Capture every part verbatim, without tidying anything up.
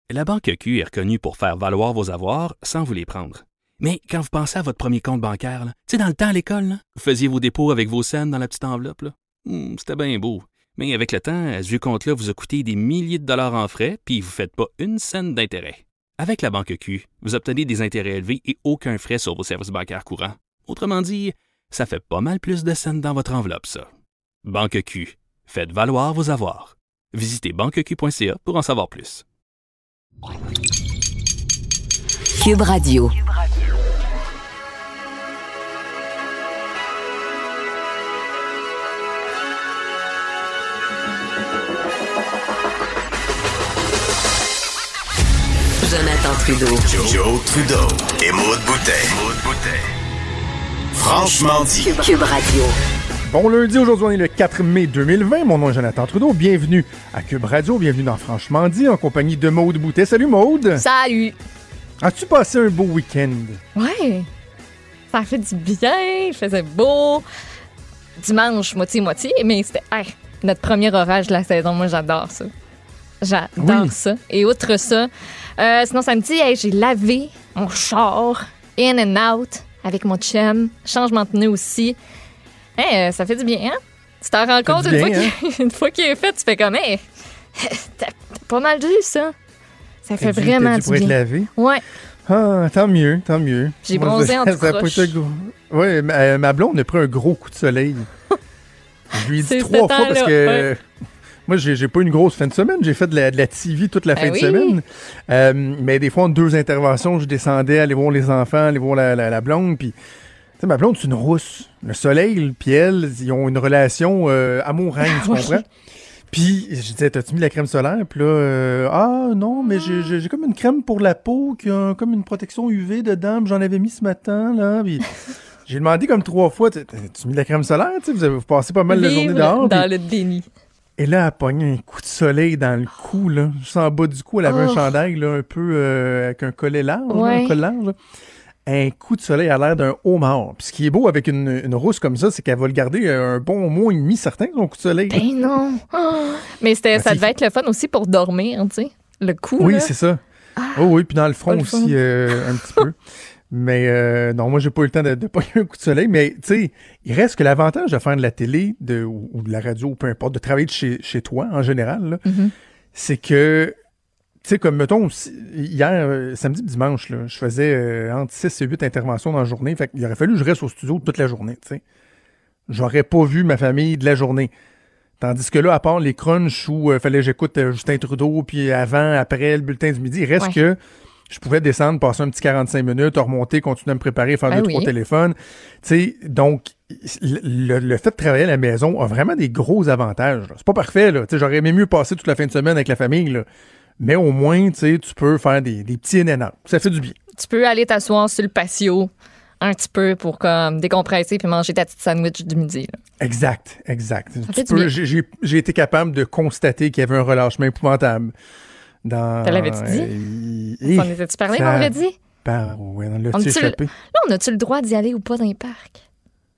La Banque Q est reconnue pour faire valoir vos avoirs sans vous les prendre. Mais quand vous pensez à votre premier compte bancaire, tu sais, dans le temps à l'école, là, vous faisiez vos dépôts avec vos scènes dans la petite enveloppe. Là. Hum, c'était bien beau. Mais avec le temps, ce vieux compte-là vous a coûté des milliers de dollars en frais, puis vous ne faites pas une scène d'intérêt. Avec la Banque Q, vous obtenez des intérêts élevés et aucun frais sur vos services bancaires courants. Autrement dit, ça fait pas mal plus de scènes dans votre enveloppe, ça. Banque Q. Faites valoir vos avoirs. Visitez banque q point c a pour en savoir plus. Cube Radio. Jonathan Trudeau. Joe, Joe Trudeau et Maude Boutet. Maude Boutet. Franchement dit. Cube, Cube Radio. Bon lundi, aujourd'hui on est le quatre mai deux mille vingt. Mon nom est Jonathan Trudeau. Bienvenue à Cube Radio. Bienvenue dans Franchement dit en compagnie de Maude Boutet. Salut Maude. Salut. As-tu passé un beau week-end? Ouais. Ça fait du bien. Il faisait beau. Dimanche, moitié-moitié. Mais c'était hey, notre premier orage de la saison. Moi, j'adore ça. J'adore oui. ça. Et outre ça, euh, sinon samedi, hey, j'ai lavé mon char in and out avec mon chum. Changement de pneu aussi. Hey, ça fait du bien, hein? Tu t'en rends compte une, bien, fois hein? une fois qu'il est fait, tu fais comme, hey, t'as pas mal dû, ça. Ça fait dû, vraiment du pour bien. Être lavé? Ouais. Ah, tant mieux, tant mieux. J'ai bronzé en tout croche. Oui, ma, ma blonde a pris un gros coup de soleil. Je lui ai dit trois fois parce que... Ouais. Moi, j'ai, j'ai pas une grosse fin de semaine. J'ai fait de la, de la T V toute la ben fin oui. de semaine. Euh, mais des fois, en deux interventions, je descendais aller voir les enfants, aller voir la, la, la blonde. Puis, tu sais, ma blonde, c'est une rousse. Le soleil, puis elle, ils ont une relation euh, amour-haine, tu comprends? Puis, je disais, t'as-tu mis la crème solaire? Puis là, euh, ah non, mais j'ai, j'ai, j'ai comme une crème pour la peau qui a comme une protection U V dedans. Puis j'en avais mis ce matin, là. Puis... J'ai demandé comme trois fois, t'as-tu mis de la crème solaire? Tu sais, vous avez vous passez pas mal Vivre la journée dehors. Dans puis... le déni. Et là, elle a pogné un coup de soleil dans le cou, là. Juste en bas du cou, elle avait oh. un chandail, là, un peu euh, avec un collet large, ouais. là, un col large. Là. Un coup de soleil à l'air d'un homard. Puis ce qui est beau avec une, une rousse comme ça, c'est qu'elle va le garder un bon mois et demi, certain, son coup de soleil. Ben non! Oh. Mais c'était, ben, ça c'est... devait être le fun aussi pour dormir, tu sais. Le cou, Oui, là. c'est ça. Ah. Oh oui, puis dans le front aussi, euh, un petit peu. Mais euh, non, moi, j'ai pas eu le temps de, de pogner un coup de soleil. Mais, tu sais, il reste que l'avantage de faire de la télé de, ou, ou de la radio, ou peu importe, de travailler de chez, chez toi, en général, là, mm-hmm. c'est que, tu sais, comme, mettons, hier, euh, samedi et dimanche, là, je faisais euh, entre six et huit interventions dans la journée. Fait qu'il aurait fallu que je reste au studio toute la journée, tu sais. J'aurais pas vu ma famille de la journée. Tandis que là, à part les crunchs où il euh, fallait que j'écoute euh, Justin Trudeau, puis avant, après, le bulletin du midi, il reste ouais. que... Je pouvais descendre, passer un petit quarante-cinq minutes, remonter, continuer à me préparer, faire ben deux, oui. trois téléphones. Tu sais, donc, le, le fait de travailler à la maison a vraiment des gros avantages. Là. C'est pas parfait, là. Tu sais, j'aurais aimé mieux passer toute la fin de semaine avec la famille, là. Mais au moins, tu sais, tu peux faire des, des petits in and out. Ça fait du bien. Tu peux aller t'asseoir sur le patio un petit peu pour comme décompresser puis manger ta petite sandwich du midi, là. Exact, exact. Tu peux, j'ai, j'ai, j'ai été capable de constater qu'il y avait un relâchement épouvantable. Dans, Te l'avais-tu dit? Euh, on était-tu parlé ça... vendredi? Ben, oui, on l'a-tu échappé? Là, on a-tu le droit d'y aller ou pas dans les parcs?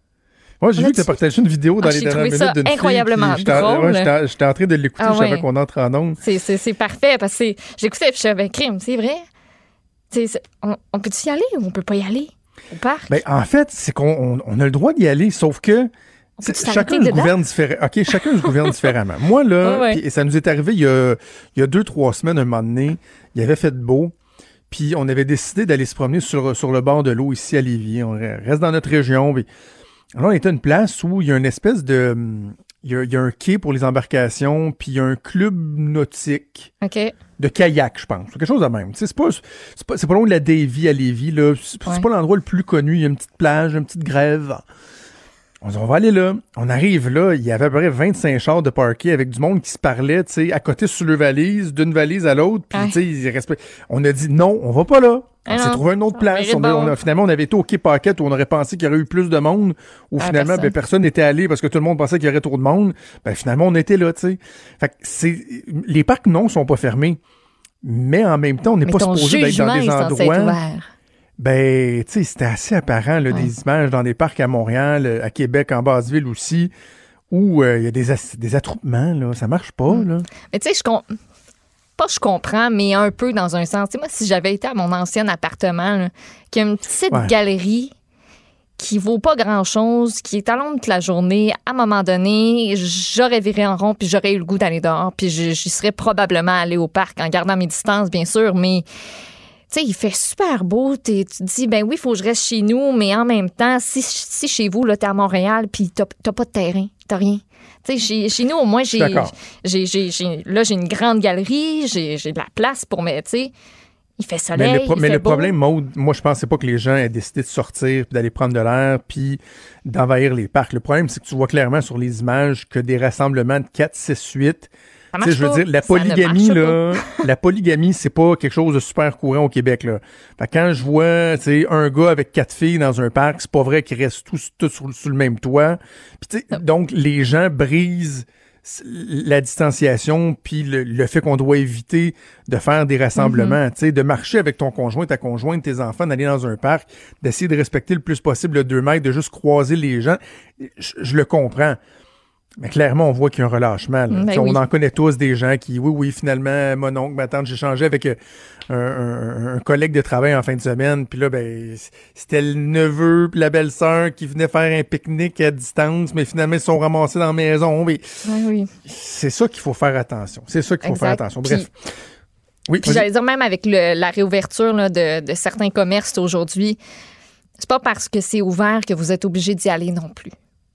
Moi, j'ai on vu que tu as partagé une vidéo dans ah, les dernières minutes d'une fille. J'ai trouvé ça incroyablement qui, drôle. Ouais, j'étais, j'étais en train de l'écouter, ah, je savais ouais. qu'on entre en ondes. C'est, c'est, c'est parfait, parce que c'est, j'écoutais et je savais, crime, c'est vrai? C'est, c'est, on, on peut-tu y aller ou on peut pas y aller au parc? Ben, en fait, c'est qu'on on, on a le droit d'y aller, sauf que chacun se gouverne différemment. OK, chacun se gouverne différemment. Moi, là, ouais, ouais. Pis ça nous est arrivé il y a, il y a deux, trois semaines, un moment donné, il avait fait beau, puis on avait décidé d'aller se promener sur, sur le bord de l'eau ici à Lévis. On reste dans notre région. Puis, alors, on était à une place où il y a une espèce de... Il y a, il y a un quai pour les embarcations, puis il y a un club nautique okay. de kayak, je pense. C'est quelque chose de même. Tu sais, c'est pas, c'est pas, c'est pas loin de la Davie à Lévis. Là. C'est, ouais. c'est pas l'endroit le plus connu. Il y a une petite plage, une petite grève. On dit, on va aller là. On arrive là, il y avait à peu près vingt-cinq chars de parquet avec du monde qui se parlait, tu sais, à côté sur le valise, d'une valise à l'autre, puis tu sais, ils respectent. On a dit, non, on va pas là. On ah s'est non. trouvé une autre place. On a, on a, finalement, on avait été au Quai Pocket où on aurait pensé qu'il y aurait eu plus de monde, où ah, finalement, personne. Ben, personne n'était allé parce que tout le monde pensait qu'il y aurait trop de monde. Ben, finalement, on était là, tu sais. Fait que c'est, les parcs, non, sont pas fermés. Mais en même temps, on n'est pas supposé d'être dans des endroits. Ben, tu sais, c'était assez apparent, là, ouais. des images dans des parcs à Montréal, à Québec, en Basse-Ville aussi, où il euh, y a des, des attroupements, là. Ça marche pas, mmh. là. Mais tu sais, je, com- pas je comprends, mais un peu dans un sens. Tu sais, moi, si j'avais été à mon ancien appartement, là, qui a une petite Ouais. galerie qui vaut pas grand-chose, qui est à l'ombre toute la journée, à un moment donné, j'aurais viré en rond, puis j'aurais eu le goût d'aller dehors, puis j'y serais probablement allé au parc en gardant mes distances, bien sûr, mais tu sais, il fait super beau. T'es, tu te dis, ben oui, il faut que je reste chez nous, mais en même temps, si, si chez vous, là, t'es à Montréal, puis t'as, t'as pas de terrain, t'as rien. Tu sais, chez, chez nous, au moins, j'ai, j'ai, j'ai, j'ai, là, j'ai une grande galerie, j'ai, j'ai de la place pour me, tu sais, il fait soleil, Mais le, pro- il mais fait le beau. problème, Maude, moi, je pensais pas que les gens aient décidé de sortir, puis d'aller prendre de l'air, puis d'envahir les parcs. Le problème, c'est que tu vois clairement sur les images que des rassemblements de quatre, six, huit... Ça Tu sais, marche je veux pas. dire, la Ça ne polygamie, marche là, la polygamie, c'est pas quelque chose de super courant au Québec, là. Fait que quand je vois, tu sais, un gars avec quatre filles dans un parc, c'est pas vrai qu'ils restent tous, tous sur, sur le même toit. Puis, tu sais, donc, les gens brisent la distanciation, puis le, le fait qu'on doit éviter de faire des rassemblements, mm-hmm. tu sais, de marcher avec ton conjoint, ta conjointe, tes enfants, d'aller dans un parc, d'essayer de respecter le plus possible le deux mètres, de juste croiser les gens. Je, je le comprends. Mais clairement, on voit qu'il y a un relâchement. Là. Ben on oui. en connaît tous des gens qui, oui, oui, finalement, mon oncle, ma tante, j'ai changé avec euh, un, un, un collègue de travail en fin de semaine, puis là, ben, c'était le neveu puis la belle-sœur qui venaient faire un pique-nique à distance, mais finalement, ils se sont ramassés dans la maison. Mais Ben oui. c'est ça qu'il faut faire attention. C'est ça qu'il faut Exact. faire attention. Bref. Puis, oui, puis j'allais dire, même avec le, la réouverture là, de, de certains commerces aujourd'hui, c'est pas parce que c'est ouvert que vous êtes obligé d'y aller non plus.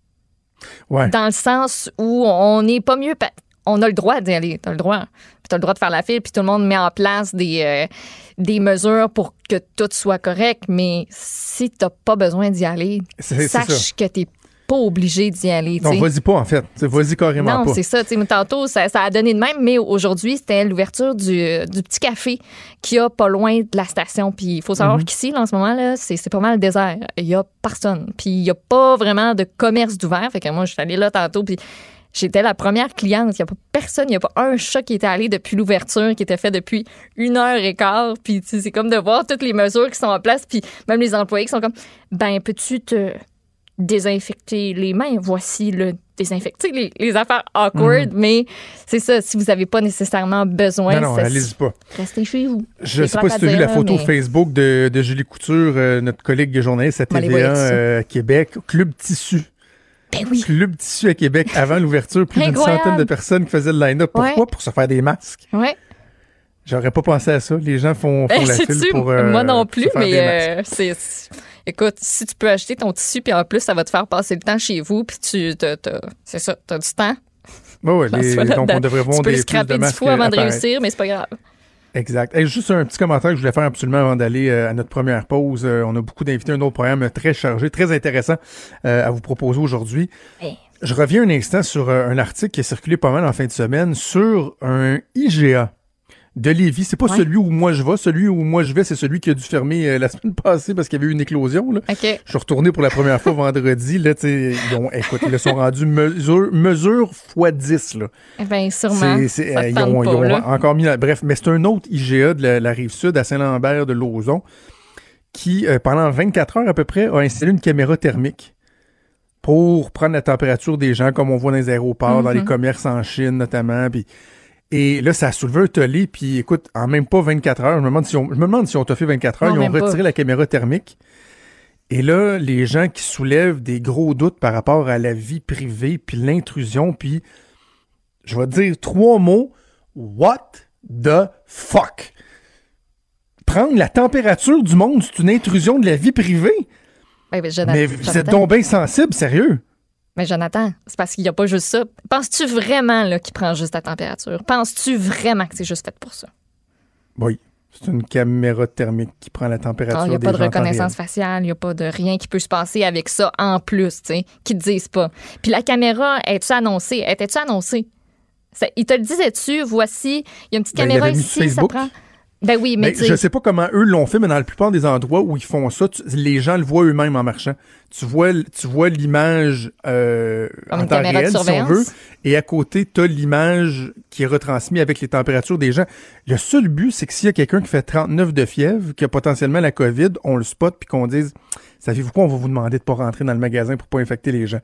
Ouais. Dans le sens où on n'est pas mieux... Pa- on a le droit d'y aller, t'as le droit. Puis t'as le droit de faire la file, puis tout le monde met en place des, euh, des mesures pour que tout soit correct, mais si t'as pas besoin d'y aller, C'est- sache c'est ça. que t'es pas obligé d'y aller. Non, t'sais. vas-y pas, en fait. T'sais, vas-y carrément Non, pas. c'est ça. T'sais, tantôt, ça, ça a donné de même, mais aujourd'hui, c'était l'ouverture du, du petit café qu'il y a pas loin de la station. Puis il faut savoir Mm-hmm. qu'ici, là, en ce moment, là, c'est, c'est pas mal le désert. Il y a personne. Puis il y a pas vraiment de commerce d'ouvert. Fait que moi, je suis allée là tantôt, puis j'étais la première cliente. Il n'y a pas personne, il n'y a pas un chat qui était allé depuis l'ouverture, qui était fait depuis une heure et quart. Puis tu sais, c'est comme de voir toutes les mesures qui sont en place. Puis même les employés qui sont comme, ben, peux-tu te désinfecter les mains? Voici le désinfecter, les, les affaires awkward. Mm. Mais c'est ça, si vous n'avez pas nécessairement besoin, Non, non, ça- allez-y pas. restez chez vous. Je C'est sais plate pas à si tu as vu dire, la là, photo mais- Facebook de, de Julie Couture, euh, notre collègue journaliste à On va aller T V A voir ça. euh, Québec, Club Tissu. Ben oui. Club Tissu à Québec avant l'ouverture, plus d'une Incroyable. centaine de personnes qui faisaient le line-up. Pourquoi? Ouais. Pour se faire des masques. Ouais. J'aurais pas pensé à ça. Les gens font, font Ben, la sais-tu, file pour euh, moi non se plus, faire mais des masques. euh, c'est, c'est- écoute, si tu peux acheter ton tissu, puis en plus, ça va te faire passer le temps chez vous, puis tu t'as, t'as- c'est ça, t'as du temps. Ouais, ouais, les- Lance-toi donc, là-dedans. on devrait voir Tu peux des le plus de scraper dix masques fois avant de apparaître. réussir, mais c'est pas grave. Exact. Et juste un petit commentaire que je voulais faire absolument avant d'aller euh, à notre première pause. Euh, on a beaucoup d'invités, un autre programme très chargé, très intéressant euh, à vous proposer aujourd'hui. Hey. Je reviens un instant sur euh, un article qui a circulé pas mal en fin de semaine sur un I G A de Lévis. C'est pas Ouais. celui où moi je vais. Celui où moi je vais, c'est celui qui a dû fermer euh, la semaine passée parce qu'il y avait eu une éclosion. Là. OK. Je suis retourné pour la première fois vendredi. Là, tu sais, ils ont, écoute, ils le sont rendus mesure, mesure fois dix. Là. Eh bien, sûrement. C'est- c'est- ça euh, te ils tente ont, ils pas, ont là. encore mis... la- Bref, mais c'est un autre I G A de la, la Rive-Sud, à Saint-Lambert de Lauzon, qui, euh, pendant vingt-quatre heures à peu près, a installé une caméra thermique pour prendre la température des gens, comme on voit dans les aéroports, dans les Mhm. commerces en Chine notamment. Puis, et là, ça a soulevé un tollé. Puis, écoute, en même pas vingt-quatre heures, je me demande si on, je me demande si on t'a fait vingt-quatre heures, Non, ils ont même retiré pas. la caméra thermique. Et là, les gens qui soulèvent des gros doutes par rapport à la vie privée, puis l'intrusion, puis je vais te dire trois mots. What the fuck? Prendre la température du monde, c'est une intrusion de la vie privée. Ben, ben, Jonathan, Mais vous êtes Jonathan. donc bien sensible, sérieux. Mais Jonathan, c'est parce qu'il n'y a pas juste ça. Penses-tu vraiment là, qu'il prend juste la température? Penses-tu vraiment que c'est juste fait pour ça? Oui, c'est une caméra thermique qui prend la température Il n'y a des pas de gens en temps reconnaissance réel. faciale, il n'y a pas de rien qui peut se passer avec ça en plus, tu sais, qu'ils te disent pas. Puis la caméra, es-tu annoncée? Était-tu annoncée? Ça, il te le disait-tu? Voici, il y a une petite Ben, il caméra l'avait mis ici, sur ça Facebook. prend... Ben oui, mais, Mais tu je sais, sais pas comment eux l'ont fait, mais dans la plupart des endroits où ils font ça, tu- les gens le voient eux-mêmes en marchant. Tu vois, tu vois l'image euh, Comme en une temps caméra de réel, si on surveillance. veut, et à côté, tu as l'image qui est retransmise avec les températures des gens. Le seul but, c'est que s'il y a quelqu'un qui fait trente-neuf de fièvre, qui a potentiellement la COVID, on le spot, puis qu'on dise, savez-vous quoi, on va vous demander de pas rentrer dans le magasin pour pas infecter les gens.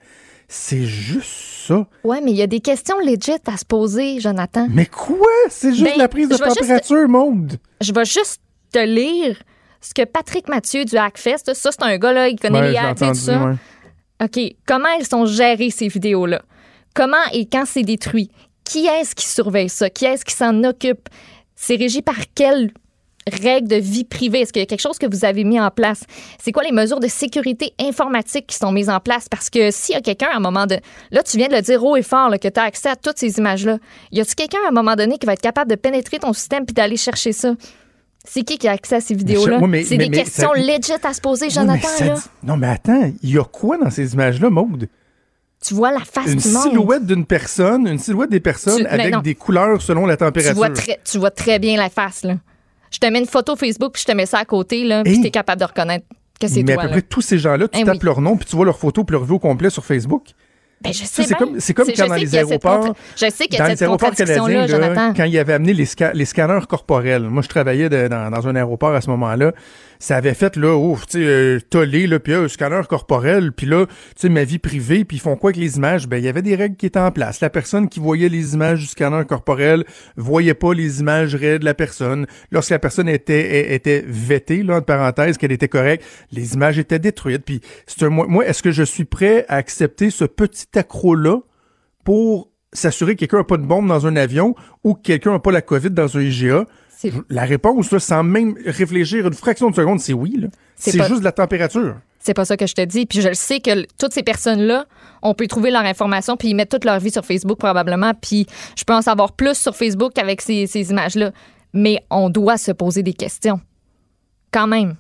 C'est juste ça. Ouais, mais il y a des questions legit à se poser, Jonathan. Mais quoi? C'est juste Ben, la prise de je vais température, juste... Maude. Je vais juste te lire ce que Patrick Mathieu du Hackfest, ça, c'est un gars, là, il connaît Ouais, les je l'ai hacks et tout entendu, ça. ouais. OK. Comment elles sont gérées, ces vidéos-là? Comment et quand c'est détruit? Qui est-ce qui surveille ça? Qui est-ce qui s'en occupe? C'est régi par quelle règles de vie privée? Est-ce qu'il y a quelque chose que vous avez mis en place? C'est quoi les mesures de sécurité informatique qui sont mises en place? Parce que s'il y a quelqu'un à un moment de... Là, tu viens de le dire haut et fort, là, que tu as accès à toutes ces images-là. Y a-tu quelqu'un à un moment donné qui va être capable de pénétrer ton système puis d'aller chercher ça? C'est qui qui a accès à ces vidéos-là? Mais, mais, c'est mais, des mais, questions ça... legit à se poser, Oui, Jonathan. mais ça là. dit... Non, mais attends, il y a quoi dans ces images-là, Maude? Tu vois la face Une du monde. silhouette d'une personne, une silhouette des personnes Tu- mais avec non. des couleurs selon la température. Tu vois, très, tu vois très bien la face, là. Je te mets une photo Facebook puis je te mets ça à côté, là, puis Hey. t'es capable de reconnaître que c'est Mais toi, à peu là. près tous ces gens-là, tu Eh tapes oui. leur nom, puis tu vois leur photo, puis leur vie au complet sur Facebook. Ben, je sais c'est bien. comme- c'est comme je quand dans sais les qu'il y a cette aéroports- contra- Je sais qu'il y Dans a les cette aéroports contradiction-là, canadiens, là, Jonathan. quand ils avaient amené les, sca- les scanners corporels, moi je travaillais de- dans, dans un aéroport à ce moment-là, ça avait fait là, ouf, tu sais, euh, tollé, là, puis euh, scanner corporel, puis là, tu sais, ma vie privée, puis ils font quoi avec les images? Ben, il y avait des règles qui étaient en place. La personne qui voyait les images du scanner corporel voyait pas les images réelles de la personne. Lorsque la personne était, était vêtée, là, entre parenthèses, qu'elle était correcte, les images étaient détruites. Puis, c'est un, moi, moi, est-ce que je suis prêt à accepter ce petit accroc-là pour s'assurer que quelqu'un n'a pas de bombe dans un avion ou que quelqu'un n'a pas la COVID dans un I G A? C'est- La réponse, là, sans même réfléchir une fraction de seconde, c'est oui. Là. C'est C'est pas- juste de la température. C'est pas ça que je te dis. Puis je le sais que l- toutes ces personnes-là, on peut trouver leur information puis ils mettent toute leur vie sur Facebook probablement. Puis je peux en savoir plus sur Facebook avec ces, ces images-là. Mais on doit se poser des questions. Quand même.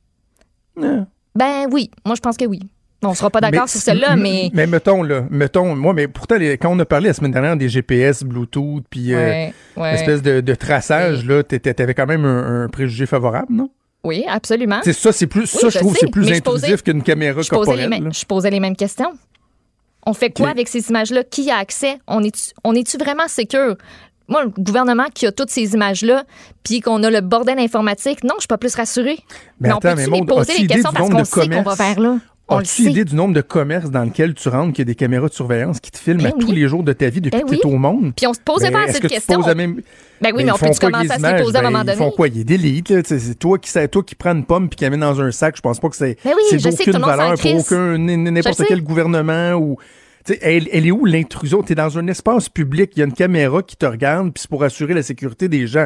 Ah. Ben oui. Moi, je pense que oui. On sera pas d'accord Mais- sur celle-là, mais... Mais mettons, là, mettons, moi, mais pourtant, les- quand on a parlé la semaine dernière des G P S, Bluetooth, puis euh, Ouais, ouais. espèce de, de traçage, là, t'étais- t'avais quand même un, un préjugé favorable, non? Oui, absolument. C'est ça, c'est plus, ça, je je trouve, sais, c'est plus mais je intrusif posais- qu'une caméra Je posais, les corporelle. mêmes, là. je posais les mêmes questions. On fait quoi Ok. avec ces images-là? Qui a accès? On est-tu, on est-tu vraiment sécure? Moi, le gouvernement qui a toutes ces images-là, puis qu'on a le bordel informatique, non, je suis pas plus rassurée. Mais Mais, on attends, peut-tu mais les Maud, poser as-tu les idée questions du parce nombre qu'on de sait qu'on va commerces? faire là? On le As-tu sait. idée du nombre de commerces dans lesquels tu rentres, qu'il y a des caméras de surveillance qui te filment Ben à tous oui. les jours de ta vie depuis Ben que tu es oui. au monde? Puis on se posait Ben, pas est-ce assez que de tu questions. poses la même... Ben oui, mais ils on font peut-tu quoi commencer avec à les se les poser à un images? moment Ben, donné? Ils font quoi? Ils délitent, là. C'est c'est toi qui, c'est toi qui prends une pomme puis qui la mets dans un sac. Je pense pas que c'est Ben oui, c'est je sais que d'aucune tout le monde s'en valeur pour crisse. aucun, n- n'importe Je le quel sais. gouvernement ou... Tu sais, elle, elle est où l'intrusion? T'es dans un espace public, il y a une caméra qui te regarde puis c'est pour assurer la sécurité des gens.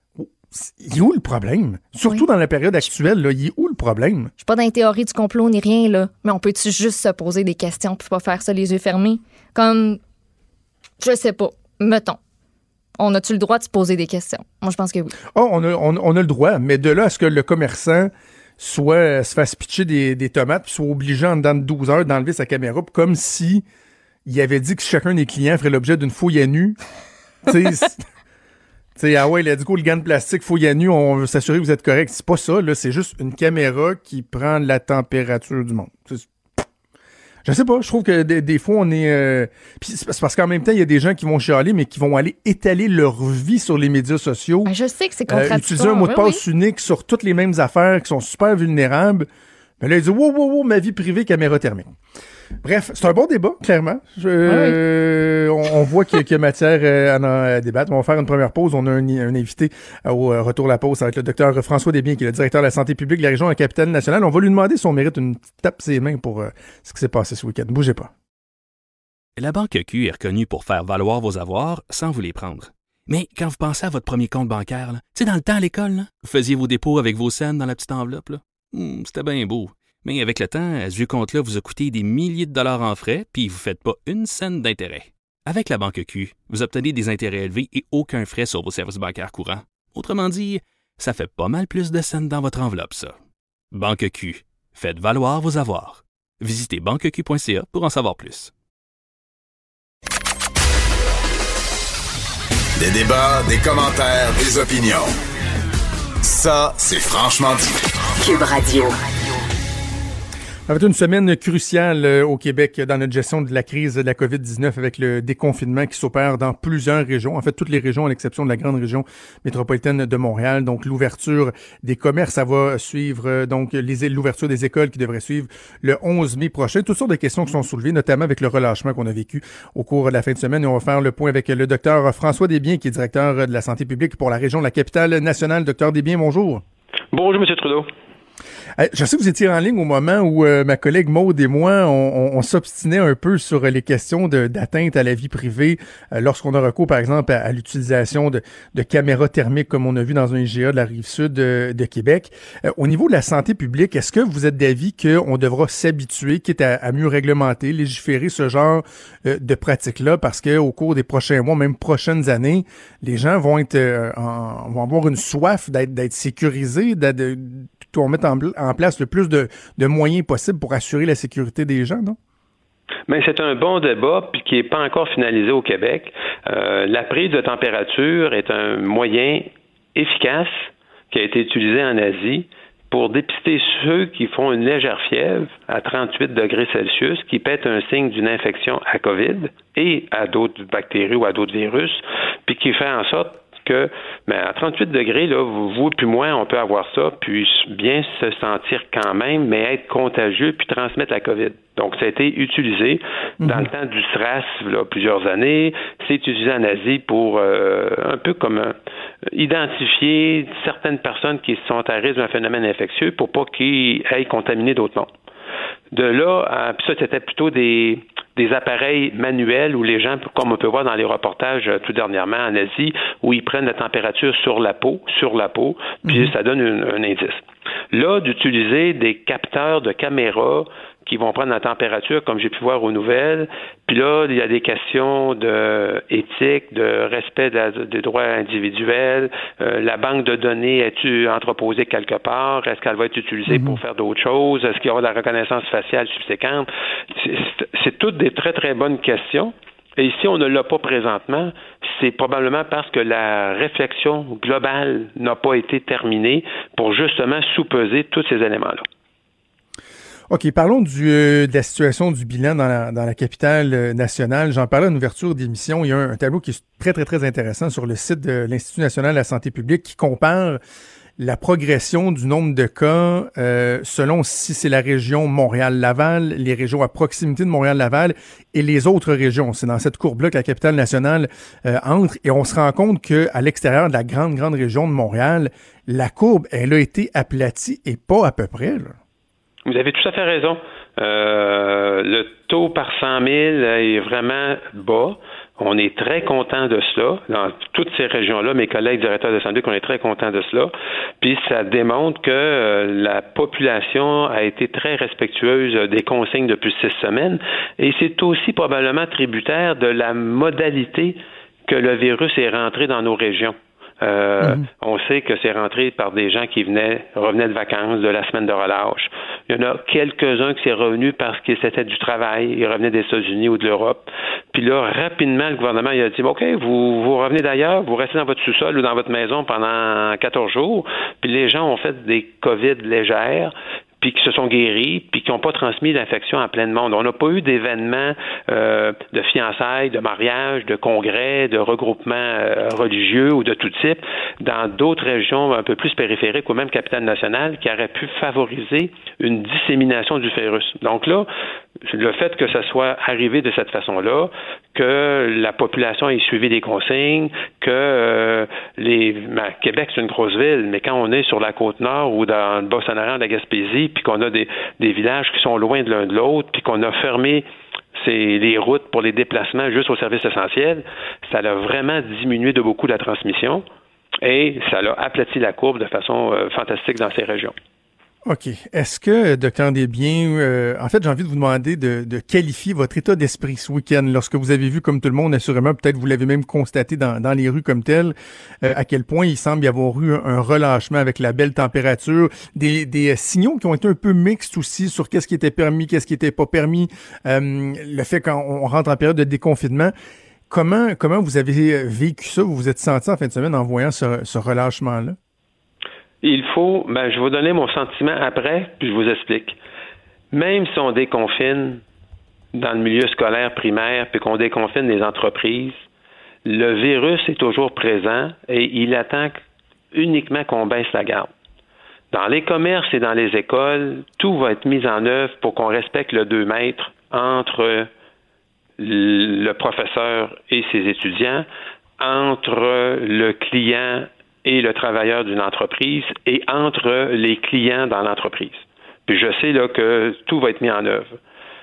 Il est où le problème? Surtout Oui. dans la période actuelle, là, il est où le problème? Je suis pas dans les théories du complot ni rien, là. Mais on peut-tu juste se poser des questions puis pas faire ça les yeux fermés? Comme, je sais pas, mettons. On a-tu le droit de se poser des questions? Moi, je pense que oui. Oh, on a, on, on a le droit, mais de là à ce que le commerçant soit euh, se fasse pitcher des, des tomates puis soit obligé en dedans de douze heures d'enlever sa caméra, puis comme si il avait dit que chacun des clients ferait l'objet d'une fouille à nu. Tu sais, c'est- tu sais, ah ouais, il a dit quoi, le gant de plastique, fouille à nu, on veut s'assurer que vous êtes correct. C'est pas ça, là, c'est juste une caméra qui prend la température du monde. C'est- Je sais pas, je trouve que des, des fois, on est... euh, Puis c'est parce qu'en même temps, il y a des gens qui vont chialer, mais qui vont aller étaler leur vie sur les médias sociaux. Ben, je sais que c'est Euh, contradictoire. utiliser un mot de oui, passe unique sur toutes les mêmes affaires qui sont super vulnérables. Mais là, il dit wow, wow, wow, ma vie privée, caméra thermique. Bref, c'est un bon débat, clairement. Je- euh, on, on voit qu'il y, a- qu'il y a matière euh, à en à débattre. On va faire une première pause. On a un, un invité euh, au euh, retour de la pause. Ça va être le docteur François Desbiens, qui est le directeur de la santé publique de la région de la Capitale-Nationale. On va lui demander si on mérite une petite tape ses mains pour euh, ce qui s'est passé ce week-end. Bougez pas. La Banque Q est reconnue pour faire valoir vos avoirs sans vous les prendre. Mais quand vous pensez à votre premier compte bancaire, là, tu sais, dans le temps à l'école, là, vous faisiez vos dépôts avec vos scènes dans la petite enveloppe. Là. Hum, c'était bien beau. Mais avec le temps, à ce vieux compte-là vous a coûté des milliers de dollars en frais, puis vous ne faites pas une scène d'intérêt. Avec la Banque Q, vous obtenez des intérêts élevés et aucun frais sur vos services bancaires courants. Autrement dit, ça fait pas mal plus de scènes dans votre enveloppe, ça. Banque Q. Faites valoir vos avoirs. Visitez banque q point c a pour en savoir plus. Des débats, des commentaires, des opinions. Ça, c'est franchement dit. Cube Radio. Ça va être une semaine cruciale euh, au Québec dans notre gestion de la crise de la covid dix-neuf avec le déconfinement qui s'opère dans plusieurs régions. En fait, toutes les régions à l'exception de la grande région métropolitaine de Montréal. Donc, l'ouverture des commerces, ça va suivre euh, donc les, l'ouverture des écoles qui devrait suivre le onze mai prochain. Toutes sortes de questions qui sont soulevées, notamment avec le relâchement qu'on a vécu au cours de la fin de semaine. Et on va faire le point avec le docteur François Desbiens, qui est directeur de la santé publique pour la région de la Capitale-Nationale. Docteur Desbiens, bonjour. Bonjour, M. Trudeau. Je sais que vous étiez en ligne au moment où euh, ma collègue Maude et moi, on, on, on s'obstinait un peu sur les questions de, d'atteinte à la vie privée euh, lorsqu'on a recours, par exemple, à, à l'utilisation de, de caméras thermiques comme on a vu dans un I G A de la Rive-Sud de, de Québec. Euh, au niveau de la santé publique, est-ce que vous êtes d'avis qu'on devra s'habituer, quitte à, à mieux réglementer, légiférer ce genre euh, de pratiques-là, parce qu'au cours des prochains mois, même prochaines années, les gens vont être euh, en, vont avoir une soif d'être, d'être sécurisés, d'être, de, on met en, en place le plus de, de moyens possibles pour assurer la sécurité des gens, non? Mais c'est un bon débat puis qui n'est pas encore finalisé au Québec. Euh, la prise de température est un moyen efficace qui a été utilisé en Asie pour dépister ceux qui font une légère fièvre à trente-huit degrés Celsius, qui peut être un signe d'une infection à COVID et à d'autres bactéries ou à d'autres virus, puis qui fait en sorte que ben, à trente-huit degrés, là, vous puis moi, on peut avoir ça, puis bien se sentir quand même, mais être contagieux puis transmettre la COVID. Donc, ça a été utilisé mm-hmm. dans le temps du SRAS, là, plusieurs années. C'est utilisé en Asie pour euh, un peu comme euh, identifier certaines personnes qui sont à risque d'un phénomène infectieux pour pas qu'ils aillent contaminer d'autres mondes. De là, à, puis ça, c'était plutôt des des appareils manuels où les gens, comme on peut voir dans les reportages euh, tout dernièrement en Asie, où ils prennent la température sur la peau, sur la peau, puis mm-hmm. ça donne une, un indice. Là, d'utiliser des capteurs de caméra qui vont prendre la température, comme j'ai pu voir aux nouvelles, puis là, il y a des questions de éthique, de respect de la, des droits individuels, euh, la banque de données, est-tu entreposée quelque part? Est-ce qu'elle va être utilisée mm-hmm. pour faire d'autres choses? Est-ce qu'il y aura de la reconnaissance faciale subséquente? C'est, c'est, c'est toutes des très, très bonnes questions. Et ici, on ne l'a pas présentement. C'est probablement parce que la réflexion globale n'a pas été terminée pour justement sous-peser tous ces éléments-là. OK, parlons du, euh, de la situation du bilan dans la, dans la capitale euh, nationale. J'en parlais en ouverture d'émission. Il y a un, un tableau qui est très, très, très intéressant sur le site de l'Institut national de la santé publique qui compare la progression du nombre de cas euh, selon si c'est la région Montréal-Laval, les régions à proximité de Montréal-Laval et les autres régions. C'est dans cette courbe-là que la capitale nationale euh, entre et on se rend compte qu'à l'extérieur de la grande, grande région de Montréal, la courbe, elle a été aplatie et pas à peu près, là. Vous avez tout à fait raison. Euh, le taux par cent mille est vraiment bas. On est très content de cela. Dans toutes ces régions-là, mes collègues directeurs de santé, on est très contents de cela. Puis ça démontre que euh, la population a été très respectueuse des consignes depuis six semaines. Et c'est aussi probablement tributaire de la modalité que le virus est rentré dans nos régions. Euh, mmh. On sait que c'est rentré par des gens qui venaient, revenaient de vacances, de la semaine de relâche. Il y en a quelques-uns qui sont revenus parce que c'était du travail. Ils revenaient des États-Unis ou de l'Europe. Puis là, rapidement, le gouvernement il a dit, OK, vous, vous revenez d'ailleurs, vous restez dans votre sous-sol ou dans votre maison pendant quatorze jours. Puis les gens ont fait des COVID légères, puis qui se sont guéris, puis qui n'ont pas transmis l'infection à plein de monde. On n'a pas eu d'événements euh, de fiançailles, de mariages, de congrès, de regroupements euh, religieux ou de tout type dans d'autres régions un peu plus périphériques ou même capitale-nationale qui auraient pu favoriser une dissémination du virus. Donc là, le fait que ça soit arrivé de cette façon-là, que la population ait suivi des consignes, que euh, les ben, Québec, c'est une grosse ville, mais quand on est sur la Côte-Nord ou dans le Bas-Saint-Laurent, la Gaspésie, puis qu'on a des, des villages qui sont loin de l'un de l'autre, puis qu'on a fermé ces, les routes pour les déplacements juste aux services essentiels, ça a vraiment diminué de beaucoup la transmission et ça a aplati la courbe de façon euh, fantastique dans ces régions. OK. Est-ce que, docteur Desbiens, euh, en fait, j'ai envie de vous demander de, de qualifier votre état d'esprit ce week-end, lorsque vous avez vu, comme tout le monde, assurément, peut-être vous l'avez même constaté dans, dans les rues comme tel, euh, à quel point il semble y avoir eu un, un relâchement avec la belle température, des, des signaux qui ont été un peu mixtes aussi sur qu'est-ce qui était permis, qu'est-ce qui était pas permis, euh, le fait qu'on rentre en période de déconfinement. Comment, comment vous avez vécu ça, vous vous êtes senti en fin de semaine en voyant ce, ce relâchement-là? Il faut, ben, je vais vous donner mon sentiment après, puis je vous explique. même si on déconfine dans le milieu scolaire primaire puis qu'on déconfine les entreprises, le virus est toujours présent et il attend uniquement qu'on baisse la garde. Dans les commerces et dans les écoles, tout va être mis en œuvre pour qu'on respecte le deux mètres entre le professeur et ses étudiants, entre le client et le travailleur d'une entreprise et entre les clients dans l'entreprise. Puis je sais là que tout va être mis en œuvre.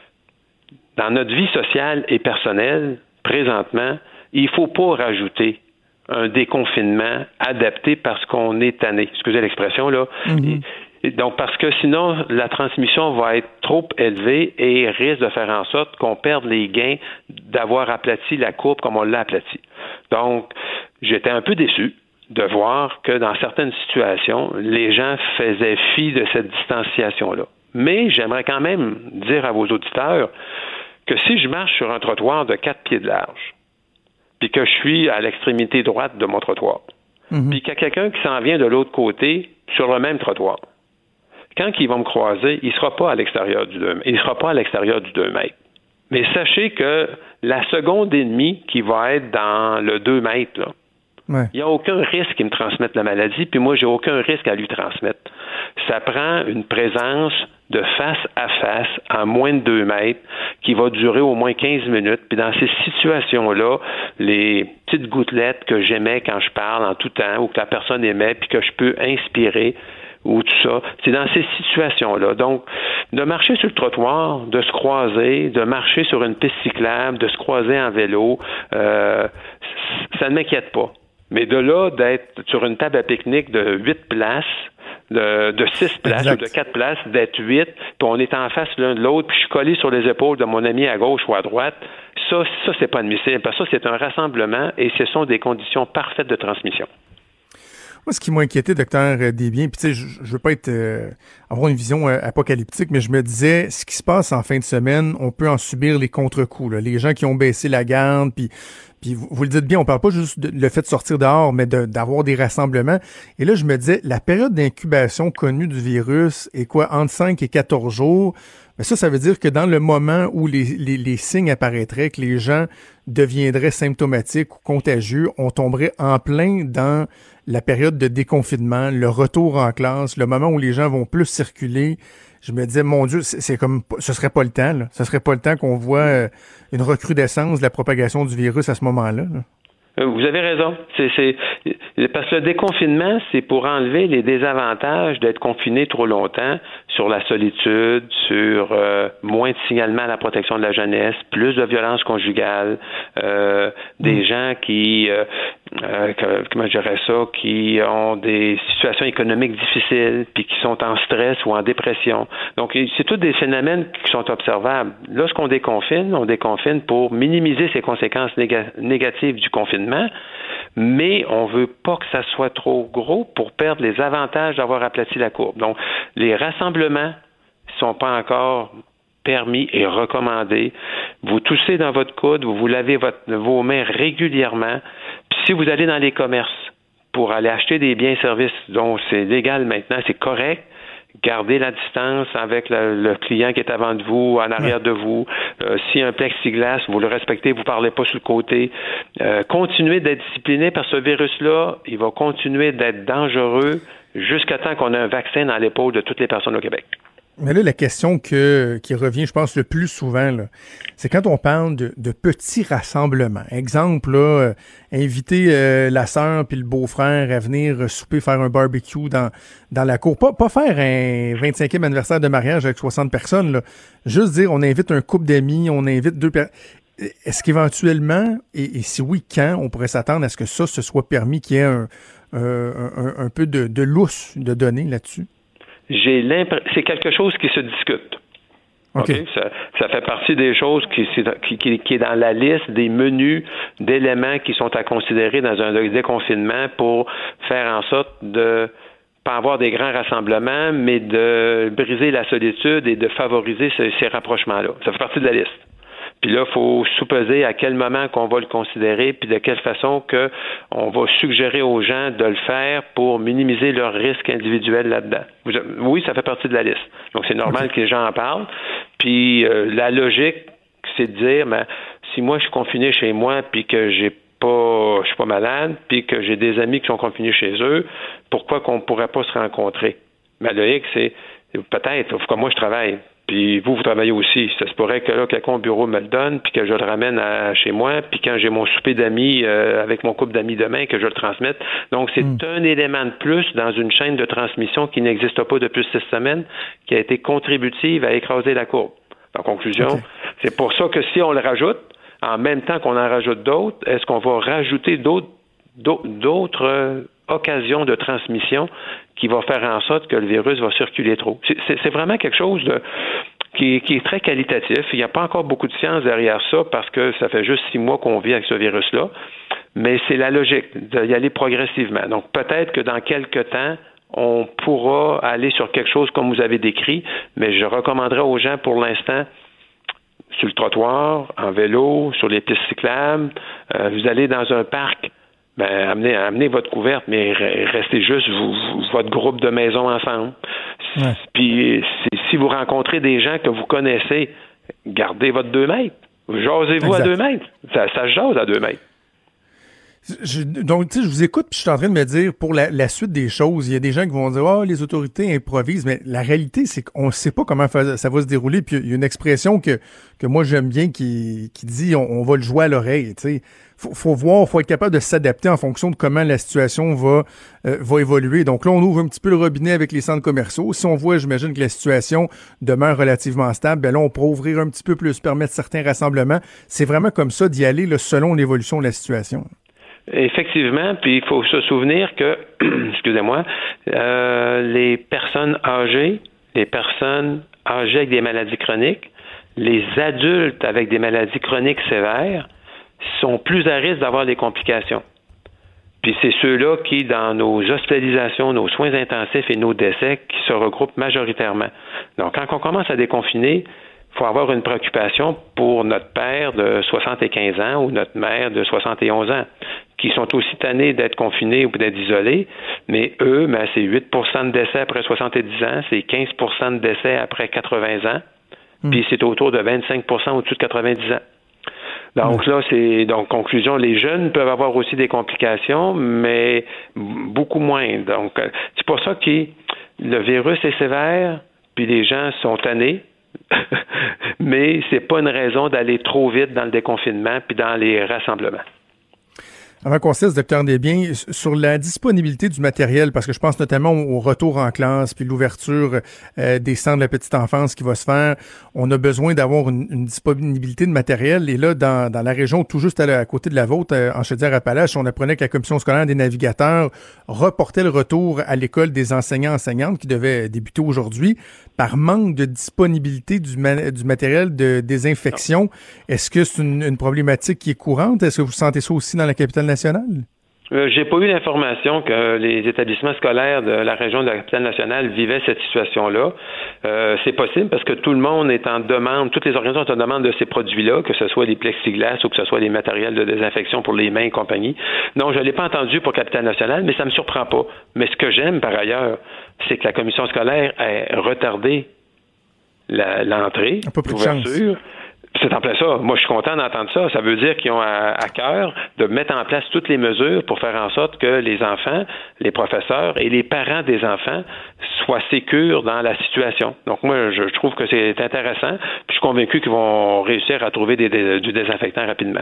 Dans notre vie sociale et personnelle, présentement, il ne faut pas rajouter un déconfinement adapté parce qu'on est tanné. Excusez l'expression, là. Mm-hmm. Et, et donc, parce que sinon, la transmission va être trop élevée et risque de faire en sorte qu'on perde les gains d'avoir aplati la courbe comme on l'a aplati. Donc, j'étais un peu déçu de voir que dans certaines situations, les gens faisaient fi de cette distanciation-là. Mais j'aimerais quand même dire à vos auditeurs que si je marche sur un trottoir de quatre pieds de large, puis que je suis à l'extrémité droite de mon trottoir, mm-hmm. puis qu'il y a quelqu'un qui s'en vient de l'autre côté sur le même trottoir, quand il va me croiser, il ne sera pas à l'extérieur du deux, il sera pas à l'extérieur du deux mètres. Mais sachez que la seconde et demie qui va être dans le deux mètres, là, ouais. Il n'y a aucun risque qu'il me transmette la maladie, puis moi, j'ai aucun risque à lui transmettre. Ça prend une présence de face à face à moins de deux mètres qui va durer au moins quinze minutes. Puis dans ces situations-là, les petites gouttelettes que j'aimais quand je parle en tout temps ou que la personne aimait puis que je peux inspirer ou tout ça, c'est dans ces situations-là. Donc, de marcher sur le trottoir, de se croiser, de marcher sur une piste cyclable, de se croiser en vélo, euh, ça ne m'inquiète pas. Mais de là, d'être sur une table à pique-nique de huit places, de, de six places exact. Ou de quatre places, d'être huit, puis on est en face l'un de l'autre, puis je suis collé sur les épaules de mon ami à gauche ou à droite, ça, ça c'est pas admissible, parce que ça, c'est un rassemblement et ce sont des conditions parfaites de transmission. Moi, ce qui m'a inquiété, docteur Desbiens, puis tu sais, je, je veux pas être euh, avoir une vision euh, apocalyptique, mais je me disais, ce qui se passe en fin de semaine, on peut en subir les contre-coups, là. Les gens qui ont baissé la garde, puis Puis vous, vous le dites bien, on parle pas juste de le fait de sortir dehors, mais de, d'avoir des rassemblements. Et là, je me disais, la période d'incubation connue du virus est quoi, entre cinq et quatorze jours? Mais ça, ça veut dire que dans le moment où les, les, les signes apparaîtraient, que les gens deviendraient symptomatiques ou contagieux, on tomberait en plein dans la période de déconfinement, le retour en classe, le moment où les gens vont plus circuler. Je me disais, mon Dieu, c'est, c'est comme, ce serait pas le temps, là. Ce serait pas le temps qu'on voit euh, une recrudescence de la propagation du virus à ce moment-là, là. Vous avez raison. C'est, c'est, parce que le déconfinement, c'est pour enlever les désavantages d'être confiné trop longtemps sur la solitude, sur euh, moins de signalement à la protection de la jeunesse, plus de violence conjugale, euh, des mmh. gens qui, euh, euh, comment je dirais ça, qui ont des situations économiques difficiles, puis qui sont en stress ou en dépression. Donc, c'est tous des phénomènes qui sont observables. Lorsqu'on déconfine, on déconfine pour minimiser ces conséquences néga- négatives du confinement, mais on veut pas que ça soit trop gros pour perdre les avantages d'avoir aplati la courbe. Donc, les rassemblements sont pas encore permis et recommandés. Vous toussez dans votre coude, vous vous lavez votre, vos mains régulièrement. Puis si vous allez dans les commerces pour aller acheter des biens et services dont c'est légal maintenant, c'est correct, gardez la distance avec le, le client qui est avant de vous, en arrière de vous. Euh, si un plexiglas, vous le respectez, vous ne parlez pas sur le côté. Euh, continuez d'être discipliné parce que ce virus-là, il va continuer d'être dangereux jusqu'à temps qu'on ait un vaccin dans l'épaule de toutes les personnes au Québec. Mais là, la question que, qui revient, je pense, le plus souvent, là, c'est quand on parle de, de petits rassemblements. Exemple, là, euh, inviter euh, la sœur puis le beau-frère à venir souper, faire un barbecue dans, dans la cour. Pas, pas faire un vingt-cinquième anniversaire de mariage avec soixante personnes, là. Juste dire, on invite un couple d'amis, on invite deux personnes. Est-ce qu'éventuellement, et, et si oui, quand, on pourrait s'attendre à ce que ça se soit permis, qu'il y ait un, euh, un, un peu de, de lousse de données là-dessus? J'ai l'impression, c'est quelque chose qui se discute. Okay. Okay? Ça, ça fait partie des choses qui, qui, qui, qui est dans la liste des menus d'éléments qui sont à considérer dans un déconfinement pour faire en sorte de pas avoir des grands rassemblements, mais de briser la solitude et de favoriser ces, ces rapprochements-là. Ça fait partie de la liste. Puis là, il faut sous-peser à quel moment qu'on va le considérer, puis de quelle façon que on va suggérer aux gens de le faire pour minimiser leur risque individuel là-dedans. Oui, ça fait partie de la liste. Donc, c'est normal okay. que les gens en parlent. Puis euh, la logique, c'est de dire, ben, si moi, je suis confiné chez moi, puis que j'ai pas, je suis pas malade, puis que j'ai des amis qui sont confinés chez eux, pourquoi qu'on pourrait pas se rencontrer? Ma logique, c'est peut-être, comme moi, je travaille. Puis vous, vous travaillez aussi. Ça se pourrait que là, quelqu'un au bureau me le donne, puis que je le ramène à chez moi, puis quand j'ai mon souper d'amis euh, avec mon couple d'amis demain, que je le transmette. Donc, c'est mmh. un élément de plus dans une chaîne de transmission qui n'existe pas depuis six semaines, qui a été contributive à écraser la courbe. En conclusion, okay. c'est pour ça que si on le rajoute, en même temps qu'on en rajoute d'autres, est-ce qu'on va rajouter d'autres, d'autres, d'autres euh, occasions de transmission qui va faire en sorte que le virus va circuler trop. C'est, c'est, c'est vraiment quelque chose de, qui, qui est très qualitatif. Il n'y a pas encore beaucoup de science derrière ça parce que ça fait juste six mois qu'on vit avec ce virus-là. Mais c'est la logique d'y aller progressivement. Donc peut-être que dans quelques temps, on pourra aller sur quelque chose comme vous avez décrit, mais je recommanderais aux gens pour l'instant sur le trottoir, en vélo, sur les pistes cyclables, euh, vous allez dans un parc, ben, amenez, amenez votre couverte, mais restez juste vous, vous, votre groupe de maison ensemble. Ouais. Puis si vous rencontrez des gens que vous connaissez, gardez votre deux mètres. Jasez-vous exact. À deux mètres. Ça, ça jase à deux mètres. Je, donc, tu sais, je vous écoute, puis je suis en train de me dire, pour la, la suite des choses, il y a des gens qui vont dire « Ah, oh, les autorités improvisent », mais la réalité, c'est qu'on ne sait pas comment ça, ça va se dérouler, puis il y a une expression que, que moi j'aime bien qui, qui dit on, « on va le jouer à l'oreille », tu sais. Faut, faut voir, faut être capable de s'adapter en fonction de comment la situation va, euh, va évoluer. Donc là, on ouvre un petit peu le robinet avec les centres commerciaux. Si on voit, j'imagine que la situation demeure relativement stable, ben là, on pourra ouvrir un petit peu plus, permettre certains rassemblements. C'est vraiment comme ça d'y aller là, selon l'évolution de la situation. Effectivement, puis il faut se souvenir que, excusez-moi, euh, les personnes âgées, les personnes âgées avec des maladies chroniques, les adultes avec des maladies chroniques sévères sont plus à risque d'avoir des complications. Puis c'est ceux-là qui, dans nos hospitalisations, nos soins intensifs et nos décès, qui se regroupent majoritairement. Donc, quand on commence à déconfiner, il faut avoir une préoccupation pour notre père de soixante-quinze ans ou notre mère de soixante et onze ans, qui sont aussi tannés d'être confinés ou d'être isolés, mais eux, ben, c'est huit pour cent de décès après soixante-dix ans, c'est quinze pour cent de décès après quatre-vingts ans, mmh. puis c'est autour de vingt-cinq pour cent au-dessus de quatre-vingt-dix ans. Donc là, c'est donc conclusion, les jeunes peuvent avoir aussi des complications, mais beaucoup moins. Donc, c'est pour ça que le virus est sévère, puis les gens sont tannés, mais c'est pas une raison d'aller trop vite dans le déconfinement puis dans les rassemblements. Avant qu'on cesse, docteur Desbiens, sur la disponibilité du matériel, parce que je pense notamment au retour en classe, puis l'ouverture euh, des centres de la petite enfance qui va se faire, on a besoin d'avoir une, une disponibilité de matériel. Et là, dans, dans la région tout juste à, la, à côté de la vôtre, euh, en Chaudière-Appalaches, on apprenait que la Commission scolaire des navigateurs reportait le retour à l'école des enseignants-enseignantes qui devait débuter aujourd'hui par manque de disponibilité du, ma- du matériel de désinfection. Est-ce que c'est une, une problématique qui est courante? Est-ce que vous sentez ça aussi dans la capitale nationale? Euh, j'ai pas eu l'information que les établissements scolaires de la région de la capitale nationale vivaient cette situation-là. Euh, c'est possible parce que tout le monde est en demande, toutes les organisations sont en demande de ces produits-là, que ce soit les plexiglas ou que ce soit les matériels de désinfection pour les mains et compagnie. Non, je l'ai pas entendu pour capitale nationale, mais ça me surprend pas. Mais ce que j'aime par ailleurs, c'est que la commission scolaire a retardé la, l'entrée, l'ouverture. C'est en plein ça. Moi, je suis content d'entendre ça. Ça veut dire qu'ils ont à, à cœur de mettre en place toutes les mesures pour faire en sorte que les enfants, les professeurs et les parents des enfants soient sécures dans la situation. Donc, moi, je, je trouve que c'est intéressant. Puis, je suis convaincu qu'ils vont réussir à trouver des, des, du désinfectant rapidement.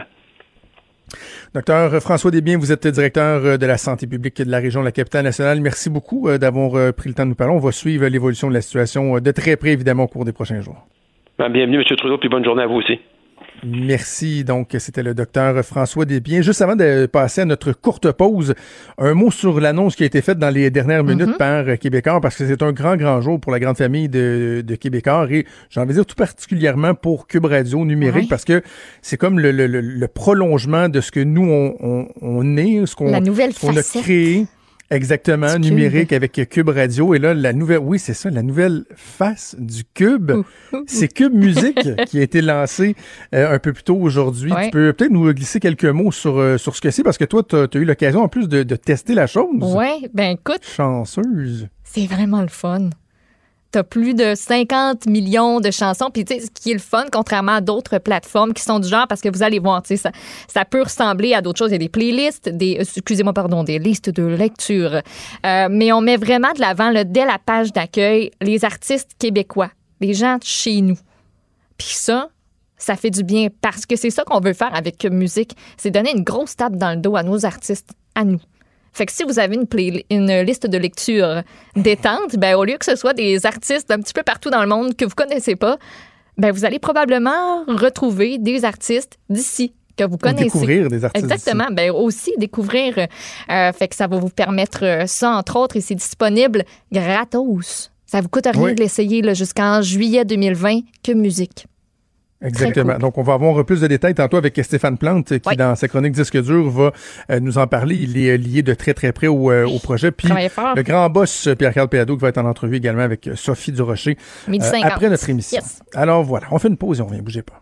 Docteur François Desbiens, vous êtes directeur de la santé publique de la région de la capitale nationale. Merci beaucoup d'avoir pris le temps de nous parler. On va suivre l'évolution de la situation de très près, évidemment, au cours des prochains jours. Bienvenue, M. Trudeau, puis bonne journée à vous aussi. Merci. Donc, c'était le docteur François Desbiens. Juste avant de passer à notre courte pause, un mot sur l'annonce qui a été faite dans les dernières minutes mm-hmm. par Québécois, parce que c'est un grand, grand jour pour la grande famille de, de Québécois et j'ai envie de dire tout particulièrement pour Cube Radio numérique, oui. parce que c'est comme le, le, le prolongement de ce que nous, on, on, on est, ce qu'on, la nouvelle ce qu'on a créé. Exactement, du numérique Cube. avec Cube Radio. Et là, la nouvelle, oui, c'est ça, la nouvelle face du Cube. Ouh, ouh, c'est Cube Musique qui a été lancé euh, un peu plus tôt aujourd'hui. Ouais. Tu peux peut-être nous glisser quelques mots sur, euh, sur ce que c'est, parce que toi, tu as eu l'occasion en plus de, de tester la chose. Oui, ben écoute, Chanceuse. c'est vraiment le fun. T'as plus de cinquante millions de chansons. Puis, tu sais, ce qui est le fun, contrairement à d'autres plateformes qui sont du genre, parce que vous allez voir, tu sais, ça, ça peut ressembler à d'autres choses. Il y a des playlists, des, excusez-moi, pardon, des listes de lecture. Euh, mais on met vraiment de l'avant, là, dès la page d'accueil, les artistes québécois, les gens de chez nous. Puis ça, ça fait du bien parce que c'est ça qu'on veut faire avec Cube Musique. C'est donner une grosse tape dans le dos à nos artistes, à nous. Fait que si vous avez une, play, une liste de lecture détente, ben au lieu que ce soit des artistes un petit peu partout dans le monde que vous connaissez pas, ben vous allez probablement retrouver des artistes d'ici que vous connaissez. Ou découvrir des artistes Exactement. d'ici. Ben aussi découvrir. Euh, fait que ça va vous permettre euh, ça, entre autres, et c'est disponible gratos. Ça vous coûte rien Oui. de l'essayer là, jusqu'en juillet deux mille vingt. Cube Musique. Exactement. Cool. Donc, on va avoir plus de détails tantôt avec Stéphane Plante, qui, Oui. dans sa chronique Disque dur, va euh, nous en parler. Il est euh, lié de très, très près au, euh, au projet. Puis, Travaillez fort. le grand boss, Pierre-Carl Péladeau, qui va être en entrevue également avec Sophie Durocher Midi euh, cinquante. après notre émission. Yes. Alors, voilà. On fait une pause et on revient. Bougez pas.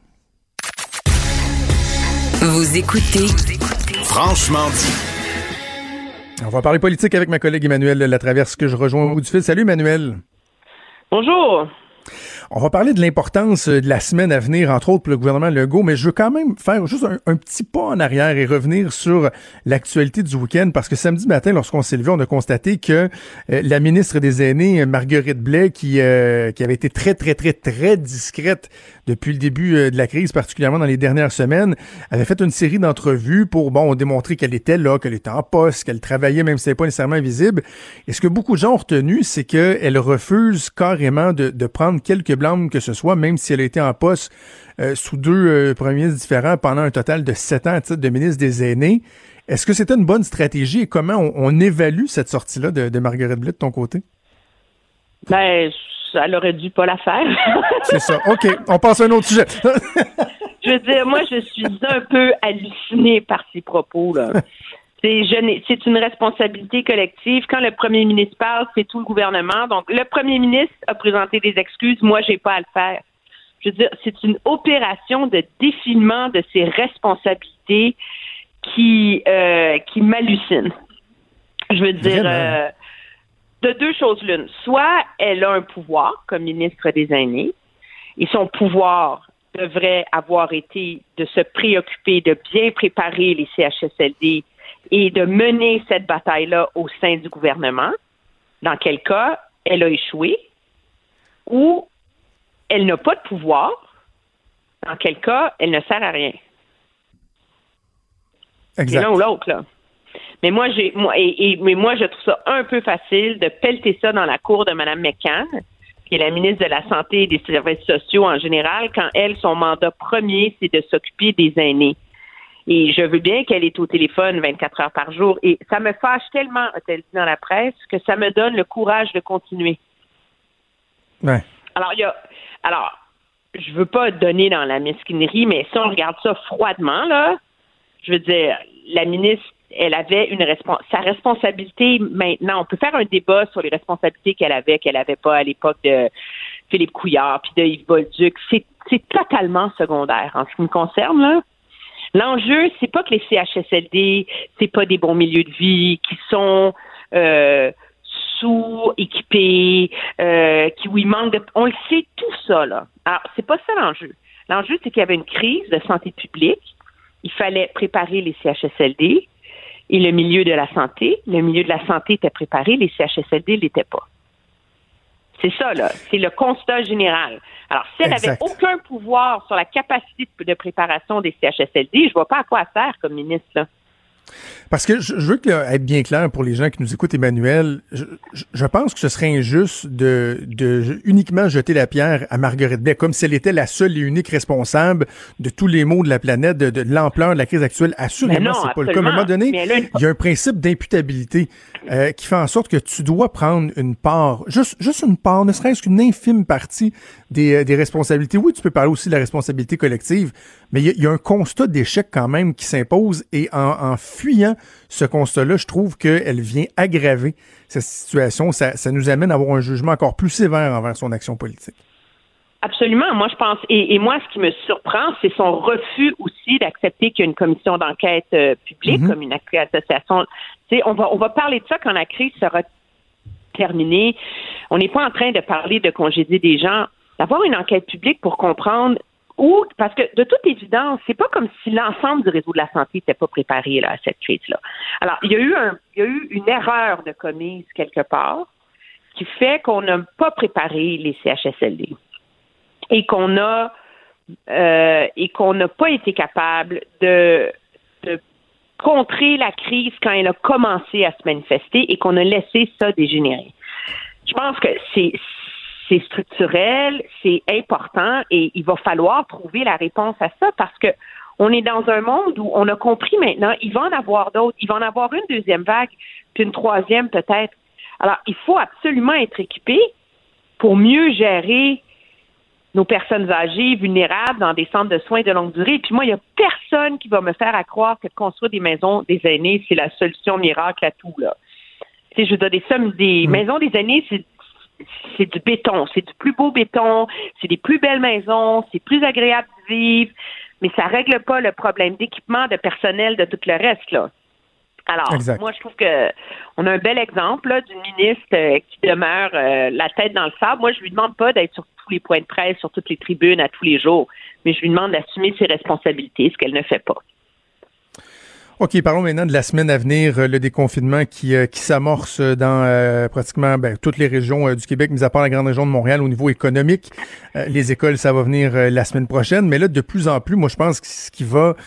Vous écoutez Franchement dit. On va parler politique avec ma collègue Emmanuelle Latraverse, que je rejoins au bout du fil. Salut, Emmanuel. Bonjour. On va parler de l'importance de la semaine à venir, entre autres pour le gouvernement Legault, mais je veux quand même faire juste un, un petit pas en arrière et revenir sur l'actualité du week-end, parce que samedi matin, lorsqu'on s'est levé, on a constaté que euh, la ministre des Aînés, Marguerite Blais, qui, euh, qui avait été très, très, très, très discrète depuis le début euh, de la crise, particulièrement dans les dernières semaines, avait fait une série d'entrevues pour, bon, démontrer qu'elle était là, qu'elle était en poste, qu'elle travaillait, même si elle n'est pas nécessairement visible. Et ce que beaucoup de gens ont retenu, c'est qu'elle refuse carrément de, de prendre quelque blâme que ce soit, même si elle a été en poste euh, sous deux euh, premiers ministres différents pendant un total de sept ans à titre de ministre des Aînés. Est-ce que c'était une bonne stratégie et comment on, on évalue cette sortie-là de, de Marguerite Blais de ton côté? Ben, elle aurait dû pas la faire. C'est ça. OK, on passe à un autre sujet. Je veux dire, moi, je suis un peu hallucinée par ses propos, là. C'est, je n'ai- c'est une responsabilité collective. Quand le premier ministre parle, c'est tout le gouvernement. Donc, le premier ministre a présenté des excuses. Moi, j'ai pas à le faire. Je veux dire, c'est une opération de défilement de ses responsabilités qui, euh, qui m'hallucine. Je veux dire, euh, de deux choses l'une. Soit elle a un pouvoir comme ministre des Aînés, et son pouvoir devrait avoir été de se préoccuper, de bien préparer les C H S L D et de mener cette bataille-là au sein du gouvernement, dans quel cas elle a échoué, ou elle n'a pas de pouvoir, dans quel cas elle ne sert à rien. Exact. C'est l'un ou l'autre, là. Mais moi, j'ai, moi, et, et, mais moi, je trouve ça un peu facile de pelleter ça dans la cour de Mme McCann, qui est la ministre de la Santé et des Services sociaux en général, quand elle, son mandat premier, c'est de s'occuper des aînés. Et je veux bien qu'elle est au téléphone vingt-quatre heures par jour. Et ça me fâche tellement, a-t-elle dit dans la presse, que ça me donne le courage de continuer. Ouais. Alors, il y a, alors, je veux pas donner dans la mesquinerie, mais si on regarde ça froidement, là, je veux dire, la ministre, elle avait une respons- sa responsabilité maintenant. On peut faire un débat sur les responsabilités qu'elle avait, qu'elle avait pas à l'époque de Philippe Couillard puis de Yves Bolduc. C'est, c'est totalement secondaire en ce qui me concerne, là. L'enjeu, c'est pas que les C H S L D, c'est pas des bons milieux de vie, qui sont euh, sous-équipés, euh, qui où il manque de... On le sait, tout ça, là. Alors, c'est pas ça l'enjeu. L'enjeu, c'est qu'il y avait une crise de santé publique. Il fallait préparer les C H S L D et le milieu de la santé. Le milieu de la santé était préparé, les C H S L D ne l'étaient pas. C'est ça, là. C'est le constat général. Alors, si elle n'avait aucun pouvoir sur la capacité de préparation des C H S L D, je vois pas à quoi elle sert comme ministre, là. Parce que je, je veux que, être bien clair pour les gens qui nous écoutent, Emmanuel, je, je pense que ce serait injuste de, de uniquement jeter la pierre à Marguerite Blais, comme si elle était la seule et unique responsable de tous les maux de la planète, de, de l'ampleur de la crise actuelle. Assurément, c'est pas le cas. À un moment donné, il y a un principe d'imputabilité euh, qui fait en sorte que tu dois prendre une part, juste, juste une part, ne serait-ce qu'une infime partie des, des responsabilités. Oui, tu peux parler aussi de la responsabilité collective, mais il y, y a un constat d'échec quand même qui s'impose et en, en fuyant ce constat-là, je trouve qu'elle vient aggraver cette situation. Ça, ça nous amène à avoir un jugement encore plus sévère envers son action politique. Absolument. Moi, je pense, et, et moi, ce qui me surprend, c'est son refus aussi d'accepter qu'il y a une commission d'enquête euh, publique, mm-hmm. comme une association. Tu sais, on va, on va parler de ça quand la crise sera terminée. On n'est pas en train de parler de congédier des gens, d'avoir une enquête publique pour comprendre où, parce que de toute évidence, c'est pas comme si l'ensemble du réseau de la santé n'était pas préparé là, à cette crise-là. Alors, il y a eu un, il y a eu une erreur de commise quelque part qui fait qu'on n'a pas préparé les C H S L D. Et qu'on a euh, et qu'on n'a pas été capable de, de contrer la crise quand elle a commencé à se manifester et qu'on a laissé ça dégénérer. Je pense que c'est, c'est structurel, c'est important et il va falloir trouver la réponse à ça parce que on est dans un monde où on a compris maintenant, il va en avoir d'autres, il va en avoir une deuxième vague, puis une troisième peut-être. Alors, il faut absolument être équipé pour mieux gérer nos personnes âgées, vulnérables, dans des centres de soins de longue durée. Puis moi, il n'y a personne qui va me faire à croire que de construire des maisons des aînés, c'est la solution miracle à tout, là. Tu sais, je veux dire, des sommes, des mmh. maisons des aînés, c'est, c'est du béton. C'est du plus beau béton, c'est des plus belles maisons, c'est plus agréable de vivre, mais ça règle pas le problème d'équipement, de personnel, de tout le reste, là. Alors, exact. Moi, je trouve que on a un bel exemple là, d'une ministre euh, qui demeure euh, la tête dans le sable. Moi, je lui demande pas d'être sur tous les points de presse, sur toutes les tribunes à tous les jours, mais je lui demande d'assumer ses responsabilités, ce qu'elle ne fait pas. OK, parlons maintenant de la semaine à venir, le déconfinement qui, euh, qui s'amorce dans euh, pratiquement ben, toutes les régions euh, du Québec, mis à part la grande région de Montréal au niveau économique. Euh, les écoles, ça va venir euh, la semaine prochaine, mais là, de plus en plus, moi, je pense que ce qui va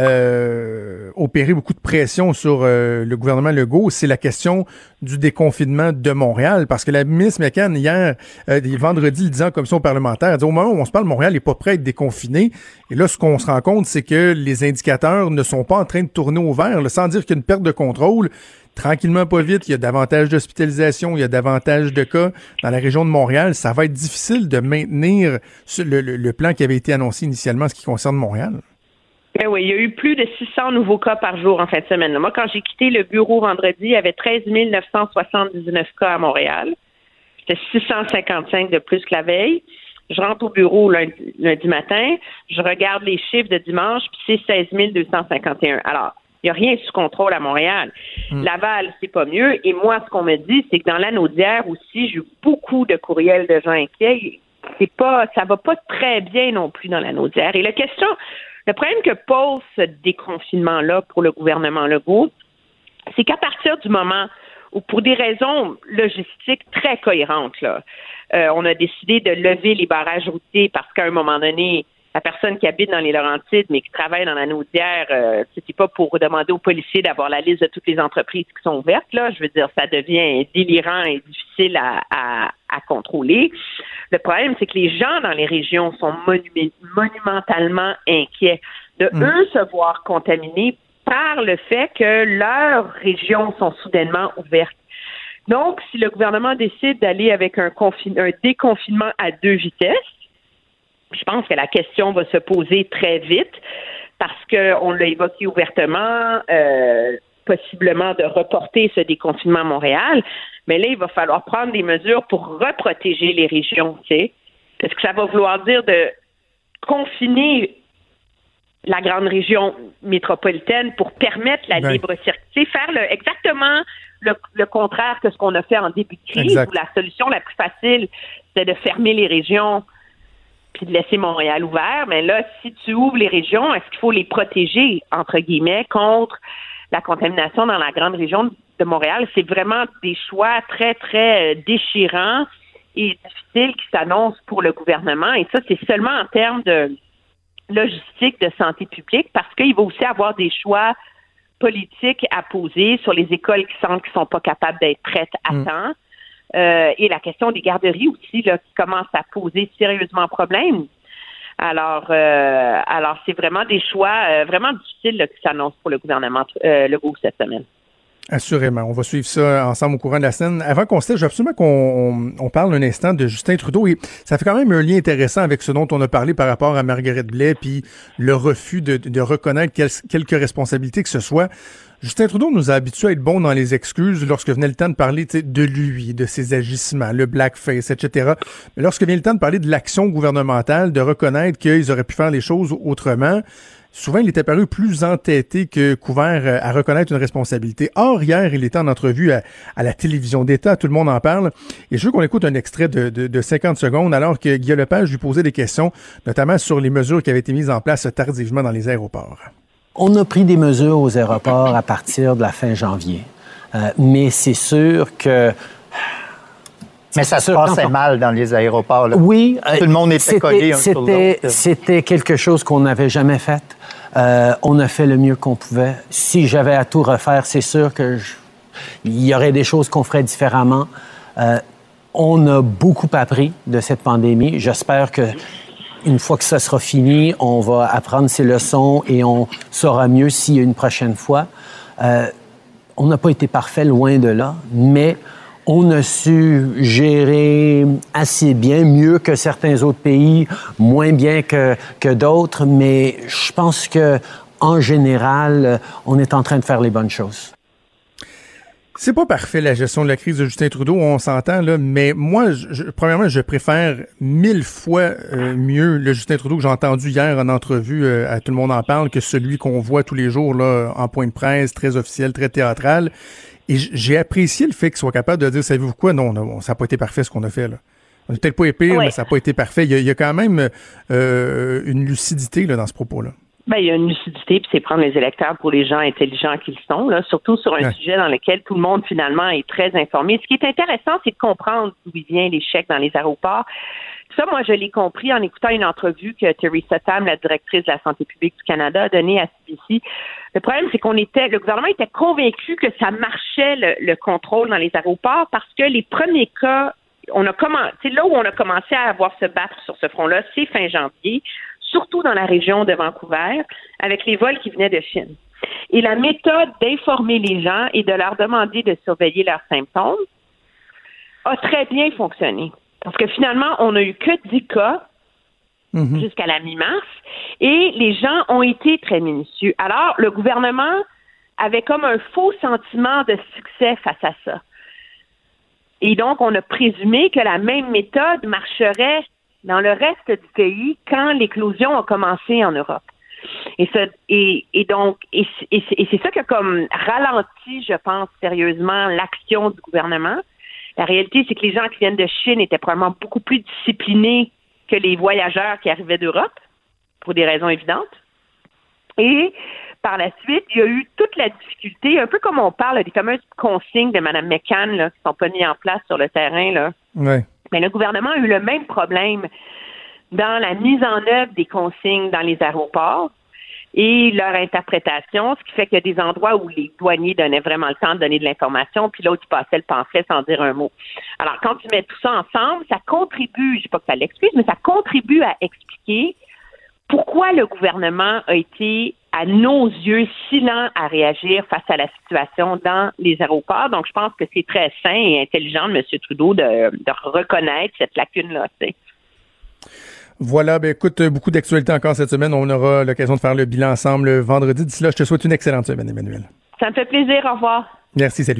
euh, opérer beaucoup de pression sur euh, le gouvernement Legault, c'est la question du déconfinement de Montréal, parce que la ministre McCann, hier, euh, vendredi, le disant en commission parlementaire, elle dit au moment où on se parle, Montréal n'est pas prêt à être déconfiné. Et là, ce qu'on se rend compte, c'est que les indicateurs ne sont pas en train de tourner au vert, là, sans dire qu'il y a une perte de contrôle. Tranquillement, pas vite, il y a davantage d'hospitalisation, il y a davantage de cas dans la région de Montréal. Ça va être difficile de maintenir le, le, le plan qui avait été annoncé initialement en ce qui concerne Montréal. Ben oui, il y a eu plus de six cents nouveaux cas par jour en fin de semaine. Moi, quand j'ai quitté le bureau vendredi, il y avait treize mille neuf cent soixante-dix-neuf cas à Montréal. C'était six cent cinquante-cinq de plus que la veille. Je rentre au bureau lundi, lundi matin, je regarde les chiffres de dimanche, puis c'est seize mille deux cent cinquante et un. Alors, il n'y a rien sous contrôle à Montréal. Mmh. Laval, c'est pas mieux. Et moi, ce qu'on me dit, c'est que dans l'Anaudière aussi, j'ai eu beaucoup de courriels de gens inquiets. C'est pas, ça va pas très bien non plus dans l'Anaudière. Et la question, le problème que pose ce déconfinement-là pour le gouvernement Legault, c'est qu'à partir du moment où, pour des raisons logistiques très cohérentes, là, euh, on a décidé de lever les barrages routiers parce qu'à un moment donné, la personne qui habite dans les Laurentides mais qui travaille dans la Naudière, euh, c'est pas pour demander aux policiers d'avoir la liste de toutes les entreprises qui sont ouvertes, là. Je veux dire, ça devient délirant et difficile à, à, à contrôler. Le problème, c'est que les gens dans les régions sont monu- monumentalement inquiets de mmh. eux se voir contaminés par le fait que leurs régions sont soudainement ouvertes. Donc, si le gouvernement décide d'aller avec un, confin- un déconfinement à deux vitesses, je pense que la question va se poser très vite parce qu'on l'a évoqué ouvertement, euh, possiblement de reporter ce déconfinement à Montréal. Mais là, il va falloir prendre des mesures pour reprotéger les régions, tu sais. Parce que ça va vouloir dire de confiner la grande région métropolitaine pour permettre la ouais. libre circulation, faire le, exactement le, le contraire que ce qu'on a fait en début de crise, exact. Où la solution la plus facile, c'est de fermer les régions puis de laisser Montréal ouvert. Mais là, si tu ouvres les régions, est-ce qu'il faut les protéger, entre guillemets, contre la contamination dans la grande région de Montréal? C'est vraiment des choix très, très déchirants et difficiles qui s'annoncent pour le gouvernement. Et ça, c'est seulement en termes de logistique, de santé publique, parce qu'il va aussi avoir des choix politiques à poser sur les écoles qui semblent qui sont pas capables d'être prêtes à mmh. temps. Euh, et la question des garderies aussi, là, qui commence à poser sérieusement problème. Alors, euh, alors c'est vraiment des choix euh, vraiment difficiles là, qui s'annoncent pour le gouvernement euh, Legault cette semaine. Assurément. On va suivre ça ensemble au courant de la semaine. Avant qu'on se laisse, je veux absolument qu'on on, on parle un instant de Justin Trudeau. Et ça fait quand même un lien intéressant avec ce dont on a parlé par rapport à Marguerite Blais puis le refus de, de reconnaître quel, quelques responsabilités que ce soit. Justin Trudeau nous a habitués à être bons dans les excuses lorsque venait le temps de parler de lui, de ses agissements, le blackface, et cetera. Mais lorsque vient le temps de parler de l'action gouvernementale, de reconnaître qu'ils auraient pu faire les choses autrement, souvent, il est apparu plus entêté que couvert à reconnaître une responsabilité. Or, hier, il était en entrevue à, à la télévision d'État, tout le monde en parle. Et je veux qu'on écoute un extrait de, de, de cinquante secondes, alors que Guillaume Lepage lui posait des questions, notamment sur les mesures qui avaient été mises en place tardivement dans les aéroports. On a pris des mesures aux aéroports à partir de la fin janvier. Euh, mais c'est sûr que... Mais ça se passait on... mal dans les aéroports. Là. Oui. Tout le monde était collé un sur l'autre. C'était quelque chose qu'on n'avait jamais fait. Euh, on a fait le mieux qu'on pouvait. Si j'avais à tout refaire, c'est sûr que je... il y aurait des choses qu'on ferait différemment. Euh, on a beaucoup appris de cette pandémie. J'espère que une fois que ça sera fini, on va apprendre ces leçons et on saura mieux s'il y a une prochaine fois. Euh, on n'a pas été parfait, loin de là, mais on a su gérer assez bien, mieux que certains autres pays, moins bien que, que d'autres, mais je pense que en général, on est en train de faire les bonnes choses. C'est pas parfait, la gestion de la crise de Justin Trudeau, on s'entend, là, mais moi, je, premièrement, je préfère mille fois euh, mieux le Justin Trudeau que j'ai entendu hier en entrevue euh, à Tout le monde en parle que celui qu'on voit tous les jours là en point de presse, très officiel, très théâtral. Et j'ai apprécié le fait qu'il soit capable de dire, savez-vous quoi, non, non ça n'a pas été parfait ce qu'on a fait, là. On n'est peut-être pas épais, ouais. mais ça n'a pas été parfait. Il y a, il y a quand même euh, une lucidité là, dans ce propos-là. Ben, il y a une lucidité, puis c'est prendre les électeurs pour les gens intelligents qu'ils sont, là, surtout sur un ouais. sujet dans lequel tout le monde, finalement, est très informé. Ce qui est intéressant, c'est de comprendre d'où il vient l'échec dans les aéroports. Ça, moi, je l'ai compris en écoutant une entrevue que Theresa Tam, la directrice de la santé publique du Canada, a donnée à C B C. Le problème, c'est qu'on était, le gouvernement était convaincu que ça marchait, le, le contrôle dans les aéroports, parce que les premiers cas, on a commencé, c'est là où on a commencé à avoir se battre sur ce front-là, c'est fin janvier, surtout dans la région de Vancouver, avec les vols qui venaient de Chine. Et la méthode d'informer les gens et de leur demander de surveiller leurs symptômes a très bien fonctionné. Parce que finalement, on n'a eu que dix cas mm-hmm. jusqu'à la mi-mars et les gens ont été très minutieux. Alors, le gouvernement avait comme un faux sentiment de succès face à ça. Et donc, on a présumé que la même méthode marcherait dans le reste du pays quand l'éclosion a commencé en Europe. Et, ce, et, et donc, et, et, et c'est ça qui a comme ralenti, je pense, sérieusement l'action du gouvernement. La réalité, c'est que les gens qui viennent de Chine étaient probablement beaucoup plus disciplinés que les voyageurs qui arrivaient d'Europe, pour des raisons évidentes. Et par la suite, il y a eu toute la difficulté, un peu comme on parle des fameuses consignes de Mme McCann là, qui ne sont pas mises en place sur le terrain, là. Ouais. Mais le gouvernement a eu le même problème dans la mise en œuvre des consignes dans les aéroports et leur interprétation, ce qui fait qu'il y a des endroits où les douaniers donnaient vraiment le temps de donner de l'information, puis l'autre, il passait le pamphlet sans dire un mot. Alors, quand tu mets tout ça ensemble, ça contribue, je ne dis pas que ça l'excuse, mais ça contribue à expliquer pourquoi le gouvernement a été, à nos yeux, si lent à réagir face à la situation dans les aéroports. Donc, je pense que c'est très sain et intelligent de M. Trudeau de, de reconnaître cette lacune-là, tu sais. Voilà, ben écoute, beaucoup d'actualités encore cette semaine. On aura l'occasion de faire le bilan ensemble vendredi. D'ici là, je te souhaite une excellente semaine, Emmanuel. Ça me fait plaisir. Au revoir. Merci, salut.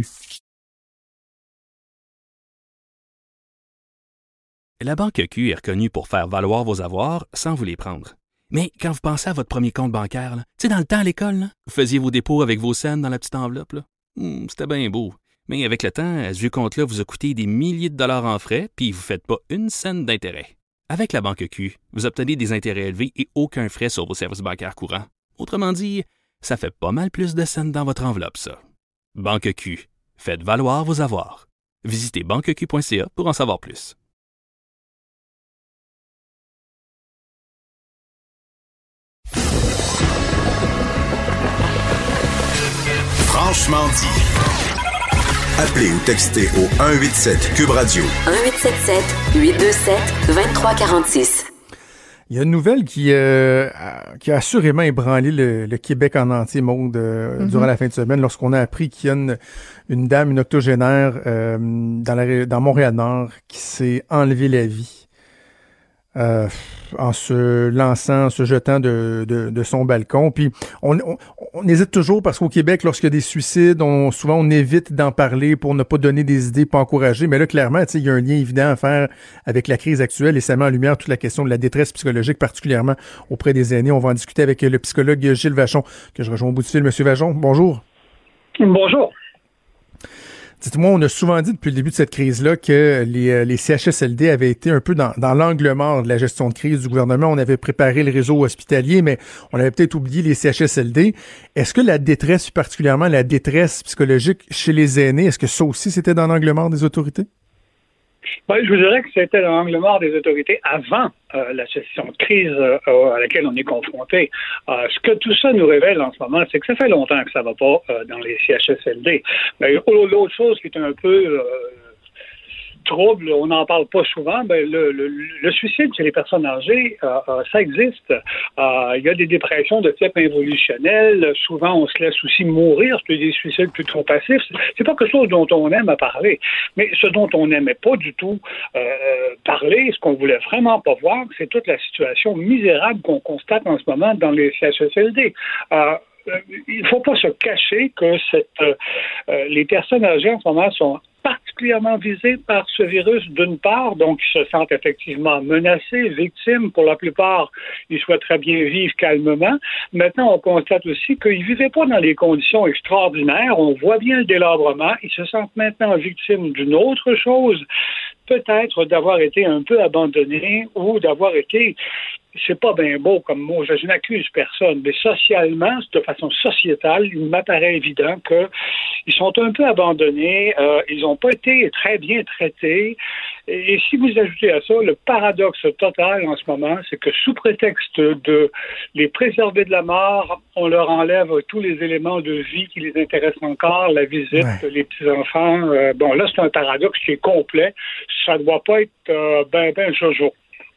La Banque Q est reconnue pour faire valoir vos avoirs sans vous les prendre. Mais quand vous pensez à votre premier compte bancaire, tu sais, dans le temps à l'école, là, vous faisiez vos dépôts avec vos scènes dans la petite enveloppe. Là. Hum, c'était bien beau. Mais avec le temps, à ce vieux compte-là vous a coûté des milliers de dollars en frais, puis vous ne faites pas une scène d'intérêt. Avec la Banque Q, vous obtenez des intérêts élevés et aucun frais sur vos services bancaires courants. Autrement dit, ça fait pas mal plus de scènes dans votre enveloppe, ça. Banque Q. Faites valoir vos avoirs. Visitez banque q point c a pour en savoir plus. Franchement dit. Appelez ou textez au un huit sept Cube Radio. un huit sept sept huit deux sept deux trois quatre six. Il y a une nouvelle qui, euh, a, qui a assurément ébranlé le, le Québec en entier, Maude, euh, mm-hmm. durant la fin de semaine, lorsqu'on a appris qu'il y a une, une dame, une octogénaire euh, dans, la, dans Montréal-Nord qui s'est enlevé la vie euh, en se lançant, en se jetant de, de, de son balcon. Puis on, on, on hésite toujours parce qu'au Québec, lorsqu'il y a des suicides, on, souvent on évite d'en parler pour ne pas donner des idées, pas encourager. Mais là, clairement, il y a un lien évident à faire avec la crise actuelle et ça met en lumière toute la question de la détresse psychologique, particulièrement auprès des aînés. On va en discuter avec le psychologue Gilles Vachon, que je rejoins au bout du fil. Monsieur Vachon, bonjour. Bonjour. Dites-moi, on a souvent dit depuis le début de cette crise-là que les, les C H S L D avaient été un peu dans, dans l'angle mort de la gestion de crise du gouvernement. On avait préparé le réseau hospitalier, mais on avait peut-être oublié les C H S L D. Est-ce que la détresse, particulièrement la détresse psychologique chez les aînés, est-ce que ça aussi c'était dans l'angle mort des autorités? Ben, je vous dirais que c'était dans l'angle mort des autorités avant euh, la gestion de crise euh, à laquelle on est confronté. Euh, ce que tout ça nous révèle en ce moment, c'est que ça fait longtemps que ça va pas euh, dans les C H S L D. Mais l'autre chose qui est un peu... Euh, trouble, on n'en parle pas souvent, ben le, le, le suicide chez les personnes âgées, euh, euh, ça existe. Euh, il y a des dépressions de type involutionnel. Souvent, on se laisse aussi mourir. C'est des suicides plutôt passifs. C'est pas quelque chose dont on aime à parler. Mais ce dont on n'aimait pas du tout euh, parler, ce qu'on voulait vraiment pas voir, c'est toute la situation misérable qu'on constate en ce moment dans les C H S L D. Euh, il ne faut pas se cacher que cette, euh, les personnes âgées en ce moment sont particulièrement visés par ce virus d'une part, donc ils se sentent effectivement menacés, victimes. Pour la plupart, ils souhaiteraient bien vivre calmement. Maintenant, on constate aussi qu'ils ne vivaient pas dans des conditions extraordinaires. On voit bien le délabrement. Ils se sentent maintenant victimes d'une autre chose, peut-être d'avoir été un peu abandonnés ou d'avoir été... C'est pas bien beau comme mot, je, je n'accuse personne, mais socialement, de façon sociétale, il m'apparaît évident qu'ils sont un peu abandonnés, euh, ils n'ont pas été très bien traités. Et, et si vous ajoutez à ça le paradoxe total en ce moment, c'est que sous prétexte de les préserver de la mort, on leur enlève tous les éléments de vie qui les intéressent encore, la visite, ouais. les petits-enfants. Euh, bon, là, c'est un paradoxe qui est complet. Ça ne doit pas être euh, ben, ben jojo.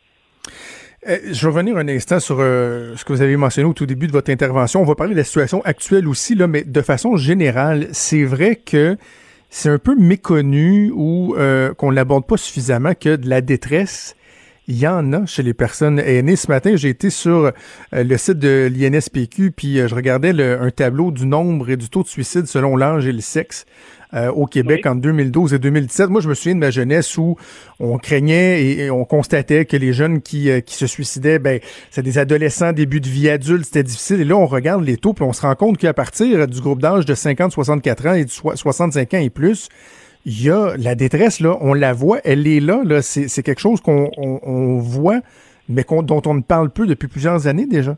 Euh, je vais revenir un instant sur euh, ce que vous avez mentionné au tout début de votre intervention. On va parler de la situation actuelle aussi, là, mais de façon générale, c'est vrai que c'est un peu méconnu ou euh, qu'on l'aborde pas suffisamment que de la détresse, il y en a chez les personnes aînées. Ce matin, j'ai été sur euh, le site de l'I N S P Q, puis euh, je regardais le, un tableau du nombre et du taux de suicide selon l'âge et le sexe euh, au Québec oui. en deux mille douze et deux mille dix-sept. Moi, je me souviens de ma jeunesse où on craignait et, et on constatait que les jeunes qui, euh, qui se suicidaient, ben, c'est des adolescents, début de vie adulte, c'était difficile. Et là, on regarde les taux, puis on se rend compte qu'à partir du groupe d'âge de cinquante à soixante-quatre ans et de soixante-cinq ans et plus, il y a la détresse, là, on la voit, elle est là, là. C'est, c'est quelque chose qu'on on, on voit, mais qu'on, dont on ne parle plus depuis plusieurs années déjà.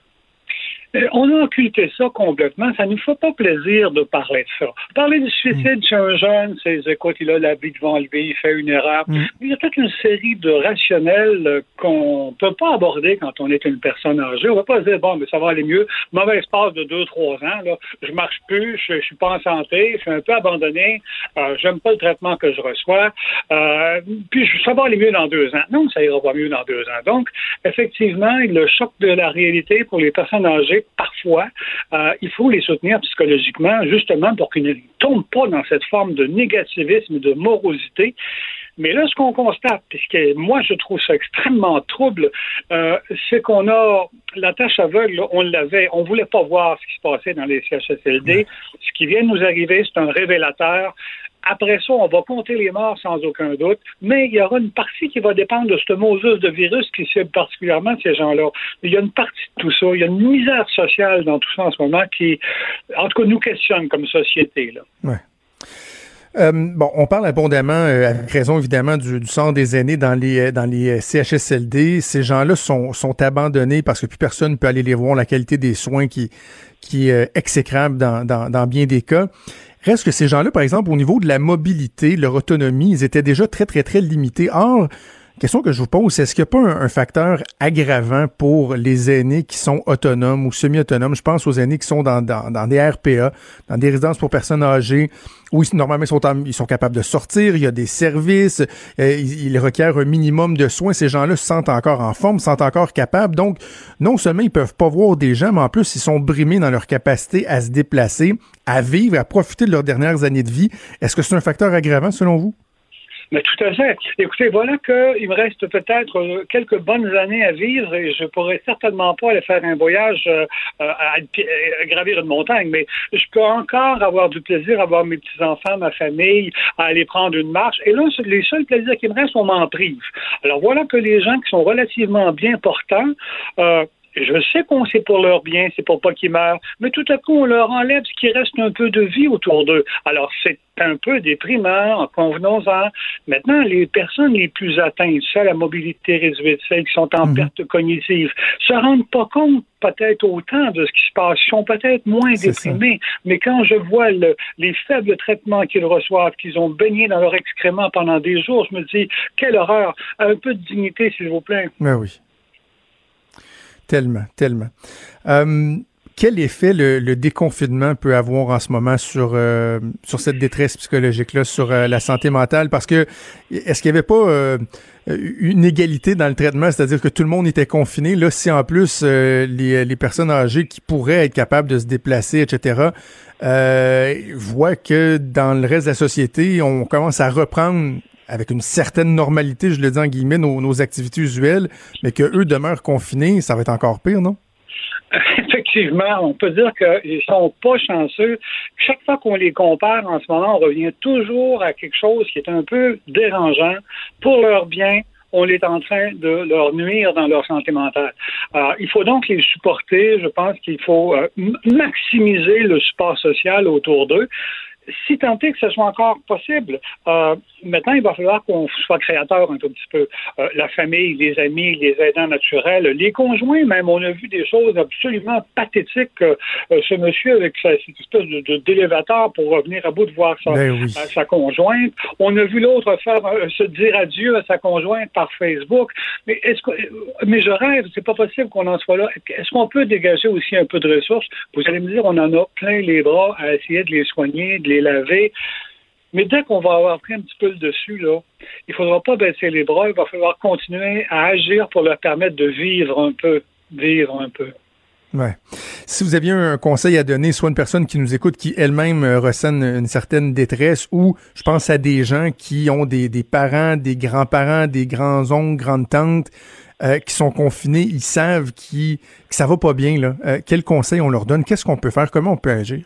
On a occulté ça complètement. Ça ne nous fait pas plaisir de parler de ça. Parler du suicide mmh. chez un jeune, c'est écoute, il a la vie devant lui, il fait une erreur. Mmh. Il y a toute une série de rationnels qu'on peut pas aborder quand on est une personne âgée. On va pas se dire, bon, mais ça va aller mieux. Mauvais espace de deux, trois ans, là, je marche plus, je, je suis pas en santé, je suis un peu abandonné, euh, j'aime pas le traitement que je reçois, euh, puis ça va aller mieux dans deux ans. Non, ça ira pas mieux dans deux ans. Donc, effectivement, le choc de la réalité pour les personnes âgées, parfois, euh, il faut les soutenir psychologiquement, justement pour qu'ils ne tombent pas dans cette forme de négativisme et de morosité. Mais là, ce qu'on constate, puisque moi, je trouve ça extrêmement trouble, euh, c'est qu'on a la tâche aveugle, là, on l'avait, on voulait pas voir ce qui se passait dans les C H S L D. Ce qui vient de nous arriver, c'est un révélateur. Après ça, on va compter les morts sans aucun doute, mais il y aura une partie qui va dépendre de ce mosus de virus qui cible particulièrement ces gens-là. Il y a une partie de tout ça, il y a une misère sociale dans tout ça en ce moment qui, en tout cas, nous questionne comme société, là. Ouais. Euh, bon, on parle abondamment, euh, avec raison évidemment, du, du sort des aînés dans les dans les C H S L D. Ces gens-là sont sont abandonnés parce que plus personne ne peut aller les voir. La qualité des soins qui qui est euh, exécrable dans, dans dans bien des cas. Reste que ces gens-là, par exemple, au niveau de la mobilité, leur autonomie, ils étaient déjà très très très limités. Or, Question que je vous pose, c'est est-ce qu'il n'y a pas un, un facteur aggravant pour les aînés qui sont autonomes ou semi-autonomes? Je pense aux aînés qui sont dans, dans, dans des R P A, dans des résidences pour personnes âgées, où ils, normalement ils sont, en, ils sont capables de sortir, il y a des services, euh, ils, ils requièrent un minimum de soins. Ces gens-là se sentent encore en forme, se sentent encore capables. Donc, non seulement ils peuvent pas voir des gens, mais en plus, ils sont brimés dans leur capacité à se déplacer, à vivre, à profiter de leurs dernières années de vie. Est-ce que c'est un facteur aggravant selon vous? Mais tout à fait. Écoutez, voilà qu'il me reste peut-être quelques bonnes années à vivre et je pourrais certainement pas aller faire un voyage euh, à, à gravir une montagne, mais je peux encore avoir du plaisir à voir mes petits-enfants, ma famille, à aller prendre une marche. Et là, les seuls plaisirs qui me restent, on m'en prive. Alors voilà que les gens qui sont relativement bien portants, euh, je sais qu'on c'est pour leur bien, c'est pour pas qu'ils meurent, mais tout à coup, on leur enlève ce qui reste un peu de vie autour d'eux. Alors, c'est un peu déprimant, convenons-en. Maintenant, les personnes les plus atteintes, celles à mobilité réduite, celles qui sont en mmh. perte cognitive, se rendent pas compte peut-être autant de ce qui se passe. Ils sont peut-être moins c'est déprimés, ça. Mais quand je vois le, les faibles traitements qu'ils reçoivent, qu'ils ont baigné dans leur excrément pendant des jours, je me dis, quelle horreur! Un peu de dignité, s'il vous plaît. Ben oui. Tellement, tellement. Euh, quel effet le, le déconfinement peut avoir en ce moment sur euh, sur cette détresse psychologique-là, sur euh, la santé mentale? Parce que est-ce qu'il n'y avait pas euh, une égalité dans le traitement, c'est-à-dire que tout le monde était confiné? Là, si en plus euh, les, les personnes âgées qui pourraient être capables de se déplacer, et cetera, euh, voient que dans le reste de la société, on commence à reprendre avec une certaine normalité, je le dis en guillemets, nos, nos activités usuelles, mais qu'eux demeurent confinés, ça va être encore pire, non? Effectivement, on peut dire qu'ils sont pas chanceux. Chaque fois qu'on les compare en ce moment, on revient toujours à quelque chose qui est un peu dérangeant pour leur bien. On est en train de leur nuire dans leur santé mentale. Alors, il faut donc les supporter. Je pense qu'il faut euh, maximiser le support social autour d'eux. Si tant est que ce soit encore possible, euh, maintenant, il va falloir qu'on soit créateur un tout petit peu. Euh, la famille, les amis, les aidants naturels, les conjoints même. On a vu des choses absolument pathétiques. Euh, ce monsieur avec sa, cette espèce de, de, d'élévateur pour revenir à bout de voir sa, ben oui. sa conjointe. On a vu l'autre faire euh, se dire adieu à sa conjointe par Facebook. Mais est-ce que, mais je rêve, c'est pas possible qu'on en soit là. Est-ce qu'on peut dégager aussi un peu de ressources? Vous allez me dire, on en a plein les bras à essayer de les soigner, de les laver. Mais dès qu'on va avoir pris un petit peu le dessus, là, il ne faudra pas baisser les bras, il va falloir continuer à agir pour leur permettre de vivre un peu, vivre un peu. Ouais. Si vous aviez un conseil à donner, soit une personne qui nous écoute qui elle-même euh, ressent une, une certaine détresse, ou je pense à des gens qui ont des, des parents, des grands-parents, des grands-oncles, grandes-tantes, euh, qui sont confinés, ils savent qui, que ça va pas bien, là. Euh, quel conseil on leur donne? Qu'est-ce qu'on peut faire? Comment on peut agir?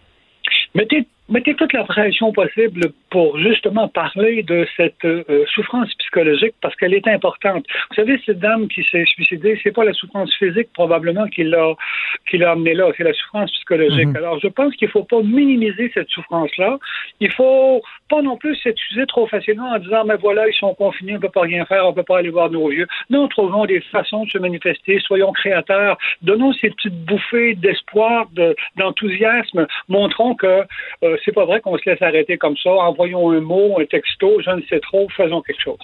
Mettez, mettez toute la pression possible pour justement parler de cette euh, souffrance psychologique parce qu'elle est importante. Vous savez, cette dame qui s'est suicidée, c'est pas la souffrance physique probablement qui l'a qui l'a amenée là, c'est la souffrance psychologique. Mm-hmm. Alors, je pense qu'il faut pas minimiser cette souffrance-là. Il faut pas non plus s'excuser trop facilement en disant, mais voilà, ils sont confinés, on peut pas rien faire, on peut pas aller voir nos vieux. Non, trouvons des façons de se manifester, soyons créateurs, donnons ces petites bouffées d'espoir, de, d'enthousiasme, montrons que euh, c'est pas vrai qu'on se laisse arrêter comme ça, envoyons un mot, un texto, je ne sais trop, faisons quelque chose.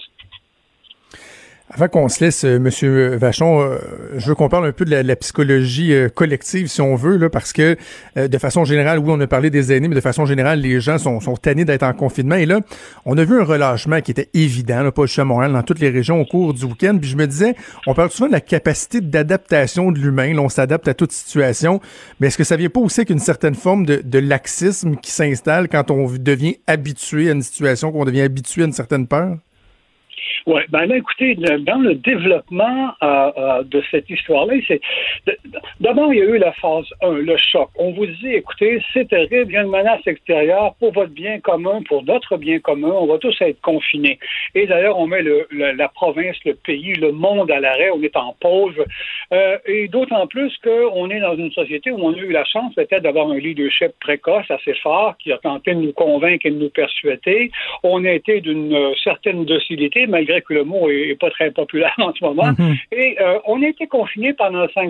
Avant qu'on se laisse, euh, Monsieur Vachon, euh, je veux qu'on parle un peu de la, de la psychologie euh, collective, si on veut, là, parce que euh, de façon générale, oui, on a parlé des aînés, mais de façon générale, les gens sont, sont tannés d'être en confinement. Et là, on a vu un relâchement qui était évident, là, pas juste à Montréal, dans toutes les régions au cours du week-end. Puis je me disais, on parle souvent de la capacité d'adaptation de l'humain. Là, on s'adapte à toute situation. Mais est-ce que ça vient pas aussi qu'une certaine forme de, de laxisme qui s'installe quand on devient habitué à une situation, qu'on devient habitué à une certaine peur? Oui, ben là, écoutez, dans le développement euh, euh, de cette histoire-là, c'est d'abord, il y a eu la phase un, le choc. On vous dit, écoutez, c'est terrible, il y a une menace extérieure pour votre bien commun, pour notre bien commun, on va tous être confinés. Et d'ailleurs, on met le, le, la province, le pays, le monde à l'arrêt, on est en pause. Euh, et d'autant plus qu'on est dans une société où on a eu la chance peut-être d'avoir un leadership précoce, assez fort, qui a tenté de nous convaincre et de nous persuader. On a été d'une euh, certaine docilité, malgré que le mot est, est pas très populaire en ce moment. Mm-hmm. Et euh, on a été confinés pendant cinq six semaines.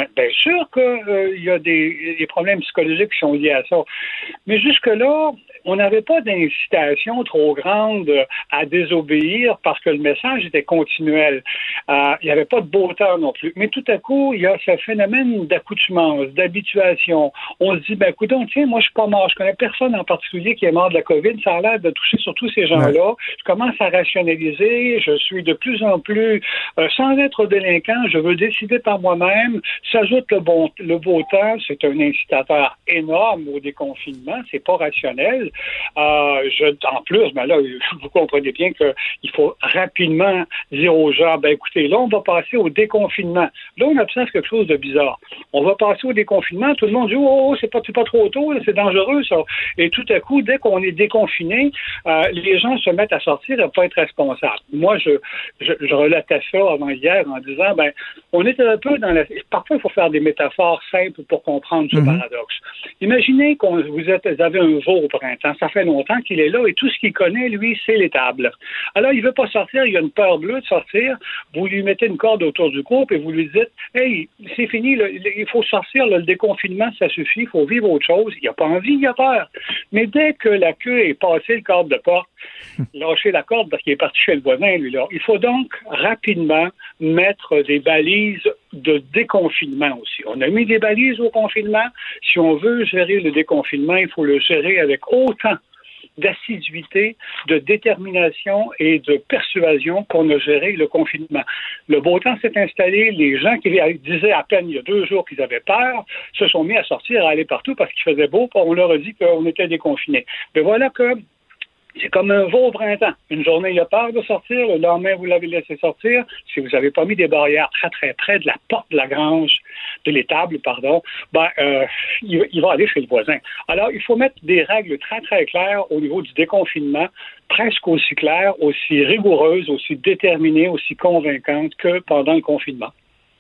Bien sûr qu'il euh, y a des, des problèmes psychologiques qui sont liés à ça. Mais jusque-là, on n'avait pas d'incitation trop grande à désobéir parce que le message était continuel. Euh, il n'y avait pas de beau temps non plus. Mais tout à coup, il y a ce phénomène d'accoutumance, d'habituation. On se dit, ben écoute, tiens, moi je suis pas mort. Je connais personne en particulier qui est mort de la COVID. Ça a l'air de toucher surtout ces gens-là. Ouais. Je commence à rationaliser. Je suis de plus en plus, euh, sans être délinquant, je veux décider par moi-même. S'ajoute le, bon, le beau temps. C'est un incitateur énorme au déconfinement. C'est pas rationnel. Euh, je, en plus, ben là, vous comprenez bien qu'il faut rapidement dire aux gens, ben écoutez, là, on va passer au déconfinement. Là, on observe quelque chose de bizarre. On va passer au déconfinement. Tout le monde dit, oh, c'est pas, c'est pas trop tôt, là, c'est dangereux, ça. Et tout à coup, dès qu'on est déconfiné, euh, les gens se mettent à sortir et à pas être responsables. Moi, je, je, je relatais ça avant hier en disant, ben, on est un peu dans la... Parfois, il faut faire des métaphores simples pour comprendre ce mm-hmm. paradoxe. Imaginez qu'on vous, êtes, vous avez un veau au printemps. Ça fait longtemps qu'il est là et tout ce qu'il connaît, lui, c'est l'étable. Alors, il veut pas sortir, il a une peur bleue de sortir. Vous lui mettez une corde autour du cou et vous lui dites, hey, c'est fini, là, il faut sortir, là, le déconfinement, ça suffit, il faut vivre autre chose. Il n'a pas envie, il a peur. Mais dès que la queue est passée le cadre de porte, lâcher la corde parce qu'il est parti chez le voisin, lui, là. Il faut donc rapidement mettre des balises de déconfinement aussi. On a mis des balises au confinement. Si on veut gérer le déconfinement, il faut le gérer avec autant d'assiduité, de détermination et de persuasion qu'on a géré le confinement. Le beau temps s'est installé. Les gens qui disaient à peine il y a deux jours qu'ils avaient peur se sont mis à sortir, à aller partout parce qu'il faisait beau. On leur a dit qu'on était déconfinés. Mais voilà que c'est comme un veau au printemps. Une journée, il a peur de sortir. Le lendemain, vous l'avez laissé sortir. Si vous n'avez pas mis des barrières très, très près de la porte de la grange, de l'étable, pardon, ben, euh, il, il va aller chez le voisin. Alors, il faut mettre des règles très, très claires au niveau du déconfinement, presque aussi claires, aussi rigoureuses, aussi déterminées, aussi convaincantes que pendant le confinement.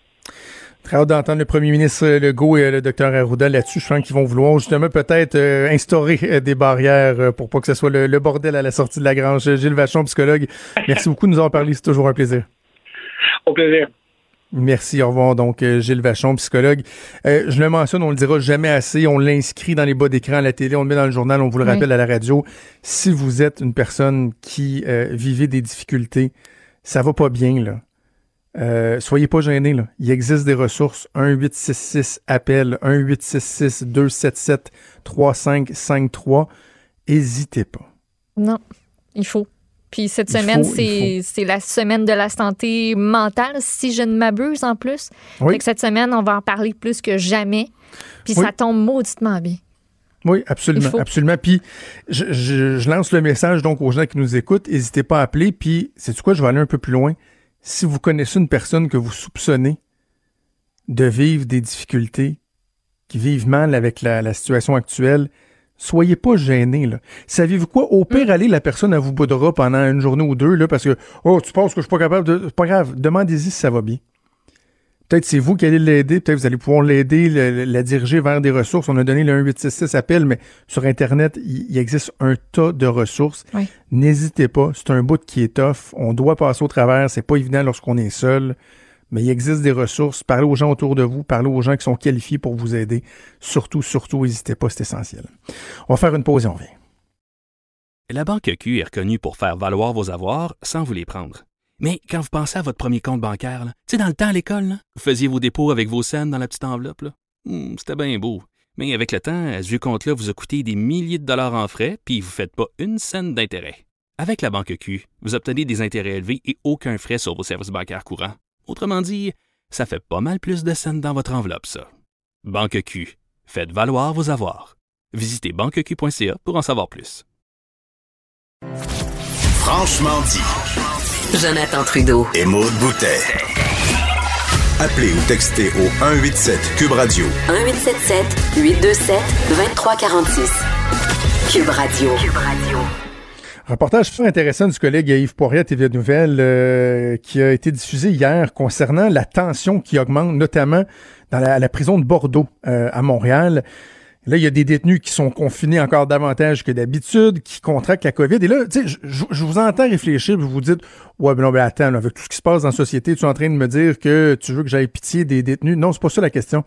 Très hâte d'entendre le premier ministre Legault et le docteur Arruda là-dessus. Je pense qu'ils vont vouloir justement peut-être euh, instaurer euh, des barrières euh, pour pas que ce soit le, le bordel à la sortie de la grange. Gilles Vachon, psychologue, merci beaucoup de nous avoir parlé. C'est toujours un plaisir. Au plaisir. Merci, au revoir. Donc, euh, Gilles Vachon, psychologue. Euh, je le mentionne, on le dira jamais assez. On l'inscrit dans les bas d'écran à la télé, on le met dans le journal, on vous le rappelle oui. à la radio. Si vous êtes une personne qui euh, vivait des difficultés, ça va pas bien, là. Euh, soyez pas gênés, là. Il existe des ressources. un huit six six appel, un huit six six deux sept sept trois cinq cinq trois. Hésitez pas. Non, il faut. Puis cette il semaine, faut, c'est, c'est la semaine de la santé mentale, si je ne m'abuse en plus. Oui. Fait que cette semaine, on va en parler plus que jamais. Puis oui. ça tombe mauditement bien. Oui, absolument, absolument. Puis je, je, je lance le message donc aux gens qui nous écoutent. N'hésitez pas à appeler. Puis, sais-tu quoi, je vais aller un peu plus loin. Si vous connaissez une personne que vous soupçonnez de vivre des difficultés, qui vivent mal avec la, la situation actuelle, soyez pas gênés, là. Savez-vous quoi? Au pire, mm. allez, la personne, elle vous boudera pendant une journée ou deux, là, parce que, oh, tu penses que je suis pas capable de... C'est pas grave. Demandez-y si ça va bien. Peut-être c'est vous qui allez l'aider, peut-être vous allez pouvoir l'aider, le, la diriger vers des ressources. On a donné le un huit six six appel, mais sur Internet, il, il existe un tas de ressources. Oui. N'hésitez pas, c'est un bout qui est tough. On doit passer au travers, c'est pas évident lorsqu'on est seul, mais il existe des ressources. Parlez aux gens autour de vous, parlez aux gens qui sont qualifiés pour vous aider. Surtout, surtout, n'hésitez pas, c'est essentiel. On va faire une pause et on revient. La Banque Q est reconnue pour faire valoir vos avoirs sans vous les prendre. Mais quand vous pensez à votre premier compte bancaire, tu sais, dans le temps à l'école, là, vous faisiez vos dépôts avec vos scènes dans la petite enveloppe. Là. Hum, c'était bien beau. Mais avec le temps, ce vieux compte-là vous a coûté des milliers de dollars en frais, puis vous ne faites pas une scène d'intérêt. Avec la Banque Q, vous obtenez des intérêts élevés et aucun frais sur vos services bancaires courants. Autrement dit, ça fait pas mal plus de scènes dans votre enveloppe, ça. Banque Q. Faites valoir vos avoirs. Visitez banque q point c a pour en savoir plus. Franchement dit. Jonathan Trudeau et Maude Boutet. Appelez ou textez au un huit sept Cube Radio. un huit sept sept huit deux sept deux trois quatre six. Cube Radio. Cube Radio. Reportage très intéressant du collègue Yves Poirier à T V Nouvelles euh, qui a été diffusé hier concernant la tension qui augmente, notamment dans la, la prison de Bordeaux euh, à Montréal. Là, il y a des détenus qui sont confinés encore davantage que d'habitude, qui contractent la COVID. Et là, tu sais, je, je vous entends réfléchir, vous vous dites, ouais, ben non, ben attends, là, avec tout ce qui se passe dans la société, tu es en train de me dire que tu veux que j'aille pitié des détenus. Non, c'est pas ça la question.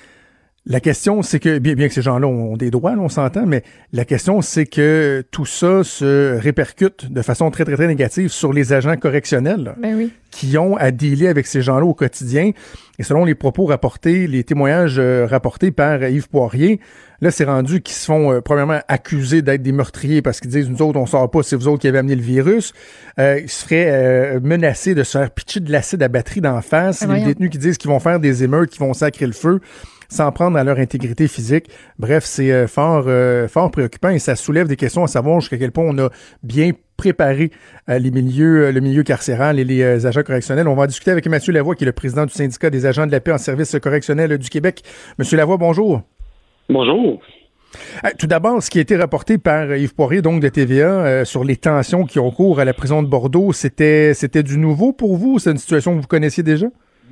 La question, c'est que, bien, bien que ces gens-là ont des droits, là, on s'entend, mais la question, c'est que tout ça se répercute de façon très, très, très négative sur les agents correctionnels ben oui. qui ont à dealer avec ces gens-là au quotidien. Et selon les propos rapportés, les témoignages euh, rapportés par Yves Poirier, là, c'est rendu qu'ils se font, euh, premièrement, accusés d'être des meurtriers parce qu'ils disent, nous autres, on sort pas, c'est vous autres qui avez amené le virus. Euh, ils se feraient euh, menacer de se faire pitcher de l'acide à batterie d'en face. Ah, les voyons. Détenus qui disent qu'ils vont faire des émeutes, qu'ils vont sacrer le feu, sans prendre à leur intégrité physique. Bref, c'est euh, fort, euh, fort préoccupant et ça soulève des questions à savoir jusqu'à quel point on a bien préparé euh, les milieux, euh, le milieu carcéral et les euh, agents correctionnels. On va en discuter avec Mathieu Lavoie, qui est le président du syndicat des agents de la paix en service correctionnel du Québec. Monsieur Lavoie, bonjour. Bonjour. Euh, tout d'abord, ce qui a été rapporté par Yves Poirier, donc de T V A, euh, sur les tensions qui ont cours à la prison de Bordeaux, c'était, c'était du nouveau pour vous? C'est une situation que vous connaissiez déjà?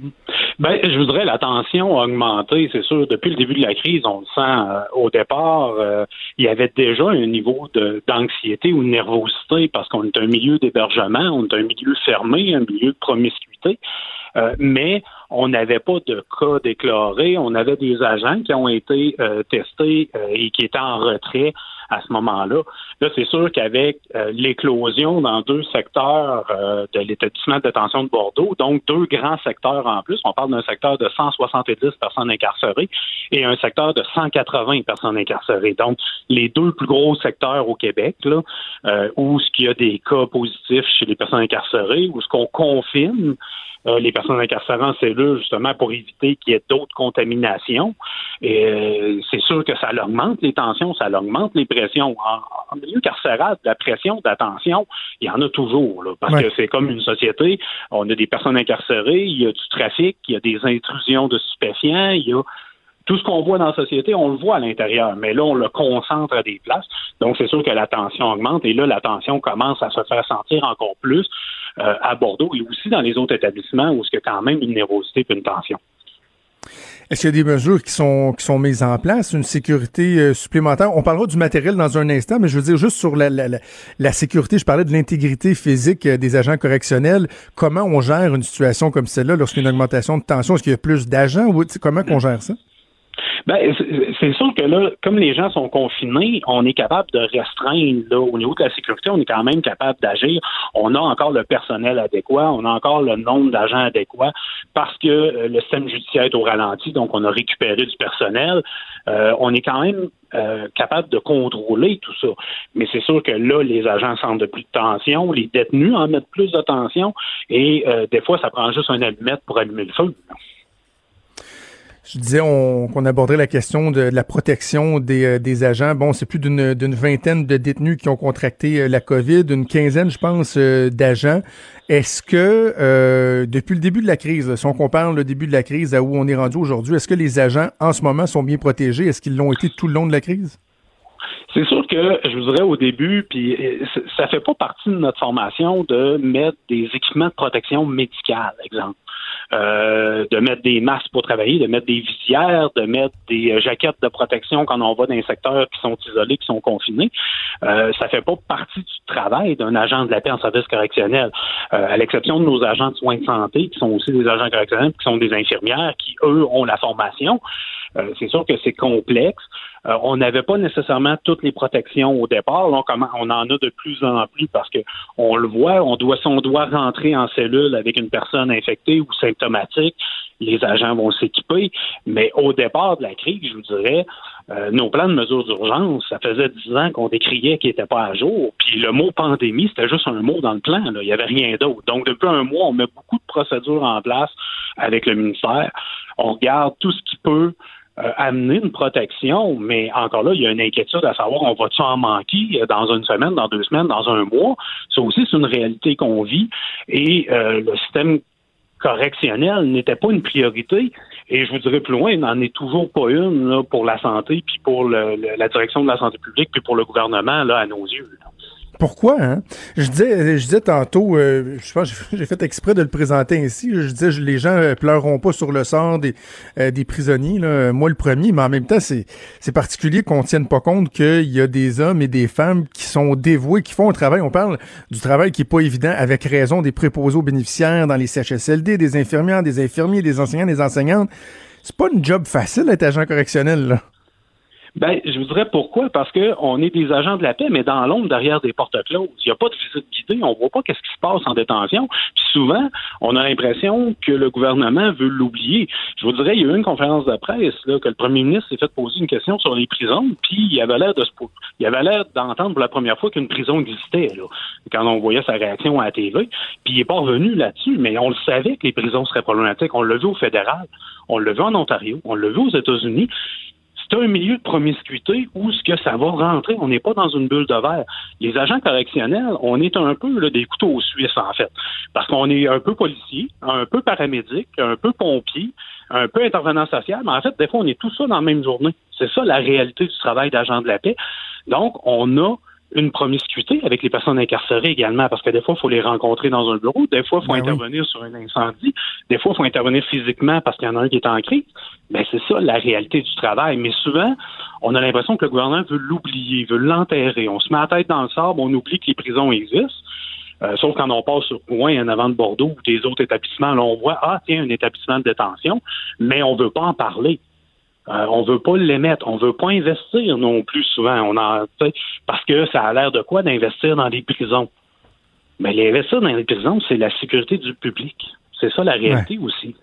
Ben, je voudrais la tension a augmenté, c'est sûr. Depuis le début de la crise, on le sent. Euh, au départ, euh, il y avait déjà un niveau de, d'anxiété ou de nervosité parce qu'on est un milieu d'hébergement, on est un milieu fermé, un milieu de promiscuité. Euh, mais on n'avait pas de cas déclarés. On avait des agents qui ont été euh, testés euh, et qui étaient en retrait à ce moment-là. Là, c'est sûr qu'avec euh, l'éclosion dans deux secteurs euh, de l'établissement de détention de Bordeaux, donc deux grands secteurs en plus, on parle d'un secteur de cent soixante-dix personnes incarcérées et un secteur de cent quatre-vingts personnes incarcérées. Donc, les deux plus gros secteurs au Québec, là, euh, où ce qu'il y a des cas positifs chez les personnes incarcérées, où ce qu'on confine Euh, les personnes incarcérées en cellule, justement, pour éviter qu'il y ait d'autres contaminations. Et euh, c'est sûr que ça augmente les tensions, ça augmente les pressions. En, en milieu carcéral, la pression, de la tension, il y en a toujours, là, parce ouais. que c'est comme une société. On a des personnes incarcérées, il y a du trafic, il y a des intrusions de stupéfiants, il y a tout ce qu'on voit dans la société, on le voit à l'intérieur, mais là, on le concentre à des places. Donc, c'est sûr que la tension augmente et là, la tension commence à se faire sentir encore plus euh, à Bordeaux et aussi dans les autres établissements où il y a quand même une nervosité et une tension. Est-ce qu'il y a des mesures qui sont qui sont mises en place, une sécurité euh, supplémentaire? On parlera du matériel dans un instant, mais je veux dire juste sur la, la, la, la sécurité, je parlais de l'intégrité physique euh, des agents correctionnels. Comment on gère une situation comme celle-là lorsqu'il y a une augmentation de tension? Est-ce qu'il y a plus d'agents ou comment qu'on gère ça? Ben, c'est sûr que là, comme les gens sont confinés, on est capable de restreindre, là, au niveau de la sécurité, on est quand même capable d'agir. On a encore le personnel adéquat, on a encore le nombre d'agents adéquats parce que euh, le système judiciaire est au ralenti, donc on a récupéré du personnel. Euh, on est quand même euh, capable de contrôler tout ça. Mais c'est sûr que là, les agents sentent de plus de tension, les détenus en mettent plus de tension et euh, des fois, ça prend juste un allumette pour allumer le feu. Je disais on, qu'on aborderait la question de, de la protection des, euh, des agents. Bon, c'est plus d'une, d'une vingtaine de détenus qui ont contracté euh, la COVID, une quinzaine, je pense, euh, d'agents. Est-ce que, euh, depuis le début de la crise, là, si on compare le début de la crise à où on est rendu aujourd'hui, est-ce que les agents, en ce moment, sont bien protégés? Est-ce qu'ils l'ont été tout le long de la crise? C'est sûr que, je vous dirais au début, puis ça fait pas partie de notre formation de mettre des équipements de protection médicale, exemple. Euh, de mettre des masques pour travailler, de mettre des visières, de mettre des jaquettes de protection quand on va dans les secteurs qui sont isolés, qui sont confinés. Euh, ça fait pas partie du travail d'un agent de la paix en service correctionnel. Euh, à l'exception de nos agents de soins de santé, qui sont aussi des agents correctionnels, qui sont des infirmières, qui, eux, ont la formation. Euh, c'est sûr que c'est complexe. Euh, on n'avait pas nécessairement toutes les protections au départ. Là, on, on en a de plus en plus parce que on le voit, on doit, si on doit rentrer en cellule avec une personne infectée ou symptomatique, les agents vont s'équiper. Mais au départ de la crise, je vous dirais, euh, nos plans de mesures d'urgence, ça faisait dix ans qu'on décriait qu'ils n'étaient pas à jour. Puis le mot pandémie, c'était juste un mot dans le plan. Là. Il n'y avait rien d'autre. Donc, depuis un mois, on met beaucoup de procédures en place avec le ministère. On regarde tout ce qui peut Euh, amener une protection, mais encore là, il y a une inquiétude à savoir on va-tu en manquer dans une semaine, dans deux semaines, dans un mois. Ça aussi, c'est une réalité qu'on vit et euh, le système correctionnel n'était pas une priorité et je vous dirais plus loin, il n'en est toujours pas une là, pour la santé, puis pour le, le, la direction de la santé publique, puis pour le gouvernement là, à nos yeux. Là. Pourquoi, hein? Je disais, je disais tantôt, euh, je pense que j'ai fait exprès de le présenter ainsi. Je disais, les gens euh, pleureront pas sur le sort des, euh, des prisonniers, là. Moi le premier, mais en même temps, c'est, c'est particulier qu'on tienne pas compte qu'il y a des hommes et des femmes qui sont dévoués, qui font un travail. On parle du travail qui est pas évident, avec raison, des préposés aux bénéficiaires dans les C H S L D, des infirmières, des infirmiers, des enseignants, des enseignantes. C'est pas une job facile d'être agent correctionnel, là. Ben, je vous dirais pourquoi. Parce que on est des agents de la paix, mais dans l'ombre, derrière des portes closes. Il n'y a pas de visite guidée. On voit pas qu'est-ce qui se passe en détention. Puis souvent, on a l'impression que le gouvernement veut l'oublier. Je vous dirais, il y a eu une conférence de presse, là, que le premier ministre s'est fait poser une question sur les prisons, puis il avait l'air de se il avait l'air d'entendre pour la première fois qu'une prison existait, là, quand on voyait sa réaction à la T V. Puis il n'est pas revenu là-dessus, mais on le savait que les prisons seraient problématiques. On l'a vu au fédéral, on l'a vu en Ontario, on l'a vu aux États-Unis. C'est un milieu de promiscuité où ce que ça va rentrer, on n'est pas dans une bulle de verre. Les agents correctionnels, on est un peu là, des couteaux suisses, en fait. Parce qu'on est un peu policier, un peu paramédic, un peu pompier, un peu intervenant social, mais en fait, des fois, on est tout ça dans la même journée. C'est ça la réalité du travail d'agent de la paix. Donc, on a une promiscuité avec les personnes incarcérées également, parce que des fois, il faut les rencontrer dans un bureau, des fois, il faut ben intervenir oui. sur un incendie, des fois, il faut intervenir physiquement parce qu'il y en a un qui est en crise. Ben, c'est ça la réalité du travail. Mais souvent, on a l'impression que le gouvernement veut l'oublier, veut l'enterrer. On se met la tête dans le sable, on oublie que les prisons existent. Euh, sauf quand on passe sur Rouen, en avant de Bordeaux ou des autres établissements, là, on voit, ah, tiens, un établissement de détention, mais on veut pas en parler. Euh, on veut pas l'émettre, on veut pas investir non plus souvent. On en, parce que ça a l'air de quoi d'investir dans les prisons? Mais les investir dans les prisons, c'est la sécurité du public. C'est ça la réalité ouais. aussi.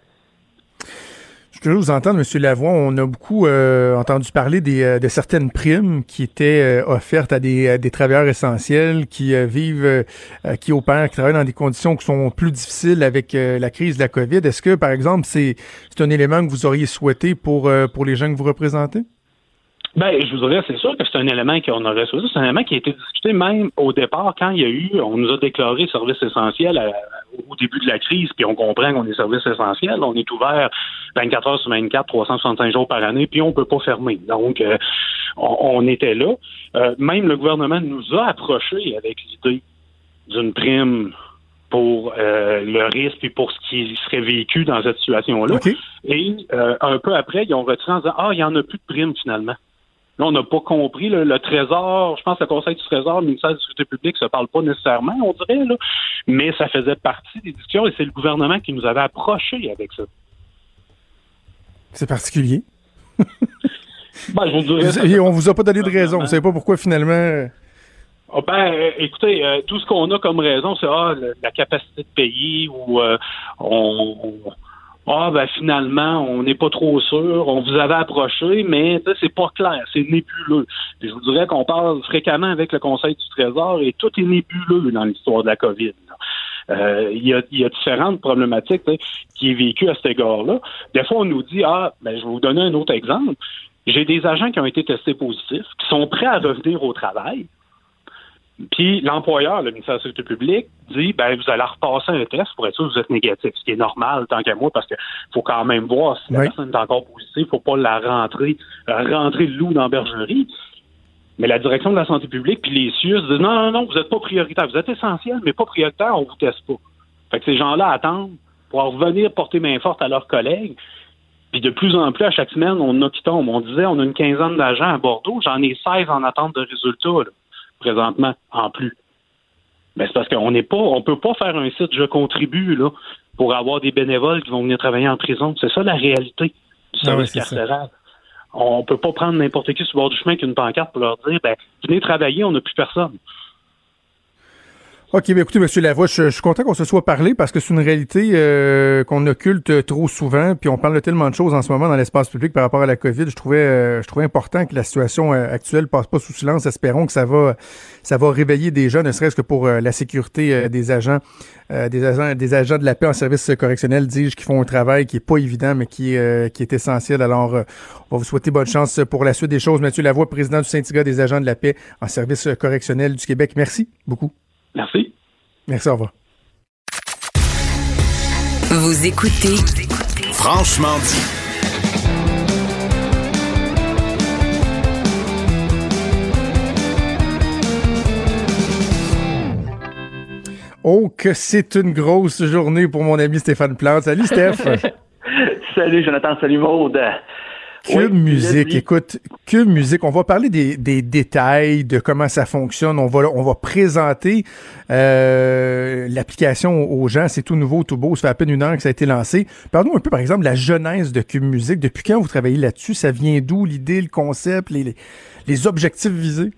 Je peux vous entendre, M. Lavoie, on a beaucoup euh, entendu parler des, euh, de certaines primes qui étaient euh, offertes à des, à des travailleurs essentiels qui euh, vivent, euh, qui opèrent, qui travaillent dans des conditions qui sont plus difficiles avec euh, la crise de la COVID. Est-ce que, par exemple, c'est, c'est un élément que vous auriez souhaité pour, euh, pour les gens que vous représentez? Ben, je vous dirais, c'est sûr que c'est un élément qu'on aurait souhaité. C'est un élément qui a été discuté même au départ quand il y a eu, on nous a déclaré service essentiel à, au début de la crise, puis on comprend qu'on est service essentiel. On est ouvert vingt-quatre heures sur vingt-quatre, trois cent soixante-cinq jours par année, puis on peut pas fermer. Donc, euh, on, on était là. Euh, même le gouvernement nous a approchés avec l'idée d'une prime pour euh, le risque et pour ce qui serait vécu dans cette situation-là. Okay. Et euh, un peu après, ils ont retiré en disant « Ah, il n'y en a plus de prime finalement ». Là, on n'a pas compris. Là, le Trésor, je pense que le Conseil du Trésor, le ministère de la Sécurité publique ne se parle pas nécessairement, on dirait, là, mais ça faisait partie des discussions et c'est le gouvernement qui nous avait approchés avec ça. C'est particulier. ben, je vous dirais, et on vous a pas donné de raison. Vous savez pas pourquoi finalement... Oh ben, euh, écoutez, euh, tout ce qu'on a comme raison, c'est ah, le, la capacité de payer ou euh, on... on Ah, ben finalement, on n'est pas trop sûr. On vous avait approché, mais c'est pas clair, c'est nébuleux. Puis je vous dirais qu'on parle fréquemment avec le Conseil du Trésor et tout est nébuleux dans l'histoire de la COVID. Il euh, y, a, y a différentes problématiques qui est vécues à cet égard-là. Des fois, on nous dit, ah, ben je vais vous donner un autre exemple. J'ai des agents qui ont été testés positifs, qui sont prêts à revenir au travail. Puis l'employeur, le ministère de la Sécurité publique, dit ben vous allez repasser un test pour être sûr que vous êtes négatif, ce qui est normal tant qu'à moi, parce que faut quand même voir si la oui. personne est encore positive, faut pas la rentrer, rentrer le loup dans la bergerie. Mais la direction de la santé publique puis les C I U S disent non, non, non, vous n'êtes pas prioritaire, vous êtes essentiel, mais pas prioritaire, on vous teste pas. Fait que ces gens-là attendent pour revenir porter main forte à leurs collègues. Puis de plus en plus, à chaque semaine, on a qui tombent. On disait on a une quinzaine d'agents à Bordeaux, j'en ai seize en attente de résultats, là. Présentement, en plus. Mais c'est parce qu'on n'est pas, on peut pas faire un site je contribue là pour avoir des bénévoles qui vont venir travailler en prison. C'est ça la réalité du service ah oui, carcéral. On peut pas prendre n'importe qui sur le bord du chemin avec une pancarte pour leur dire ben venez travailler, on n'a plus personne. OK, bien écoutez, M. Lavoie, je, je suis content qu'on se soit parlé parce que c'est une réalité euh, qu'on occulte trop souvent, puis on parle de tellement de choses en ce moment dans l'espace public par rapport à la COVID. Je trouvais euh, je trouvais important que la situation euh, actuelle passe pas sous silence. Espérons que ça va ça va réveiller des gens, ne serait-ce que pour euh, la sécurité euh, des agents, euh, des agents des agents de la paix en service correctionnel, dis-je, qui font un travail qui est pas évident, mais qui, euh, qui est essentiel. Alors, euh, on va vous souhaiter bonne chance pour la suite des choses. M. Lavoie, président du syndicat des agents de la paix en service correctionnel du Québec. Merci beaucoup. Merci. Merci, au revoir. Vous écoutez Franchement dit. Oh, que c'est une grosse journée pour mon ami Stéphane Plante. Salut, Steph. Salut, Jonathan. Salut, Maude. Cube oui, Musique, écoute, Cube Musique, on va parler des, des détails, de comment ça fonctionne. On va, on va présenter euh, l'application aux gens. C'est tout nouveau, tout beau. Ça fait à peine une heure que ça a été lancé. Parlons un peu, par exemple, de la genèse de Cube Musique. Depuis quand vous travaillez là-dessus? Ça vient d'où, l'idée, le concept, les, les, les objectifs visés?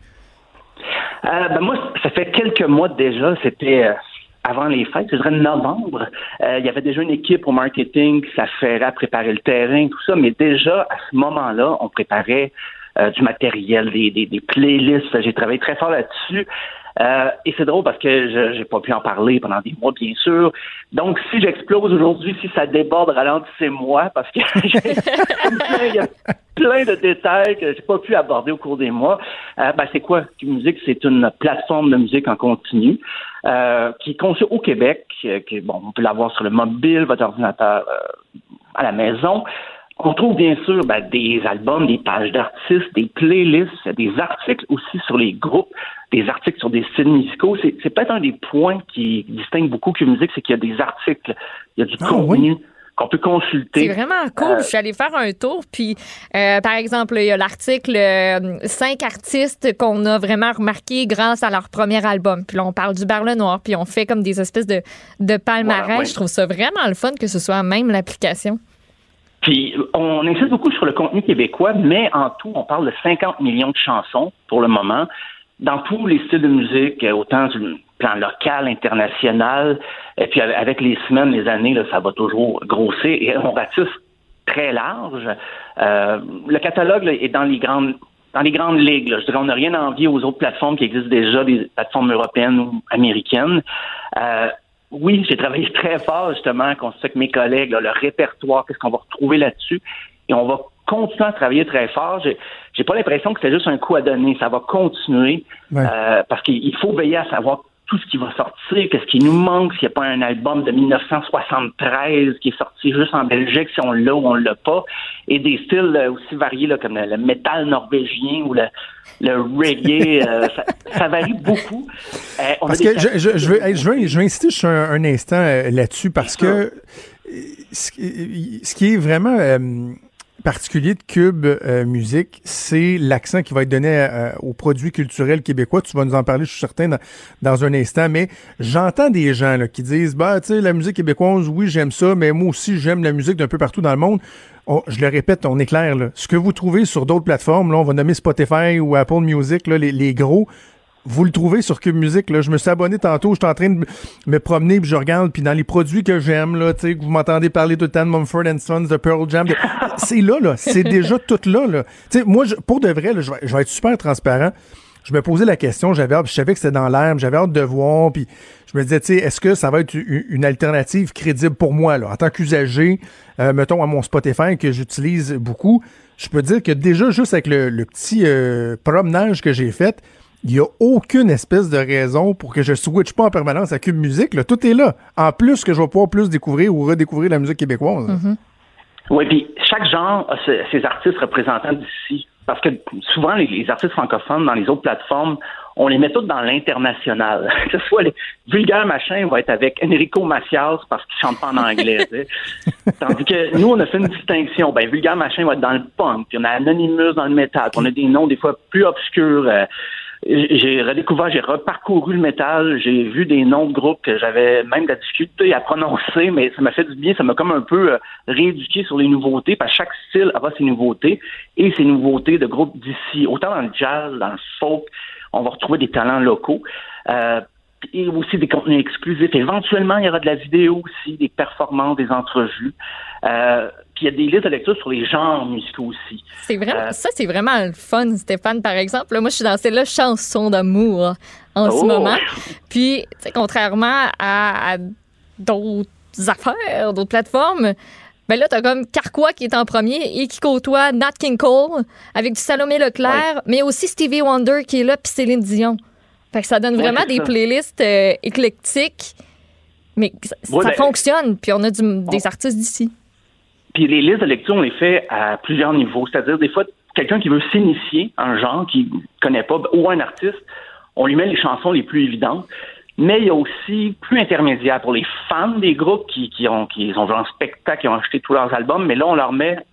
Euh, ben moi, ça fait quelques mois déjà. C'était... Euh... avant les fêtes, je dirais novembre, euh, il y avait déjà une équipe au marketing qui s'affairait à préparer le terrain, tout ça, mais déjà, à ce moment-là, on préparait euh, du matériel, des, des, des playlists. J'ai travaillé très fort là-dessus. Euh, et c'est drôle parce que je j'ai pas pu en parler pendant des mois, bien sûr. Donc, si j'explose aujourd'hui, si ça déborde, ralentissez-moi parce que il y a plein de détails que j'ai pas pu aborder au cours des mois. Euh, ben, c'est quoi? Cube Musique, c'est une plateforme de musique en continu euh, qui est conçue au Québec. Euh, qui, bon, on peut l'avoir sur le mobile, votre ordinateur euh, à la maison. On trouve bien sûr ben, des albums, des pages d'artistes, des playlists, des articles aussi sur les groupes, des articles sur des styles musicaux. C'est, c'est peut-être un des points qui distingue beaucoup Cube Musique, c'est qu'il y a des articles, il y a du ah, contenu oui. qu'on peut consulter. C'est vraiment cool. Euh, Je suis allée faire un tour, puis euh, par exemple, il y a l'article euh, cinq artistes qu'on a vraiment remarqués grâce à leur premier album. Puis là, on parle du Barle Noir, puis on fait comme des espèces de, de palmarès. Voilà, ouais. Je trouve ça vraiment le fun que ce soit même l'application. Puis, on insiste beaucoup sur le contenu québécois, mais en tout, on parle de cinquante millions de chansons pour le moment, dans tous les styles de musique, autant du plan local, international, et puis avec les semaines, les années, là, ça va toujours grossir, et on ratisse très large. Euh, le catalogue là, est dans les grandes dans les grandes ligues. Là. Je dirais, on n'a rien à envier aux autres plateformes qui existent déjà, des plateformes européennes ou américaines. Euh, Oui, j'ai travaillé très fort, justement, qu'on se fait avec mes collègues, là, le répertoire, qu'est-ce qu'on va retrouver là-dessus. Et on va continuer à travailler très fort. J'ai, j'ai pas l'impression que c'est juste un coup à donner. Ça va continuer, ouais. euh, parce qu'il faut veiller à savoir tout ce qui va sortir, qu'est-ce qui nous manque, s'il n'y a pas un album de dix-neuf cent soixante-treize qui est sorti juste en Belgique, si on l'a ou on l'a pas, et des styles aussi variés là, comme le, le métal norvégien ou le, le reggae, euh, ça, ça varie beaucoup. Euh, on parce a que je, je, je, veux, je, veux, je veux insister sur un, un instant euh, là-dessus, parce que ce, ce qui est vraiment... Euh, particulier de Cube euh, Musique, c'est l'accent qui va être donné euh, aux produits culturels québécois. Tu vas nous en parler, je suis certain, dans, dans un instant, mais j'entends des gens là, qui disent, bah, tu sais, la musique québécoise, oui, j'aime ça, mais moi aussi, j'aime la musique d'un peu partout dans le monde. On, je le répète, on est clair, là. Ce que vous trouvez sur d'autres plateformes, là, on va nommer Spotify ou Apple Music, là, les, les gros, vous le trouvez sur Cube Musique, là. Je me suis abonné tantôt, je suis en train de me promener, puis je regarde, puis dans les produits que j'aime, là, tu sais, que vous m'entendez parler tout le temps de Mumford and Sons, de Pearl Jam, de... c'est là, là, c'est déjà tout là, là. Tu sais, moi, je, pour de vrai, là, je, vais, je vais être super transparent. Je me posais la question, j'avais hâte, puis je savais que c'était dans l'air, j'avais hâte de voir, puis je me disais, tu sais, est-ce que ça va être une, une alternative crédible pour moi, là, en tant qu'usager, euh, mettons, à mon Spotify, que j'utilise beaucoup. Je peux dire que déjà, juste avec le, le petit euh, promenage que j'ai fait, il n'y a aucune espèce de raison pour que je switch pas en permanence à Cube Musique. Là. Tout est là. En plus que je vais pouvoir plus découvrir ou redécouvrir la musique québécoise. Mm-hmm. Oui, puis chaque genre a ses artistes représentants d'ici. Parce que souvent, les, les artistes francophones dans les autres plateformes, on les met tous dans l'international. Que ce soit les Vulgaire Machin va être avec Enrico Macias parce qu'il chante pas en anglais. Tandis que nous, on a fait une distinction. Ben, Vulgaire Machin va être dans le punk, puis on a Anonymous dans le métal, puis on a des noms des fois plus obscurs. Euh, J'ai redécouvert, j'ai reparcouru le métal, j'ai vu des noms de groupes que j'avais même de la difficulté à prononcer, mais ça m'a fait du bien, ça m'a comme un peu euh, rééduqué sur les nouveautés, parce que chaque style a ses nouveautés, et ces nouveautés de groupes d'ici, autant dans le jazz, dans le folk, on va retrouver des talents locaux, euh, et aussi des contenus exclusifs. Éventuellement, il y aura de la vidéo aussi, des performances, des entrevues. Euh, puis il y a des listes de lecture sur les genres musicaux aussi. C'est vraiment, euh, ça, c'est vraiment le fun, Stéphane, par exemple. Là, moi, je suis dans celle-là, chanson d'amour en oh. ce moment. Puis, contrairement à, à d'autres affaires, d'autres plateformes, ben là, t'as comme Carquois qui est en premier et qui côtoie Nat King Cole avec du Salomé Leclerc, ouais. mais aussi Stevie Wonder qui est là, puis Céline Dion. Fait que ça donne vraiment ouais, des ça. playlists euh, éclectiques, mais ça, ouais, ça ben, fonctionne, puis on a du, on... des artistes d'ici. Puis les listes de lecture, on les fait à plusieurs niveaux. C'est-à-dire, des fois, quelqu'un qui veut s'initier en un genre, qui ne connaît pas, ou un artiste, on lui met les chansons les plus évidentes. Mais il y a aussi plus intermédiaire pour les fans des groupes qui, qui ont qui ont joué en spectacle, qui ont acheté tous leurs albums, mais là, on leur met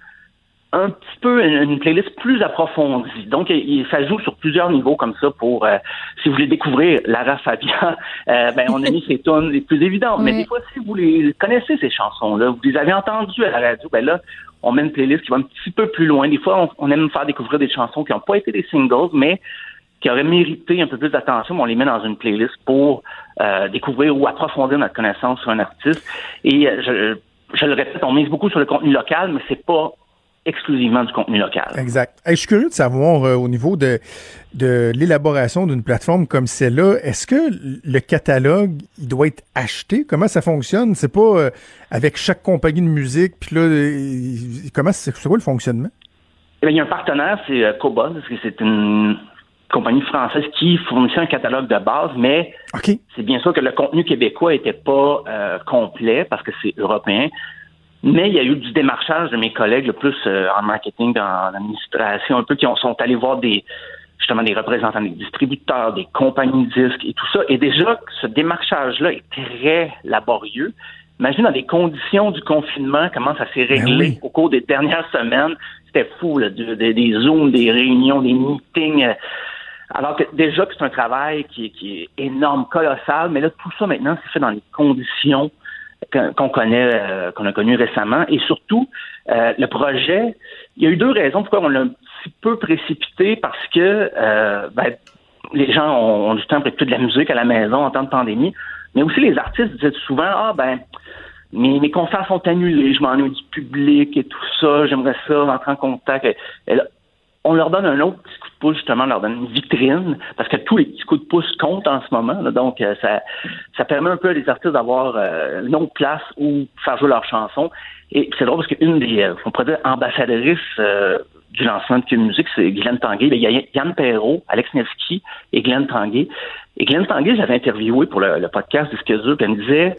un petit peu une, une playlist plus approfondie. Donc, il, ça joue sur plusieurs niveaux comme ça pour, euh, si vous voulez découvrir Lara Fabian, euh, ben, on a mis ses tunes les plus évidentes. Oui. Mais des fois, si vous les connaissez, ces chansons-là, vous les avez entendues à la radio, ben là, on met une playlist qui va un petit peu plus loin. Des fois, on, on aime faire découvrir des chansons qui n'ont pas été des singles, mais qui auraient mérité un peu plus d'attention, mais on les met dans une playlist pour euh, découvrir ou approfondir notre connaissance sur un artiste. Et euh, je, je le répète, on mise beaucoup sur le contenu local, mais c'est pas exclusivement du contenu local. Exact. Hey, je suis curieux de savoir, euh, au niveau de, de l'élaboration d'une plateforme comme celle-là, est-ce que le catalogue, il doit être acheté? Comment ça fonctionne? C'est pas euh, avec chaque compagnie de musique, puis là, euh, comment c'est, c'est quoi le fonctionnement? Eh bien, il y a un partenaire, c'est euh, Cobuzz, parce que c'est une compagnie française qui fournissait un catalogue de base, mais okay. C'est bien sûr que le contenu québécois était pas euh, complet, parce que c'est européen. Mais il y a eu du démarchage de mes collègues, le plus euh, en marketing, en administration, un peu, qui ont, sont allés voir des justement des représentants des distributeurs, des compagnies de disques et tout ça. Et déjà, ce démarchage-là est très laborieux. Imagine dans les conditions du confinement, comment ça s'est réglé ben oui. au cours des dernières semaines. C'était fou, là, de, de, des Zooms, des réunions, des meetings. Euh, alors que déjà que c'est un travail qui, qui est énorme, colossal, mais là, tout ça maintenant, c'est fait dans les conditions qu'on connaît, euh, qu'on a connu récemment. Et surtout, euh, le projet, il y a eu deux raisons pourquoi on l'a un petit peu précipité, parce que euh, ben, les gens ont, ont du temps pour écouter de la musique à la maison en temps de pandémie, mais aussi les artistes disaient souvent, ah ben, mes, mes concerts sont annulés, je m'ennuie du public et tout ça, j'aimerais ça rentrer en contact. Et, et là, on leur donne un autre petit coup de pouce, justement, on leur donne une vitrine, parce que tous les petits coups de pouce comptent en ce moment. Là, donc, euh, ça, ça permet un peu à les artistes d'avoir euh, une autre place où faire jouer leurs chansons. Et c'est drôle parce qu'une des, euh, on pourrait dire, ambassadrices euh, du lancement de Cube Musique, c'est Glenn Tanguay. Il y a Yann Perrault, Alex Nevsky et Glenn Tanguay. Et Glenn Tanguay, j'avais interviewé pour le, le podcast Disque dur, puis elle me disait,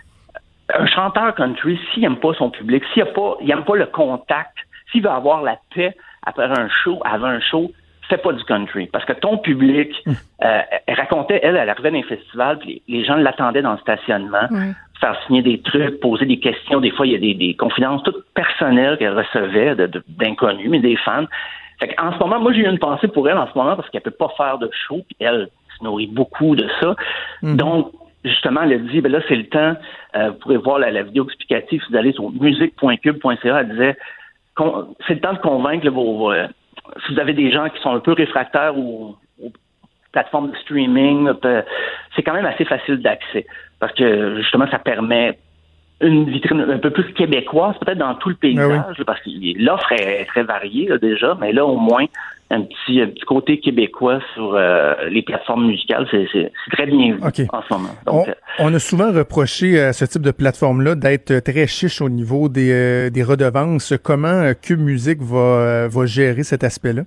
un chanteur country, s'il n'aime pas son public, s'il n'aime pas, il aime pas le contact, s'il veut avoir la paix après un show, avant un show, fais pas du country. Parce que ton public, euh, elle racontait, elle, elle arrivait dans un festival, puis les, les gens l'attendaient dans le stationnement, oui. faire signer des trucs, poser des questions. Des fois, il y a des, des confidences toutes personnelles qu'elle recevait de, de, d'inconnus, mais des fans. Fait qu'en ce moment, moi, j'ai eu une pensée pour elle en ce moment parce qu'elle peut pas faire de show, puis elle se nourrit beaucoup de ça. Mm-hmm. Donc, justement, elle a dit, ben là, c'est le temps, euh, vous pourrez voir la, la vidéo explicative si vous allez sur musique point cube point c a, elle disait, c'est le temps de convaincre là, vos, vos, euh, si vous avez des gens qui sont un peu réfractaires aux, aux plateformes de streaming, euh, c'est quand même assez facile d'accès parce que justement ça permet une vitrine un peu plus québécoise, peut-être dans tout le paysage, oui. parce que l'offre est très variée là, déjà, mais là au moins un petit, un petit côté québécois sur euh, les plateformes musicales, c'est, c'est, c'est très bien vu okay. en ce moment. Donc, on, on a souvent reproché à ce type de plateforme-là d'être très chiche au niveau des, euh, des redevances. Comment Cube Musique va, va gérer cet aspect-là?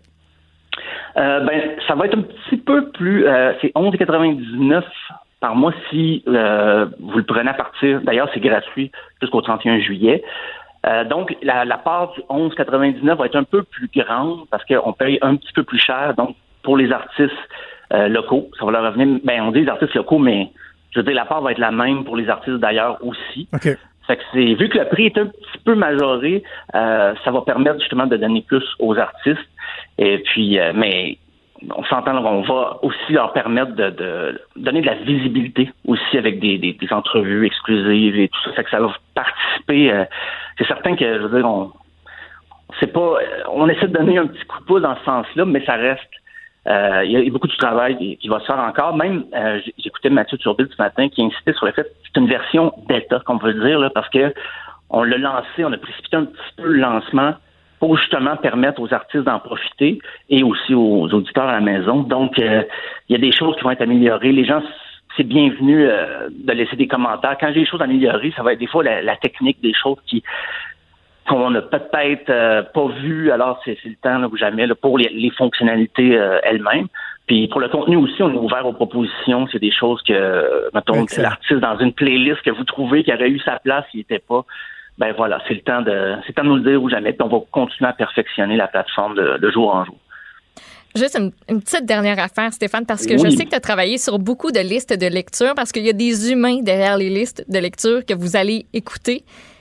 Euh, ben, ça va être un petit peu plus... Euh, c'est onze virgule quatre-vingt-dix-neuf par mois si euh, vous le prenez à partir... D'ailleurs, c'est gratuit jusqu'au trente et un juillet. Euh, donc, la, la part du onze virgule quatre-vingt-dix-neuf va être un peu plus grande parce qu'on paye un petit peu plus cher. Donc, pour les artistes euh, locaux, ça va leur revenir... Ben, on dit les artistes locaux, mais je veux dire, la part va être la même pour les artistes d'ailleurs aussi. Okay. Fait que c'est, vu que le prix est un petit peu majoré, euh, ça va permettre justement de donner plus aux artistes. Et puis, euh, mais on s'entend, on va aussi leur permettre de, de donner de la visibilité aussi avec des, des, des entrevues exclusives et tout ça. Fait que ça va participer. Euh, c'est certain que, je veux dire, on c'est pas, on essaie de donner un petit coup de pouce dans ce sens-là, mais ça reste. Euh, il y a beaucoup de travail qui, qui va se faire encore. Même, euh, j'écoutais Mathieu Turbide ce matin qui insistait sur le fait que c'est une version bêta, qu'on peut dire, là, parce que on l'a lancé, on a précipité un petit peu le lancement pour justement permettre aux artistes d'en profiter et aussi aux auditeurs à la maison. Donc, euh, il y a des choses qui vont être améliorées. Les gens, c'est bienvenu euh, de laisser des commentaires. Quand j'ai des choses améliorées, ça va être des fois la, la technique des choses qui qu'on n'a peut-être euh, pas vu, alors c'est, c'est le temps là, ou jamais là, pour les, les fonctionnalités euh, elles-mêmes. Puis pour le contenu aussi, on est ouvert aux propositions. C'est des choses que, mettons, que l'artiste dans une playlist que vous trouvez qui aurait eu sa place, il n'était pas. Ben voilà, c'est le temps de c'est le temps de nous le dire ou jamais. Puis on va continuer à perfectionner la plateforme de, de jour en jour. Juste une, une petite dernière affaire, Stéphane, parce que oui. je sais que tu as travaillé sur beaucoup de listes de lecture, parce qu'il y a des humains derrière les listes de lecture que vous allez écouter.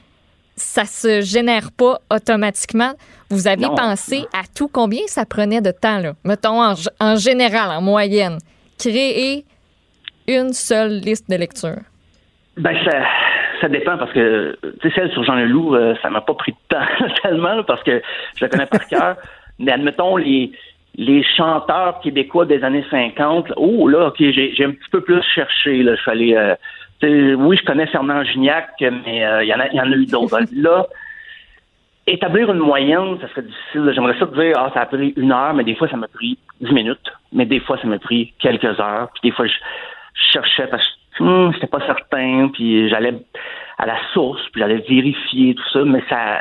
Ça se génère pas automatiquement. Vous avez non. pensé à tout combien ça prenait de temps, là? Mettons, en, en général, en moyenne, créer une seule liste de lecture. Ben, ça, ça dépend parce que, tu sais, celle sur Jean Leloup, euh, ça m'a pas pris de temps tellement, là, parce que je la connais par cœur. Mais admettons, les, les chanteurs québécois des années cinquante, oh là, OK, j'ai, j'ai un petit peu plus cherché, là. Je suis allé, euh, oui, je connais Fernand Gignac, mais il euh, y en a, y en a eu d'autres. Là, établir une moyenne, ça serait difficile. J'aimerais ça te dire, ah, ça a pris une heure, mais des fois, ça m'a pris dix minutes. Mais des fois, ça m'a pris quelques heures. Puis des fois, je, je cherchais parce que hum, j'étais pas certain. Puis j'allais à la source, puis j'allais vérifier tout ça. Mais ça,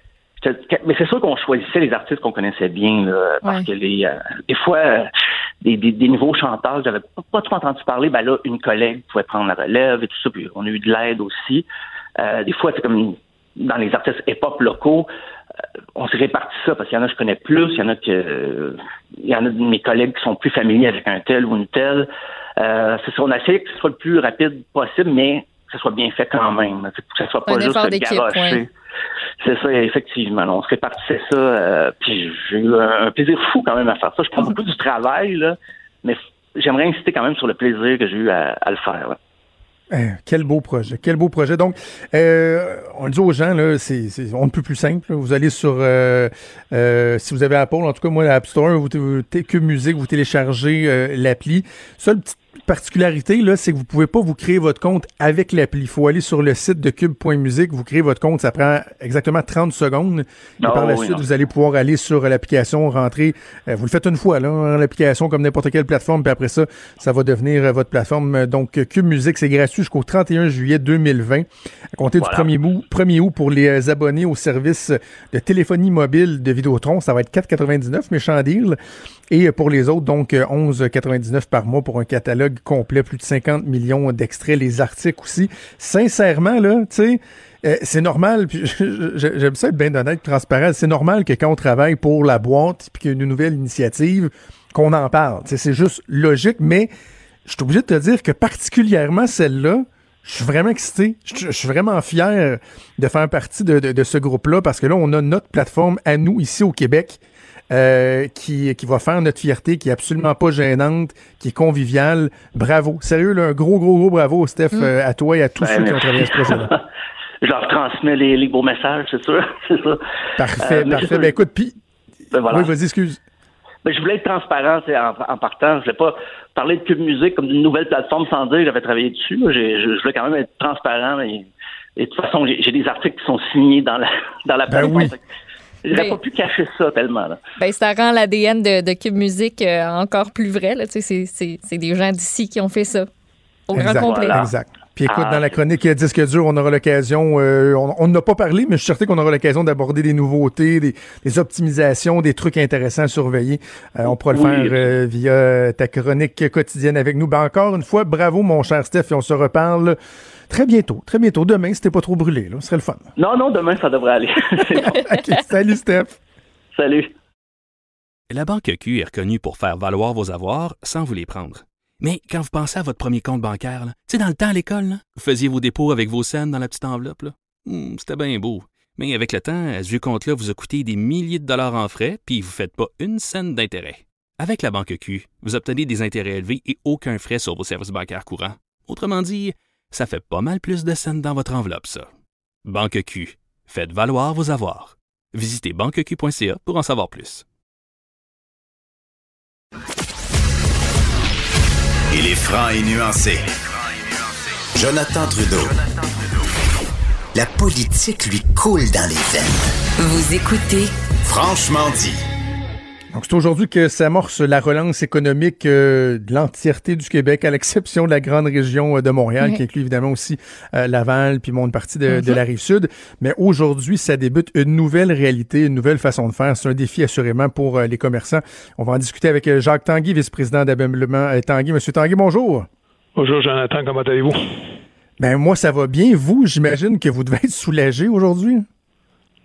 mais c'est sûr qu'on choisissait les artistes qu'on connaissait bien, là, parce ouais. que les, euh, des fois, euh, des, des, des nouveaux chanteurs, j'avais pas, pas trop entendu parler. Ben là, une collègue pouvait prendre la relève et tout ça. Puis on a eu de l'aide aussi. Euh, des fois, c'est comme dans les artistes hip-hop locaux, euh, on s'est réparti ça parce qu'il y en a que je connais plus, il y en a que euh, il y en a de mes collègues qui sont plus familiers avec un tel ou une telle. Euh, c'est ça, on a essayé que ce soit le plus rapide possible, mais que ce soit bien fait quand même. Que ce soit pas un juste garoché. Ouais. C'est ça, effectivement. On se répartissait ça, euh, puis j'ai eu un, un plaisir fou quand même à faire ça. Je prends beaucoup du travail, là, mais j'aimerais insister quand même sur le plaisir que j'ai eu à, à le faire. Là. Eh, quel beau projet, quel beau projet. Donc, euh, on le dit aux gens, là, c'est, c'est on ne peut plus simple. Là. Vous allez sur, euh, euh, si vous avez Apple, en tout cas moi, l'App Store, vous, vous Cube Musique, vous téléchargez euh, l'appli. Seule petite particularité, là, c'est que vous pouvez pas vous créer votre compte avec l'appli. Il faut aller sur le site de cube point musique, vous créez votre compte, ça prend exactement trente secondes. Et oh, par la oui, suite, non. vous allez pouvoir aller sur l'application, rentrer, euh, vous le faites une fois, là, l'application comme n'importe quelle plateforme, puis après ça, ça va devenir euh, votre plateforme. Donc, Cube Musique, c'est gratuit jusqu'au trente et un juillet deux mille vingt. À compter voilà. du premier août pour les abonnés au service de téléphonie mobile de Vidéotron, ça va être quatre quatre-vingt-dix-neuf, méchant deal. Et pour les autres, donc, onze quatre-vingt-dix-neuf par mois pour un catalogue complet, plus de cinquante millions d'extraits, les articles aussi. Sincèrement, là, tu sais, euh, c'est normal, puis j'aime ça être bien honnête, transparent, c'est normal que quand on travaille pour la boîte, puis qu'il y a une nouvelle initiative, qu'on en parle. Tu sais, c'est juste logique, mais je suis obligé de te dire que particulièrement celle-là, je suis vraiment excité, je, je suis vraiment fier de faire partie de, de, de ce groupe-là, parce que là, on a notre plateforme à nous, ici au Québec, Euh, qui, qui va faire notre fierté, qui est absolument pas gênante, qui est conviviale. Bravo. Sérieux, là, un gros, gros, gros bravo, Steph, mm. euh, à toi et à tous ben, ceux merci. qui ont travaillé à ce projet-là. Je leur transmets les, les beaux messages, c'est sûr. c'est ça. Parfait, euh, parfait. Ben écoute, puis... Ben, voilà. Oui, vas-y, excuse. Ben, je voulais être transparent en, en partant. Je voulais pas parler de Cube Musique comme d'une nouvelle plateforme sans dire que j'avais travaillé dessus. J'ai, je, je voulais quand même être transparent. Et, et de toute façon, j'ai, j'ai des articles qui sont signés dans la, dans la plateforme. Ben oui. J'aurais ben, pas pu cacher ça tellement. Là. Ben, ça rend l'A D N de, de Cube Musique euh, encore plus vrai. Là. C'est, c'est, c'est des gens d'ici qui ont fait ça. Au exact, grand complet. Voilà. Exact. Puis écoute, ah, dans la chronique Disque dur, on aura l'occasion, euh, on n'a pas parlé, mais je suis certain qu'on aura l'occasion d'aborder des nouveautés, des, des optimisations, des trucs intéressants à surveiller. Euh, on pourra le oui. faire euh, via ta chronique quotidienne avec nous. Ben encore une fois, bravo mon cher Steph, et on se reparle très bientôt, très bientôt. Demain, si t'es pas trop brûlé, là, ce serait le fun. Non, non, demain, ça devrait aller. Okay, salut Steph. Salut. La Banque Q est reconnue pour faire valoir vos avoirs sans vous les prendre. Mais quand vous pensez à votre premier compte bancaire, tu sais, dans le temps à l'école, là, vous faisiez vos dépôts avec vos scènes dans la petite enveloppe. Là. Hum, c'était bien beau. Mais avec le temps, ce vieux compte-là vous a coûté des milliers de dollars en frais, puis vous ne faites pas une scène d'intérêt. Avec la Banque Q, vous obtenez des intérêts élevés et aucun frais sur vos services bancaires courants. Autrement dit, ça fait pas mal plus de scènes dans votre enveloppe, ça. Banque Q. Faites valoir vos avoirs. Visitez banque q point c a pour en savoir plus. Il est franc et nuancé. Jonathan Trudeau. La politique lui coule dans les veines. Vous écoutez Franchement dit. Donc, c'est aujourd'hui que s'amorce la relance économique euh, de l'entièreté du Québec, à l'exception de la grande région de Montréal, oui. qui inclut évidemment aussi euh, Laval, puis une partie de, mm-hmm. de la Rive-Sud. Mais aujourd'hui, ça débute une nouvelle réalité, une nouvelle façon de faire. C'est un défi assurément pour euh, les commerçants. On va en discuter avec euh, Jacques Tanguy, vice-président d'ameublement euh, Tanguy. Monsieur Tanguy, bonjour. Bonjour, Jonathan. Comment allez-vous? Ben moi, ça va bien. Vous, j'imagine que vous devez être soulagé aujourd'hui.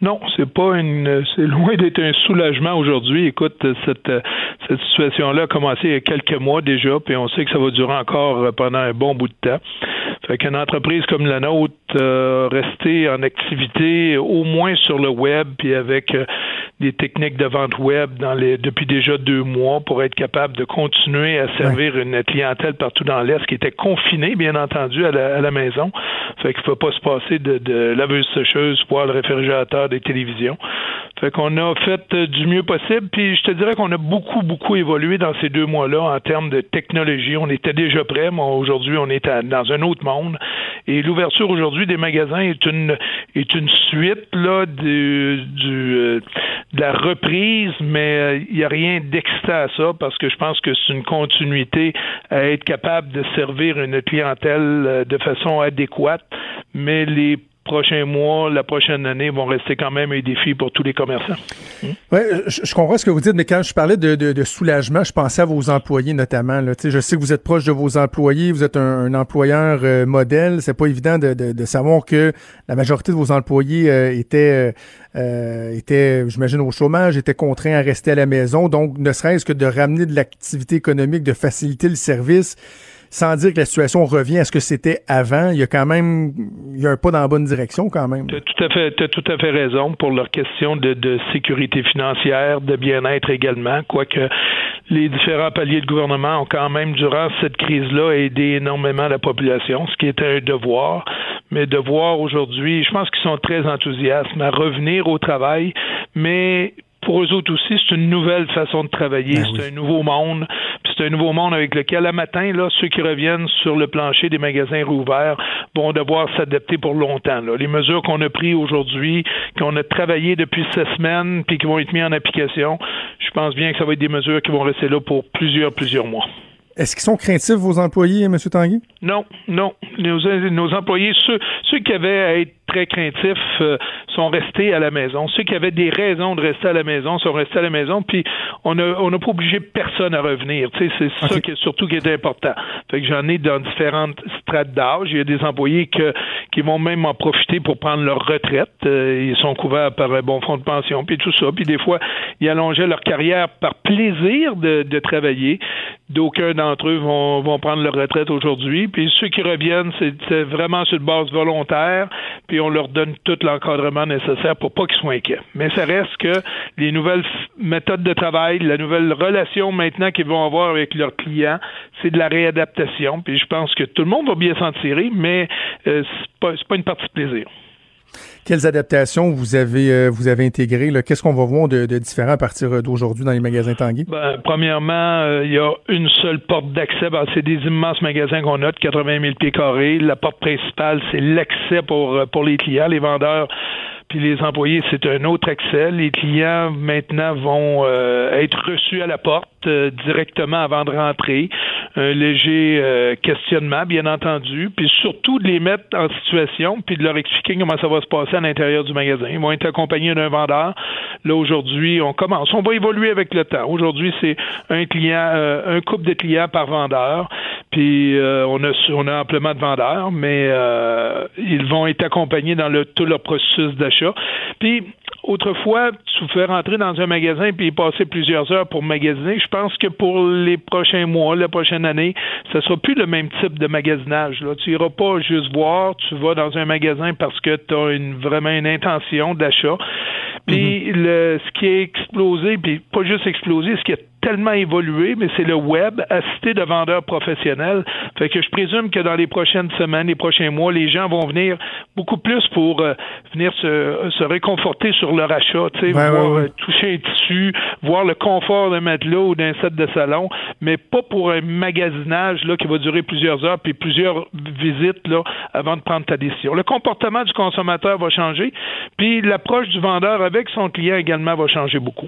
Non, c'est pas une, c'est loin d'être un soulagement aujourd'hui. Écoute, cette, cette situation-là a commencé il y a quelques mois déjà, puis on sait que ça va durer encore pendant un bon bout de temps. Fait qu'une entreprise comme la nôtre, euh, rester en activité au moins sur le web, puis avec euh, des techniques de vente web dans les, depuis déjà deux mois pour être capable de continuer à servir ouais. une clientèle partout dans l'Est qui était confinée, bien entendu, à la, à la maison. Fait qu'il ne faut pas se passer de, de laveuse sécheuse, poêle, réfrigérateur, des télévisions. Fait qu'on a fait euh, du mieux possible, puis je te dirais qu'on a beaucoup, beaucoup évolué dans ces deux mois-là en termes de technologie. On était déjà prêts, mais aujourd'hui, on est à, dans un autre monde. Et l'ouverture aujourd'hui des magasins est une est une suite là du, du euh, de la reprise, mais il euh, n'y a rien d'excitant à ça parce que je pense que c'est une continuité à être capable de servir une clientèle euh, de façon adéquate, mais les prochains mois, la prochaine année vont rester quand même un défi pour tous les commerçants. Mmh. Oui, je, je comprends ce que vous dites, mais quand je parlais de, de, de soulagement, je pensais à vos employés notamment. Là. Je sais que vous êtes proche de vos employés, vous êtes un, un employeur euh, modèle. C'est pas évident de, de, de savoir que la majorité de vos employés euh, étaient, euh, étaient, j'imagine, au chômage, étaient contraints à rester à la maison. Donc, ne serait-ce que de ramener de l'activité économique, de faciliter le service, sans dire que la situation revient à ce que c'était avant, il y a quand même il y a un pas dans la bonne direction quand même. Tu as tout à fait, tu as tout à fait raison pour leur question de, de sécurité financière, de bien-être également, quoique les différents paliers de gouvernement ont quand même, durant cette crise-là, aidé énormément la population, ce qui était un devoir. Mais de voir aujourd'hui, je pense qu'ils sont très enthousiastes à revenir au travail, mais pour eux autres aussi, c'est une nouvelle façon de travailler, ben c'est oui. un nouveau monde, puis c'est un nouveau monde avec lequel, le matin, là, ceux qui reviennent sur le plancher des magasins rouverts vont devoir s'adapter pour longtemps. Là. Les mesures qu'on a prises aujourd'hui, qu'on a travaillées depuis ces semaines, puis qui vont être mises en application, je pense bien que ça va être des mesures qui vont rester là pour plusieurs, plusieurs mois. Est-ce qu'ils sont craintifs, vos employés, M. Tanguay? Non, non. Nos, nos employés, ceux, ceux qui avaient à être très craintifs euh, sont restés à la maison. Ceux qui avaient des raisons de rester à la maison sont restés à la maison, puis on n'a on a pas obligé personne à revenir. Tu sais, c'est okay. ça qui est, surtout qui est important. Fait que j'en ai dans différentes strates d'âge. Il y a des employés que, qui vont même en profiter pour prendre leur retraite. Euh, ils sont couverts par un bon fonds de pension, puis tout ça. Puis des fois, ils allongeaient leur carrière par plaisir de, de travailler. D'aucuns d'entre eux vont, vont prendre leur retraite aujourd'hui. Puis ceux qui reviennent, c'est, c'est vraiment sur une base volontaire. Puis on leur donne tout l'encadrement nécessaire pour pas qu'ils soient inquiets. Mais ça reste que les nouvelles f- méthodes de travail, la nouvelle relation maintenant qu'ils vont avoir avec leurs clients, c'est de la réadaptation. Puis je pense que tout le monde va bien s'en tirer, mais euh, c'est pas, c'est pas une partie de plaisir. Quelles adaptations vous avez euh, vous avez intégrées? Là? Qu'est-ce qu'on va voir de, de différent à partir d'aujourd'hui dans les magasins Tanguay? Ben, premièrement, il euh, y a une seule porte d'accès. Ben, c'est des immenses magasins qu'on a de quatre-vingt mille pieds carrés. La porte principale, c'est l'accès pour, pour les clients, les vendeurs. Puis les employés, c'est un autre accès. Les clients, maintenant, vont euh, être reçus à la porte euh, directement avant de rentrer. Un léger euh, questionnement, bien entendu. Puis surtout de les mettre en situation puis de leur expliquer comment ça va se passer à l'intérieur du magasin. Ils vont être accompagnés d'un vendeur. Là, aujourd'hui, on commence. On va évoluer avec le temps. Aujourd'hui, c'est un client, euh, un couple de clients par vendeur. Puis euh, on a on a amplement de vendeurs, mais euh, ils vont être accompagnés dans le tout leur processus d'achat. Puis autrefois, tu fais rentrer dans un magasin puis passer plusieurs heures pour magasiner. Je pense que pour les prochains mois, la prochaine année, ça sera plus le même type de magasinage. Là. Tu iras pas juste voir, tu vas dans un magasin parce que tu as une, vraiment une intention d'achat. Puis mm-hmm. le ce qui a explosé, puis pas juste explosé, ce qui a tellement évolué, mais c'est le web assisté de vendeurs professionnels. Fait que je présume que dans les prochaines semaines, les prochains mois, les gens vont venir beaucoup plus pour euh, venir se, se réconforter sur leur achat, tu sais, ouais, voir ouais, ouais. toucher un tissu, voir le confort d'un matelas ou d'un set de salon, mais pas pour un magasinage là qui va durer plusieurs heures puis plusieurs visites là avant de prendre ta décision. Le comportement du consommateur va changer, puis l'approche du vendeur avec son client également va changer beaucoup.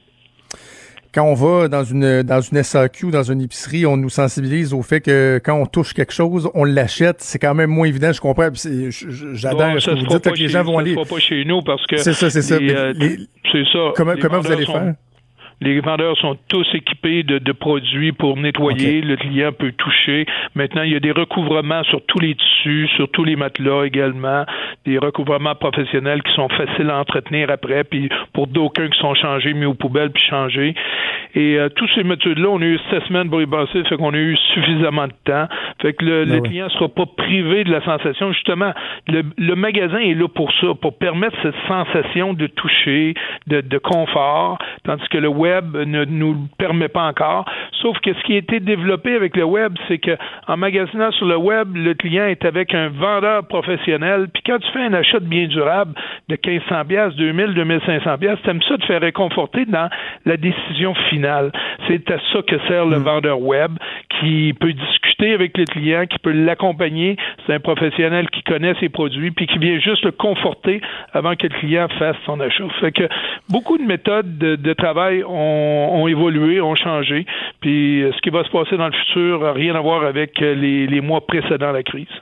Quand on va dans une dans une S A Q ou dans une épicerie, on nous sensibilise au fait que quand on touche quelque chose, on l'achète. C'est quand même moins évident, je comprends. C'est, j'adore bon, ce que vous dites, que les gens vont aller. Ça ne sera pas chez nous parce que... C'est ça, c'est ça. Les, euh, les, c'est ça. Comment, les comment vous allez sont... faire? Les vendeurs sont tous équipés de, de produits pour nettoyer. Okay. Le client peut toucher. Maintenant, il y a des recouvrements sur tous les tissus, sur tous les matelas également, des recouvrements professionnels qui sont faciles à entretenir après, puis pour d'aucuns qui sont changés, mis aux poubelles puis changés. Et euh, tous ces méthodes-là, on a eu sept semaines pour y passer, fait qu'on a eu suffisamment de temps. Fait que le, ben le oui. client ne sera pas privé de la sensation. Justement, le, le magasin est là pour ça, pour permettre cette sensation de toucher, de, de confort, tandis que le web ne nous le permet pas encore. Sauf que ce qui a été développé avec le web, c'est que en magasinant sur le web, le client est avec un vendeur professionnel. Puis quand tu fais un achat de biens durables de quinze cents dollars, deux mille, deux mille cinq cents dollars, t'aimes ça te faire réconforter dans la décision finale. C'est à ça que sert le mmh. vendeur web, qui peut discuter avec le client, qui peut l'accompagner. C'est un professionnel qui connaît ses produits, puis qui vient juste le conforter avant que le client fasse son achat. Fait que beaucoup de méthodes de, de travail ont, ont évolué, ont changé. Puis ce qui va se passer dans le futur n'a rien à voir avec les, les mois précédents la crise.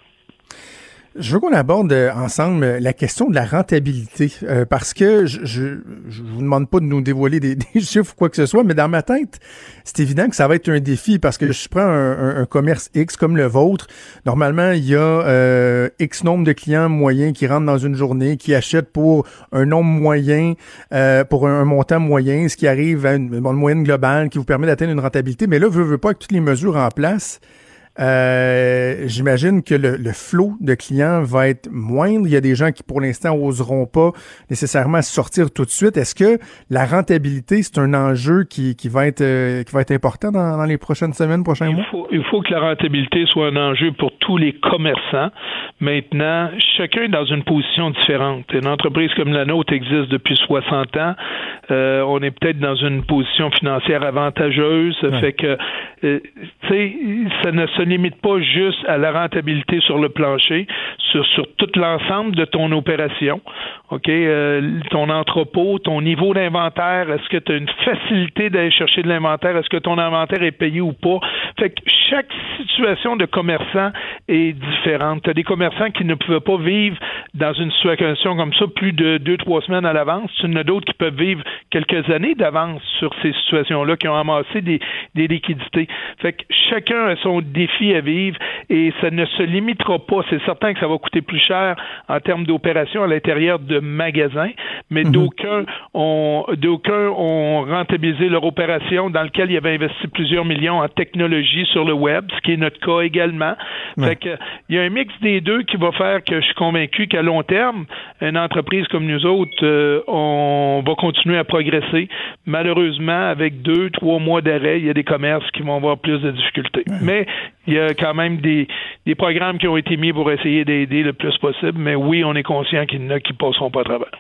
Je veux qu'on aborde ensemble la question de la rentabilité, euh, parce que je, je je vous demande pas de nous dévoiler des, des chiffres ou quoi que ce soit, mais dans ma tête, c'est évident que ça va être un défi, parce que je prends un, un, un commerce X comme le vôtre. Normalement, il y a euh, X nombre de clients moyens qui rentrent dans une journée, qui achètent pour un nombre moyen, euh, pour un, un montant moyen, ce qui arrive à une, une moyenne globale qui vous permet d'atteindre une rentabilité. Mais là, veut, veut pas, avec toutes les mesures en place, Euh, j'imagine que le, le flot de clients va être moindre. Il y a des gens qui, pour l'instant, oseront pas nécessairement sortir tout de suite. Est-ce que la rentabilité, c'est un enjeu qui, qui va être euh, qui va être important dans, dans les prochaines semaines, prochains mois? Il faut, il faut que la rentabilité soit un enjeu pour tous les commerçants. Maintenant, chacun est dans une position différente. Une entreprise comme la nôtre existe depuis soixante ans. Euh, on est peut-être dans une position financière avantageuse. Ça ouais. fait que, euh, tu sais, ça ne se limite pas juste à la rentabilité sur le plancher, sur, sur tout l'ensemble de ton opération. OK? Euh, ton entrepôt, ton niveau d'inventaire, est-ce que tu as une facilité d'aller chercher de l'inventaire? Est-ce que ton inventaire est payé ou pas? Fait que chaque situation de commerçant est différente. Tu as des commerçants qui ne pouvaient pas vivre dans une situation comme ça plus de deux, trois semaines à l'avance. Tu en as d'autres qui peuvent vivre quelques années d'avance sur ces situations-là, qui ont amassé des, des liquidités. Fait que chacun a son défi à vivre et ça ne se limitera pas. C'est certain que ça va coûter plus cher en termes d'opération à l'intérieur de magasins, mais mm-hmm. d'aucuns ont, d'aucuns ont rentabilisé leur opération dans lequel ils avaient investi plusieurs millions en technologie sur le web, ce qui est notre cas également. Ouais. Fait que il y a un mix des deux qui va faire que je suis convaincu qu'à long terme, une entreprise comme nous autres, euh, on va continuer à progresser. Malheureusement, avec deux, trois mois d'arrêt, il y a des commerces qui vont avoir plus de difficultés. Ouais. Mais il y a quand même des, des programmes qui ont été mis pour essayer d'aider le plus possible. Mais oui, on est conscient qu'il y en a qui ne passeront pas à travers.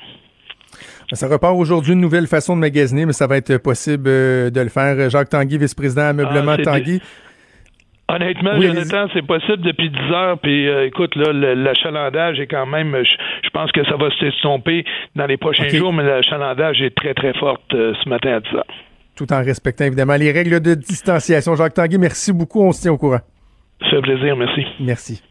Ça repart aujourd'hui une nouvelle façon de magasiner, mais ça va être possible de le faire. Jacques Tanguy, vice-président à Ameublement ah, Tanguy. Honnêtement, oui, Jonathan, c'est possible depuis dix heures. Puis, euh, écoute, là, l'achalandage est quand même. Je, je pense que ça va s'estomper dans les prochains okay. jours, mais l'achalandage est très, très forte euh, ce matin à dix heures. Tout en respectant évidemment les règles de distanciation. Jacques Tanguy, merci beaucoup. On se tient au courant. Ça fait plaisir, merci. Merci.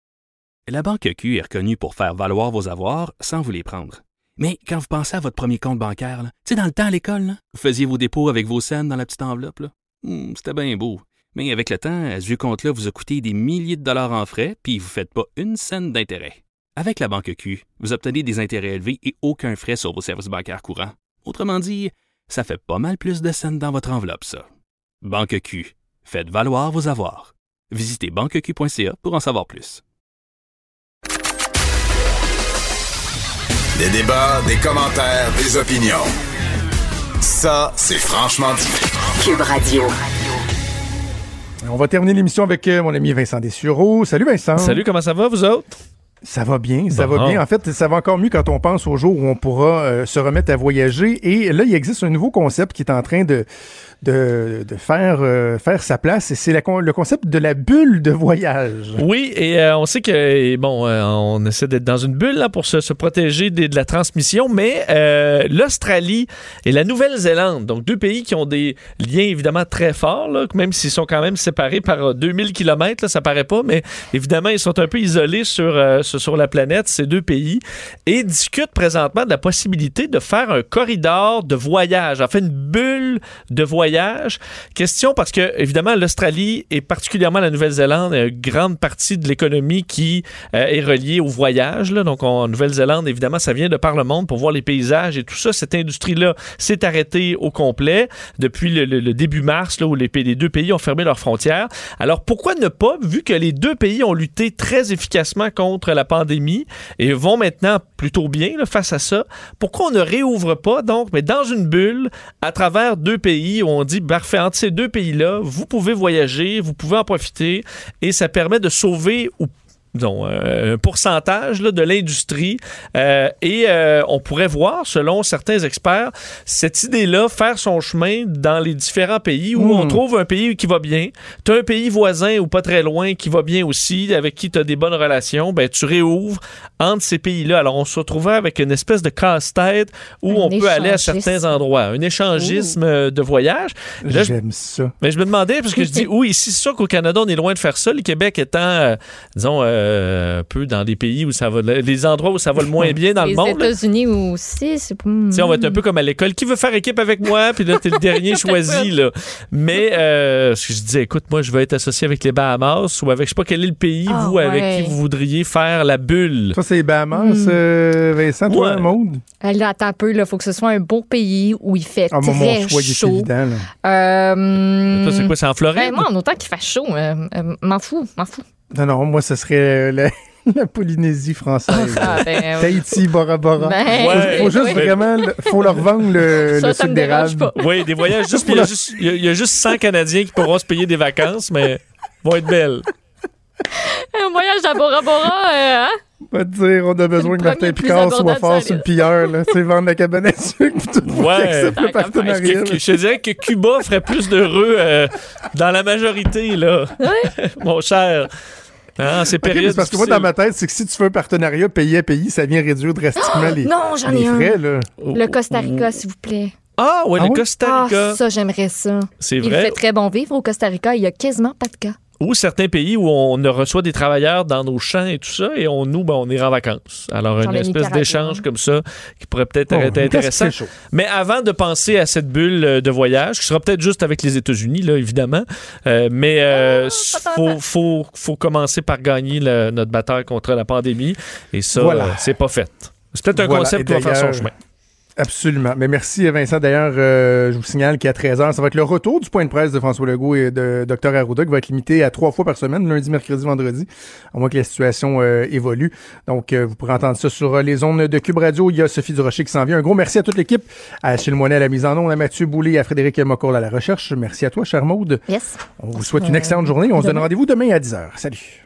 La Banque Q est reconnue pour faire valoir vos avoirs sans vous les prendre. Mais quand vous pensez à votre premier compte bancaire, tu sais, dans le temps à l'école, là, vous faisiez vos dépôts avec vos scènes dans la petite enveloppe. Là. Hum, c'était bien beau. Mais avec le temps, à ce vieux compte-là vous a coûté des milliers de dollars en frais, puis vous ne faites pas une scène d'intérêt. Avec la Banque Q, vous obtenez des intérêts élevés et aucun frais sur vos services bancaires courants. Autrement dit, ça fait pas mal plus de scènes dans votre enveloppe, ça. Banque Q. Faites valoir vos avoirs. Visitez banque q point c a pour en savoir plus. Des débats, des commentaires, des opinions. Ça, c'est franchement dit. Cube Radio. On va terminer l'émission avec euh, mon ami Vincent Dessureau. Salut Vincent. Salut, comment ça va, vous autres? Ça va bien, ça bon. va bien. En fait, ça va encore mieux quand on pense au jour où on pourra euh, se remettre à voyager. Et là, il existe un nouveau concept qui est en train de, de, de faire, euh, faire sa place. Et c'est la, le concept de la bulle de voyage. Oui, et euh, on sait que, bon, euh, on essaie d'être dans une bulle là, pour se, se protéger de, de la transmission, mais euh, l'Australie et la Nouvelle-Zélande, donc deux pays qui ont des liens évidemment très forts, là, même s'ils sont quand même séparés par deux mille kilomètres, là, ça paraît pas, mais évidemment, ils sont un peu isolés sur... Euh, ressources sur la planète, ces deux pays, et discutent présentement de la possibilité de faire un corridor de voyage, en fait une bulle de voyage. Question parce que, évidemment, l'Australie et particulièrement la Nouvelle-Zélande, une grande partie de l'économie qui euh, est reliée au voyage. Là. Donc, en Nouvelle-Zélande, évidemment, ça vient de par le monde pour voir les paysages et tout ça. Cette industrie-là s'est arrêtée au complet depuis le, le, le début mars, là, où les, les deux pays ont fermé leurs frontières. Alors, pourquoi ne pas, vu que les deux pays ont lutté très efficacement contre la pandémie et vont maintenant plutôt bien là, face à ça, pourquoi on ne réouvre pas, donc, mais dans une bulle, à travers deux pays où on dit, parfait, entre ces deux pays-là, vous pouvez voyager, vous pouvez en profiter et ça permet de sauver ou disons, euh, un pourcentage là, de l'industrie euh, et euh, on pourrait voir, selon certains experts, cette idée-là faire son chemin dans les différents pays où mmh. on trouve un pays qui va bien, tu as un pays voisin ou pas très loin qui va bien aussi, avec qui tu as des bonnes relations, ben tu réouvres entre ces pays-là. Alors on se retrouvait avec une espèce de casse-tête où un on peut aller à certains endroits. Un échangisme Ouh. de voyage. Là, J'aime je, ça. Mais je me demandais, parce que je dis, oui, ici, c'est sûr qu'au Canada, on est loin de faire ça. Le Québec étant, euh, disons, euh, Euh, un peu dans des pays où ça va, les endroits où ça va le moins bien dans les le monde. Les États-Unis là. aussi, c'est pas... T'sais, on va être un peu comme à l'école. Qui veut faire équipe avec moi? Puis là, t'es le dernier choisi, là. Mais, euh, ce que je disais, écoute, moi, je veux être associé avec les Bahamas ou avec, je sais pas quel est le pays, oh, vous, ouais. avec qui vous voudriez faire la bulle. Ça, c'est les Bahamas, mm. euh, Vincent, toi, ouais. Maude? Là, attends un peu, il faut que ce soit un beau pays où il fait ah, très mon choix, chaud. Il est évident, là. Euh, toi, c'est quoi, c'est en Floride? Ben, moi, en autant qu'il fasse chaud, euh, euh, m'en fous, m'en fous. Non, non, moi, ce serait la, la Polynésie française. Ah, ben, Tahiti, Bora Bora. Ben, ouais, faut, faut juste ouais. vraiment, faut leur vendre le, ça, le ça sucre d'érable. Oui, des voyages, juste, il y a juste, il y a juste cent Canadiens qui pourront se payer des vacances, mais vont être belles. Un voyage à Bora Bora, euh, hein? On va te dire, on a besoin que Martin Picard soit fort sur le pilleur, là. Tu sais, vendre la cabane à sucre, puis tout le ouais. monde le partenariat. Que, je te dirais que Cuba ferait plus d'heureux euh, dans la majorité, là. Ouais. Mon cher. Ah, c'est période okay, parce que moi, dans ma tête, c'est que si tu fais un partenariat pays à pays, ça vient réduire drastiquement oh, les, non, j'en les ai frais. Un. Là. Le Costa Rica, s'il vous plaît. Ah, ouais, ah le oui? Costa Rica. Ah, ça, j'aimerais ça. C'est vrai. Il fait très bon vivre au Costa Rica. Il y a quasiment pas de cas. Ou certains pays où on reçoit des travailleurs dans nos champs et tout ça, et on, nous, ben, on ira en vacances. Alors, une espèce d'échange comme ça qui pourrait peut-être oh, être intéressant. Mais avant de penser à cette bulle de voyage, qui sera peut-être juste avec les États-Unis, là, évidemment, euh, mais il euh, oh, faut, faut, faut commencer par gagner le, notre bataille contre la pandémie, et ça, voilà. euh, c'est pas fait. C'est peut-être un voilà. concept qui va faire son chemin. Absolument. Mais merci Vincent. D'ailleurs, euh, je vous signale qu'à treize heures, ça va être le retour du point de presse de François Legault et de Dr Arruda qui va être limité à trois fois par semaine, lundi, mercredi, vendredi, à moins que la situation euh, évolue. Donc, euh, vous pourrez entendre ça sur euh, les ondes de Cube Radio. Il y a Sophie Durocher qui s'en vient. Un gros merci à toute l'équipe, à Achille Moinet à la mise en onde, à Mathieu Boulay et à Frédéric Mocourt à la recherche. Merci à toi, chère Maude. Yes. On vous souhaite une excellente journée. On se donne rendez-vous demain à dix heures. Salut.